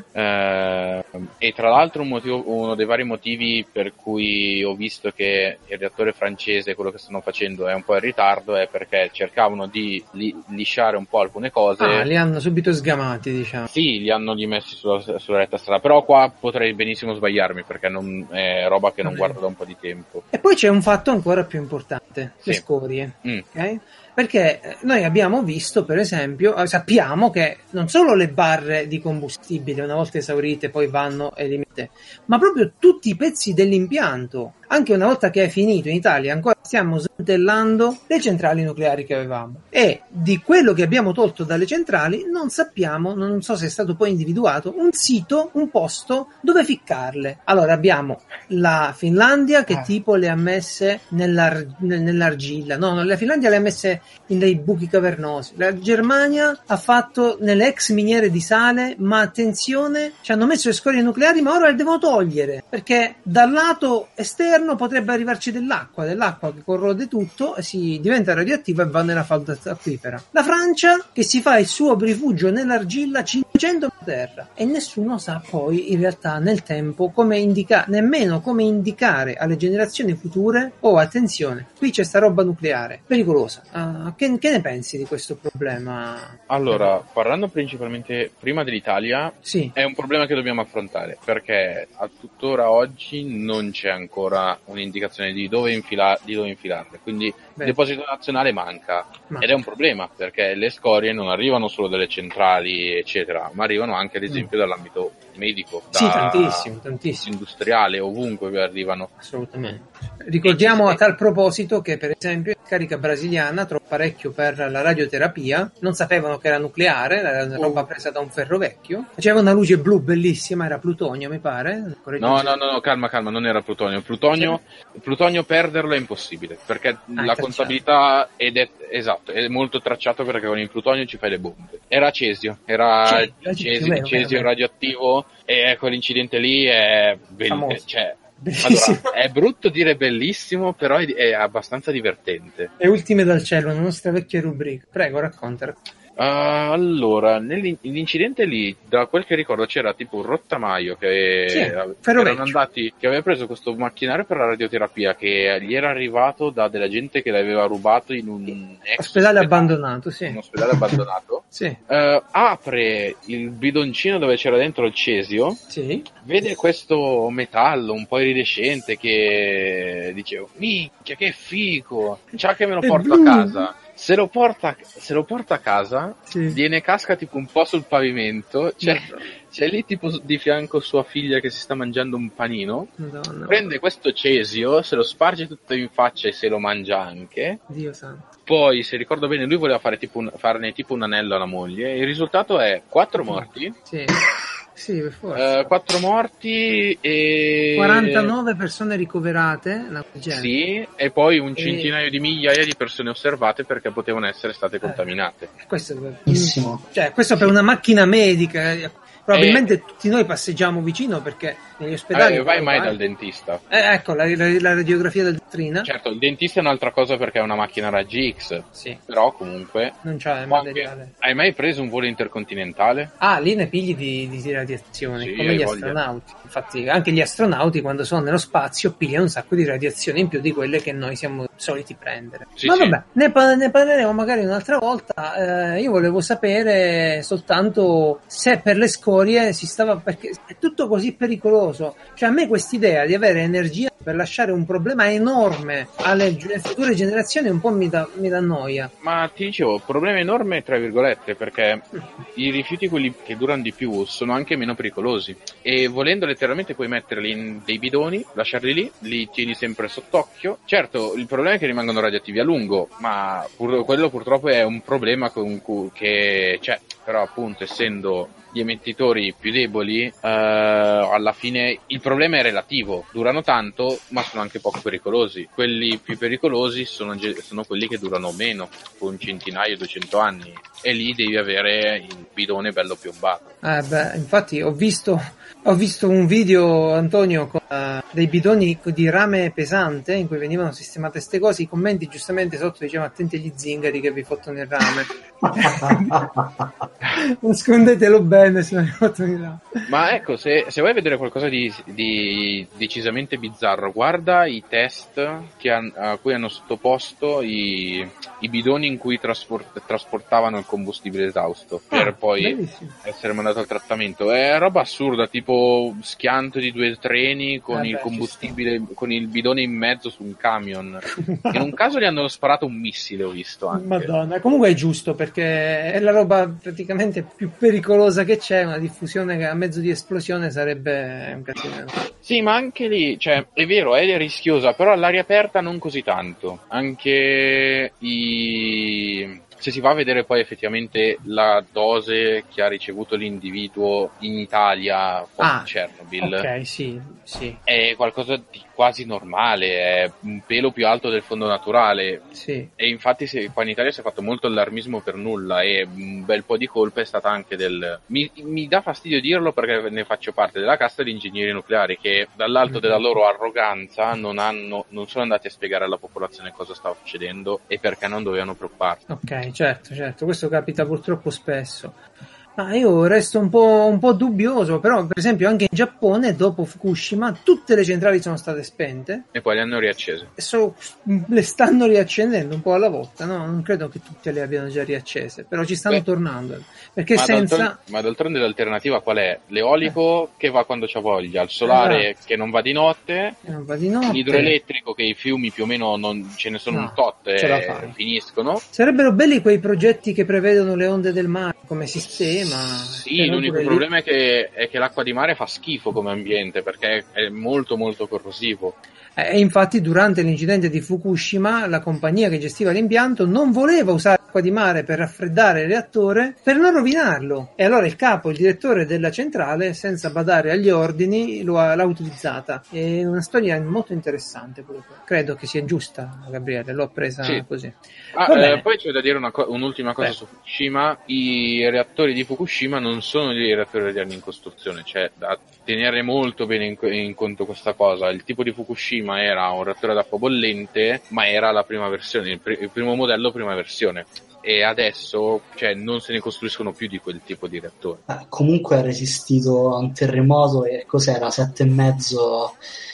e tra l'altro uno dei vari motivi per cui ho visto che il reattore francese, quello che stanno facendo, è un po' in ritardo, è perché cercavano di lisciare un po' alcune cose. Li hanno subito sgamati, diciamo. Sì, li hanno rimessi sulla retta strada, però qua potrei benissimo sbagliarmi, perché è roba che non guardo da un po' di tempo. E poi c'è un fatto ancora più importante, le scorie, ok? Perché noi abbiamo visto, per esempio, sappiamo che non solo le barre di combustibile una volta esaurite poi vanno eliminate, ma proprio tutti i pezzi dell'impianto. Anche una volta che è finito in Italia ancora stiamo smantellando le centrali nucleari che avevamo, e di quello che abbiamo tolto dalle centrali non sappiamo, non so se è stato poi individuato un sito, un posto dove ficcarle. Allora abbiamo la Finlandia che tipo le ha messe nell'argilla, no, la Finlandia le ha messe in dei buchi cavernosi, la Germania ha fatto nelle ex miniere di sale, ma attenzione, ci hanno messo le scorie nucleari, ma ora le devono togliere perché dal lato esterno dall'esterno potrebbe arrivarci dell'acqua che corrode tutto, si diventa radioattiva e va nella falda acquifera. La Francia che si fa il suo rifugio nell'argilla 500 terra, e nessuno sa poi in realtà nel tempo nemmeno come indicare alle generazioni future: oh, attenzione, qui c'è sta roba nucleare pericolosa. Che ne pensi di questo problema? Allora, parlando principalmente prima dell'Italia, sì, è un problema che dobbiamo affrontare, perché a tuttora oggi non c'è ancora un'indicazione di dove infilarle, quindi il deposito nazionale manca. Ed è un problema, perché le scorie non arrivano solo dalle centrali eccetera, ma arrivano anche ad esempio dall'ambito medico, sì, tantissimo industriale, ovunque arrivano. Assolutamente. Ricordiamo a tal proposito che per esempio la carica brasiliana trova parecchio per la radioterapia, non sapevano che era nucleare, era una roba presa da un ferro vecchio, faceva una luce blu bellissima, era plutonio mi pare. No, calma, non era plutonio. Plutonio perderlo è impossibile, perché la contabilità è molto tracciato, perché con il plutonio ci fai le bombe. Era cesio radioattivo, e quell'incidente lì è bellissimo. Allora, è brutto dire bellissimo, però è abbastanza divertente. E ultime dal cielo, la nostra vecchia rubrica. Prego, raccontala. Allora, nell'incidente lì, da quel che ricordo, c'era tipo un rottamaio che aveva preso questo macchinario per la radioterapia, che gli era arrivato da della gente che l'aveva rubato in un ospedale abbandonato. Sì. Un ospedale abbandonato. Sì. Apre il bidoncino dove c'era dentro il cesio. Sì. Vede questo metallo un po' iridescente, che dicevo: minchia, che figo! Ciao, che me lo porto a casa. Se lo porta a casa, sì, viene casca tipo un po' sul pavimento, c'è lì tipo di fianco sua figlia che si sta mangiando un panino. Madonna. Prende questo cesio, se lo sparge tutto in faccia e se lo mangia anche. Dio santo. Poi, se ricordo bene, lui voleva farne tipo un anello alla moglie, e il risultato è 4 morti. Sì. Sì, per forza. 4 morti e 49 persone ricoverate. Sì, e poi un centinaio di migliaia di persone osservate perché potevano essere state contaminate. Questo è bellissimo. Cioè, questo per una macchina medica. Probabilmente tutti noi passeggiamo vicino, perché negli ospedali... vai mai dal dentista? Ecco, la radiografia del dottrina. Certo, il dentista è un'altra cosa, perché è una macchina raggi X. Sì. Però comunque... Non c'è materiale. Hai mai preso un volo intercontinentale? Lì ne pigli di radiazione, sì, come gli astronauti. Infatti anche gli astronauti, quando sono nello spazio, pigliano un sacco di radiazione in più di quelle che noi siamo soliti prendere. Sì, ma vabbè, ne parleremo magari un'altra volta. Io volevo sapere soltanto se per le scorie si stava, perché è tutto così pericoloso. Cioè, a me quest'idea di avere energia per lasciare un problema enorme alle future generazioni un po' mi dà noia. Ma ti dicevo, problema enorme tra virgolette, perché i rifiuti, quelli che durano di più, sono anche meno pericolosi, e volendo letteralmente puoi metterli in dei bidoni, lasciarli lì, li tieni sempre sott'occhio. Certo, il problema è che rimangono radioattivi a lungo, ma quello purtroppo è un problema che c'è. Però appunto, essendo gli emettitori più deboli, alla fine il problema è relativo. Durano tanto, ma sono anche poco pericolosi. Quelli più pericolosi sono quelli che durano meno, con centinaio, 200 anni, e lì devi avere il bidone bello piombato. Infatti ho visto un video, Antonio, con dei bidoni di rame pesante in cui venivano sistemate queste cose. I commenti giustamente sotto dicevano: attenti agli zingari che vi fottono il rame. Nascondetelo bene, se non vi fottono il rame. Ma ecco, se vuoi vedere qualcosa di decisamente bizzarro, guarda i test a cui hanno sottoposto i bidoni in cui trasportavano il combustibile esausto per poi bellissimo. Essere mandato al trattamento. È roba assurda, tipo schianto di 2 treni con il combustibile, con il bidone in mezzo su un camion. In un caso gli hanno sparato un missile, ho visto anche. Madonna, comunque è giusto, perché è la roba praticamente più pericolosa che c'è. Una diffusione che a mezzo di esplosione sarebbe un casino. Sì, ma anche lì, cioè, è vero, è rischiosa, però all'aria aperta non così tanto. Anche se si va a vedere poi effettivamente la dose che ha ricevuto l'individuo in Italia post Chernobyl, ok, sì. è qualcosa di quasi normale, è un pelo più alto del fondo naturale. Sì. E infatti qua in Italia si è fatto molto allarmismo per nulla, e un bel po' di colpa è stata anche mi dà fastidio dirlo perché ne faccio parte della casta di ingegneri nucleari che dall'alto della loro arroganza non sono andati a spiegare alla popolazione cosa stava succedendo e perché non dovevano preoccuparsi. Ok, certo, questo capita purtroppo spesso. Ma io resto un po' dubbioso, però per esempio anche in Giappone dopo Fukushima tutte le centrali sono state spente e poi le hanno riaccese e le stanno riaccendendo un po' alla volta, no? Non credo che tutte le abbiano già riaccese, però ci stanno tornando, perché ma d'altronde l'alternativa qual è? L'eolico che va quando c'ha voglia, il solare che non va di notte, l'idroelettrico che i fiumi più o meno non ce ne sono un tot e finiscono. Sarebbero belli quei progetti che prevedono le onde del mare come sistema. Sì, l'unico problema è che l'acqua di mare fa schifo come ambiente perché è molto molto corrosivo. E infatti durante l'incidente di Fukushima la compagnia che gestiva l'impianto non voleva usare acqua di mare per raffreddare il reattore per non rovinarlo, e allora il direttore della centrale, senza badare agli ordini, l'ha utilizzata. È una storia molto interessante, credo che sia giusta, Gabriele, l'ho presa così. Poi c'è da dire un'ultima cosa su Fukushima: i reattori di Fukushima non sono dei reattori di anni in costruzione, cioè da tenere molto bene in conto questa cosa. Il tipo di Fukushima era un reattore ad acqua bollente, ma era la prima versione, il primo modello, prima versione, e adesso non se ne costruiscono più di quel tipo di reattori. Comunque ha resistito a un terremoto e cos'era, 7,5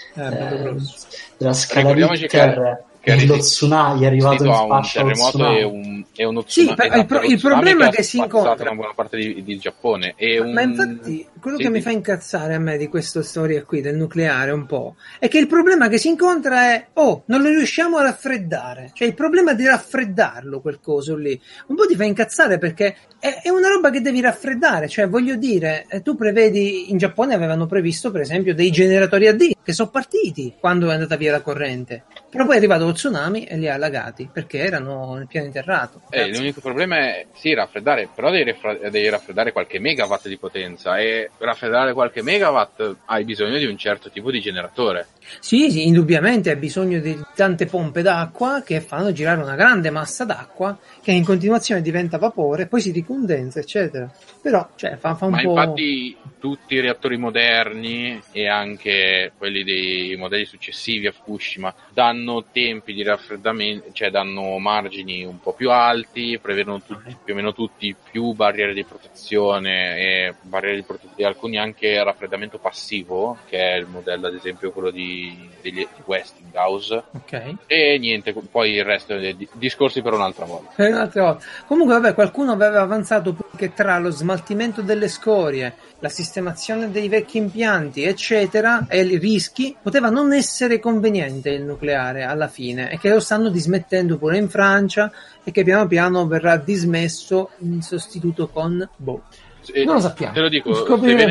della scala Richter. Lo tsunami è arrivato in fascia a un terremoto e uno tsunami. Sì, il problema è che si incontra una buona parte di Giappone. Ma infatti quello che mi fa incazzare a me di questa storia qui del nucleare un po' è che il problema che si incontra è non lo riusciamo a raffreddare, cioè il problema di raffreddarlo, quel coso lì un po' ti fa incazzare perché è una roba che devi raffreddare, cioè voglio dire, tu prevedi, in Giappone avevano previsto per esempio dei generatori a D che sono partiti quando è andata via la corrente, però poi è arrivato lo tsunami e li ha allagati perché erano nel piano interrato. L'unico problema è raffreddare, però devi raffreddare qualche megawatt di potenza, e per raffreddare qualche megawatt hai bisogno di un certo tipo di generatore. Sì, indubbiamente hai bisogno di tante pompe d'acqua che fanno girare una grande massa d'acqua che in continuazione diventa vapore, poi si ricondensa, eccetera. Però fa un po'. Infatti tutti i reattori moderni e anche quelli dei modelli successivi a Fukushima danno tempi di raffreddamento, cioè danno margini un po' più alti, prevedono più o meno tutti più barriere di protezione e alcuni anche raffreddamento passivo, che è il modello ad esempio quello degli Westinghouse. E niente, poi il resto dei discorsi per un'altra volta. Comunque qualcuno aveva avanzato che tra lo smaltimento delle scorie, la sistemazione dei vecchi impianti eccetera e i rischi poteva non essere conveniente il nucleare alla fine, e che lo stanno dismettendo pure in Francia e che piano piano verrà dismesso in sostituto con non lo sappiamo, te lo dico,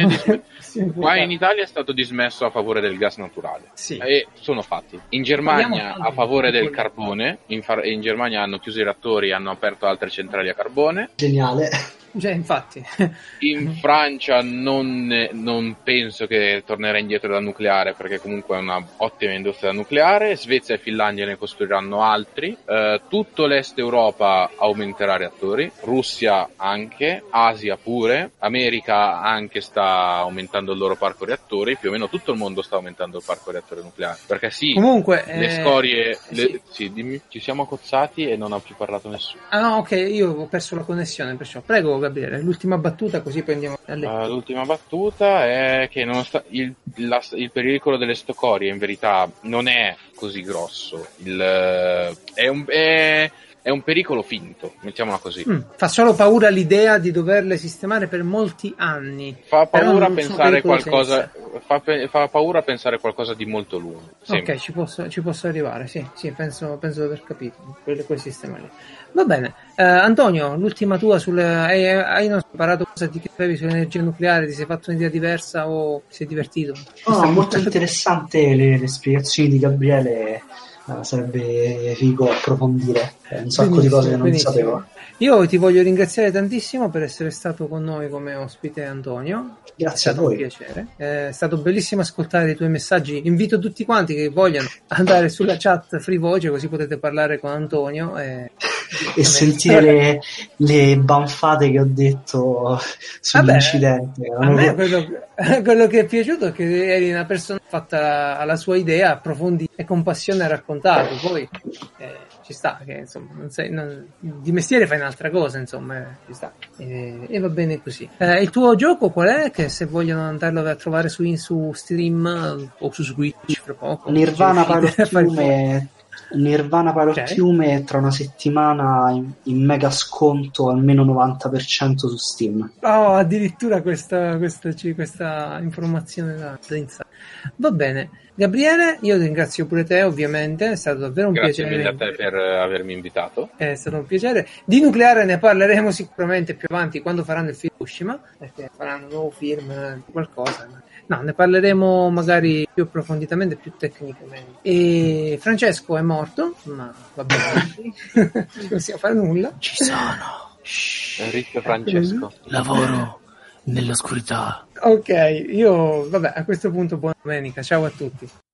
qua in Italia è stato dismesso a favore del gas naturale, e sono fatti. In Germania a favore del carbone, in Germania hanno chiuso i reattori, hanno aperto altre centrali a carbone. Geniale. Infatti. In Francia non penso che tornerà indietro dal nucleare, perché comunque è una ottima industria nucleare. Svezia e Finlandia ne costruiranno altri. Tutto l'est Europa aumenterà reattori, Russia anche, Asia pure, America anche sta aumentando il loro parco reattori, più o meno tutto il mondo sta aumentando il parco reattore nucleare, perché comunque le scorie dimmi, ci siamo accozzati e non ha più parlato nessuno. Ok, io ho perso la connessione, perciò prego Gabriele, l'ultima battuta così poi andiamo a letto. L'ultima battuta è che il pericolo delle scorie in verità non è così grosso, è un pericolo finto, mettiamola così. Fa solo paura l'idea di doverle sistemare per molti anni. Fa paura pensare qualcosa. Fa paura pensare qualcosa di molto lungo. Sempre. Ok, ci posso arrivare. Sì, penso di aver capito quel sistema lì. Va bene. Antonio, l'ultima tua hai imparato cosa ti sapevi sull'energia nucleare? Ti sei fatto un'idea diversa o ti sei divertito? Molto interessante le spiegazioni di Gabriele. sarebbe figo approfondire un sacco di cose che non sapevo. Io ti voglio ringraziare tantissimo per essere stato con noi come ospite, Antonio. Grazie a voi. È stato un piacere. È stato bellissimo ascoltare i tuoi messaggi. Invito tutti quanti che vogliono andare sulla chat Free Voce, così potete parlare con Antonio e sentire le banfate che ho detto sull'incidente. A me quello che è piaciuto è che eri una persona fatta alla sua idea, approfondita e con passione raccontato. Poi ci sta che insomma di mestiere fai un'altra cosa, insomma, ci sta e va bene così. Il tuo gioco qual è? Che se vogliono andarlo a trovare su Steam o su Switch fra poco. Nirvana Pilot Fiume tra una settimana in mega sconto almeno 90% su Steam. Oh, addirittura questa informazione da insight. Va bene, Gabriele, io ringrazio pure te, ovviamente, è stato davvero un piacere. Grazie mille a te per avermi invitato. È stato un piacere. Di nucleare ne parleremo sicuramente più avanti quando faranno il film Fukushima, perché faranno un nuovo film, qualcosa. No, ne parleremo magari più approfonditamente, più tecnicamente. E Francesco è morto, ma va bene, non possiamo fare nulla. Ci sono. Ricco Francesco. Lavoro nell'oscurità. Ok, io, vabbè, a questo punto buona domenica, ciao a tutti.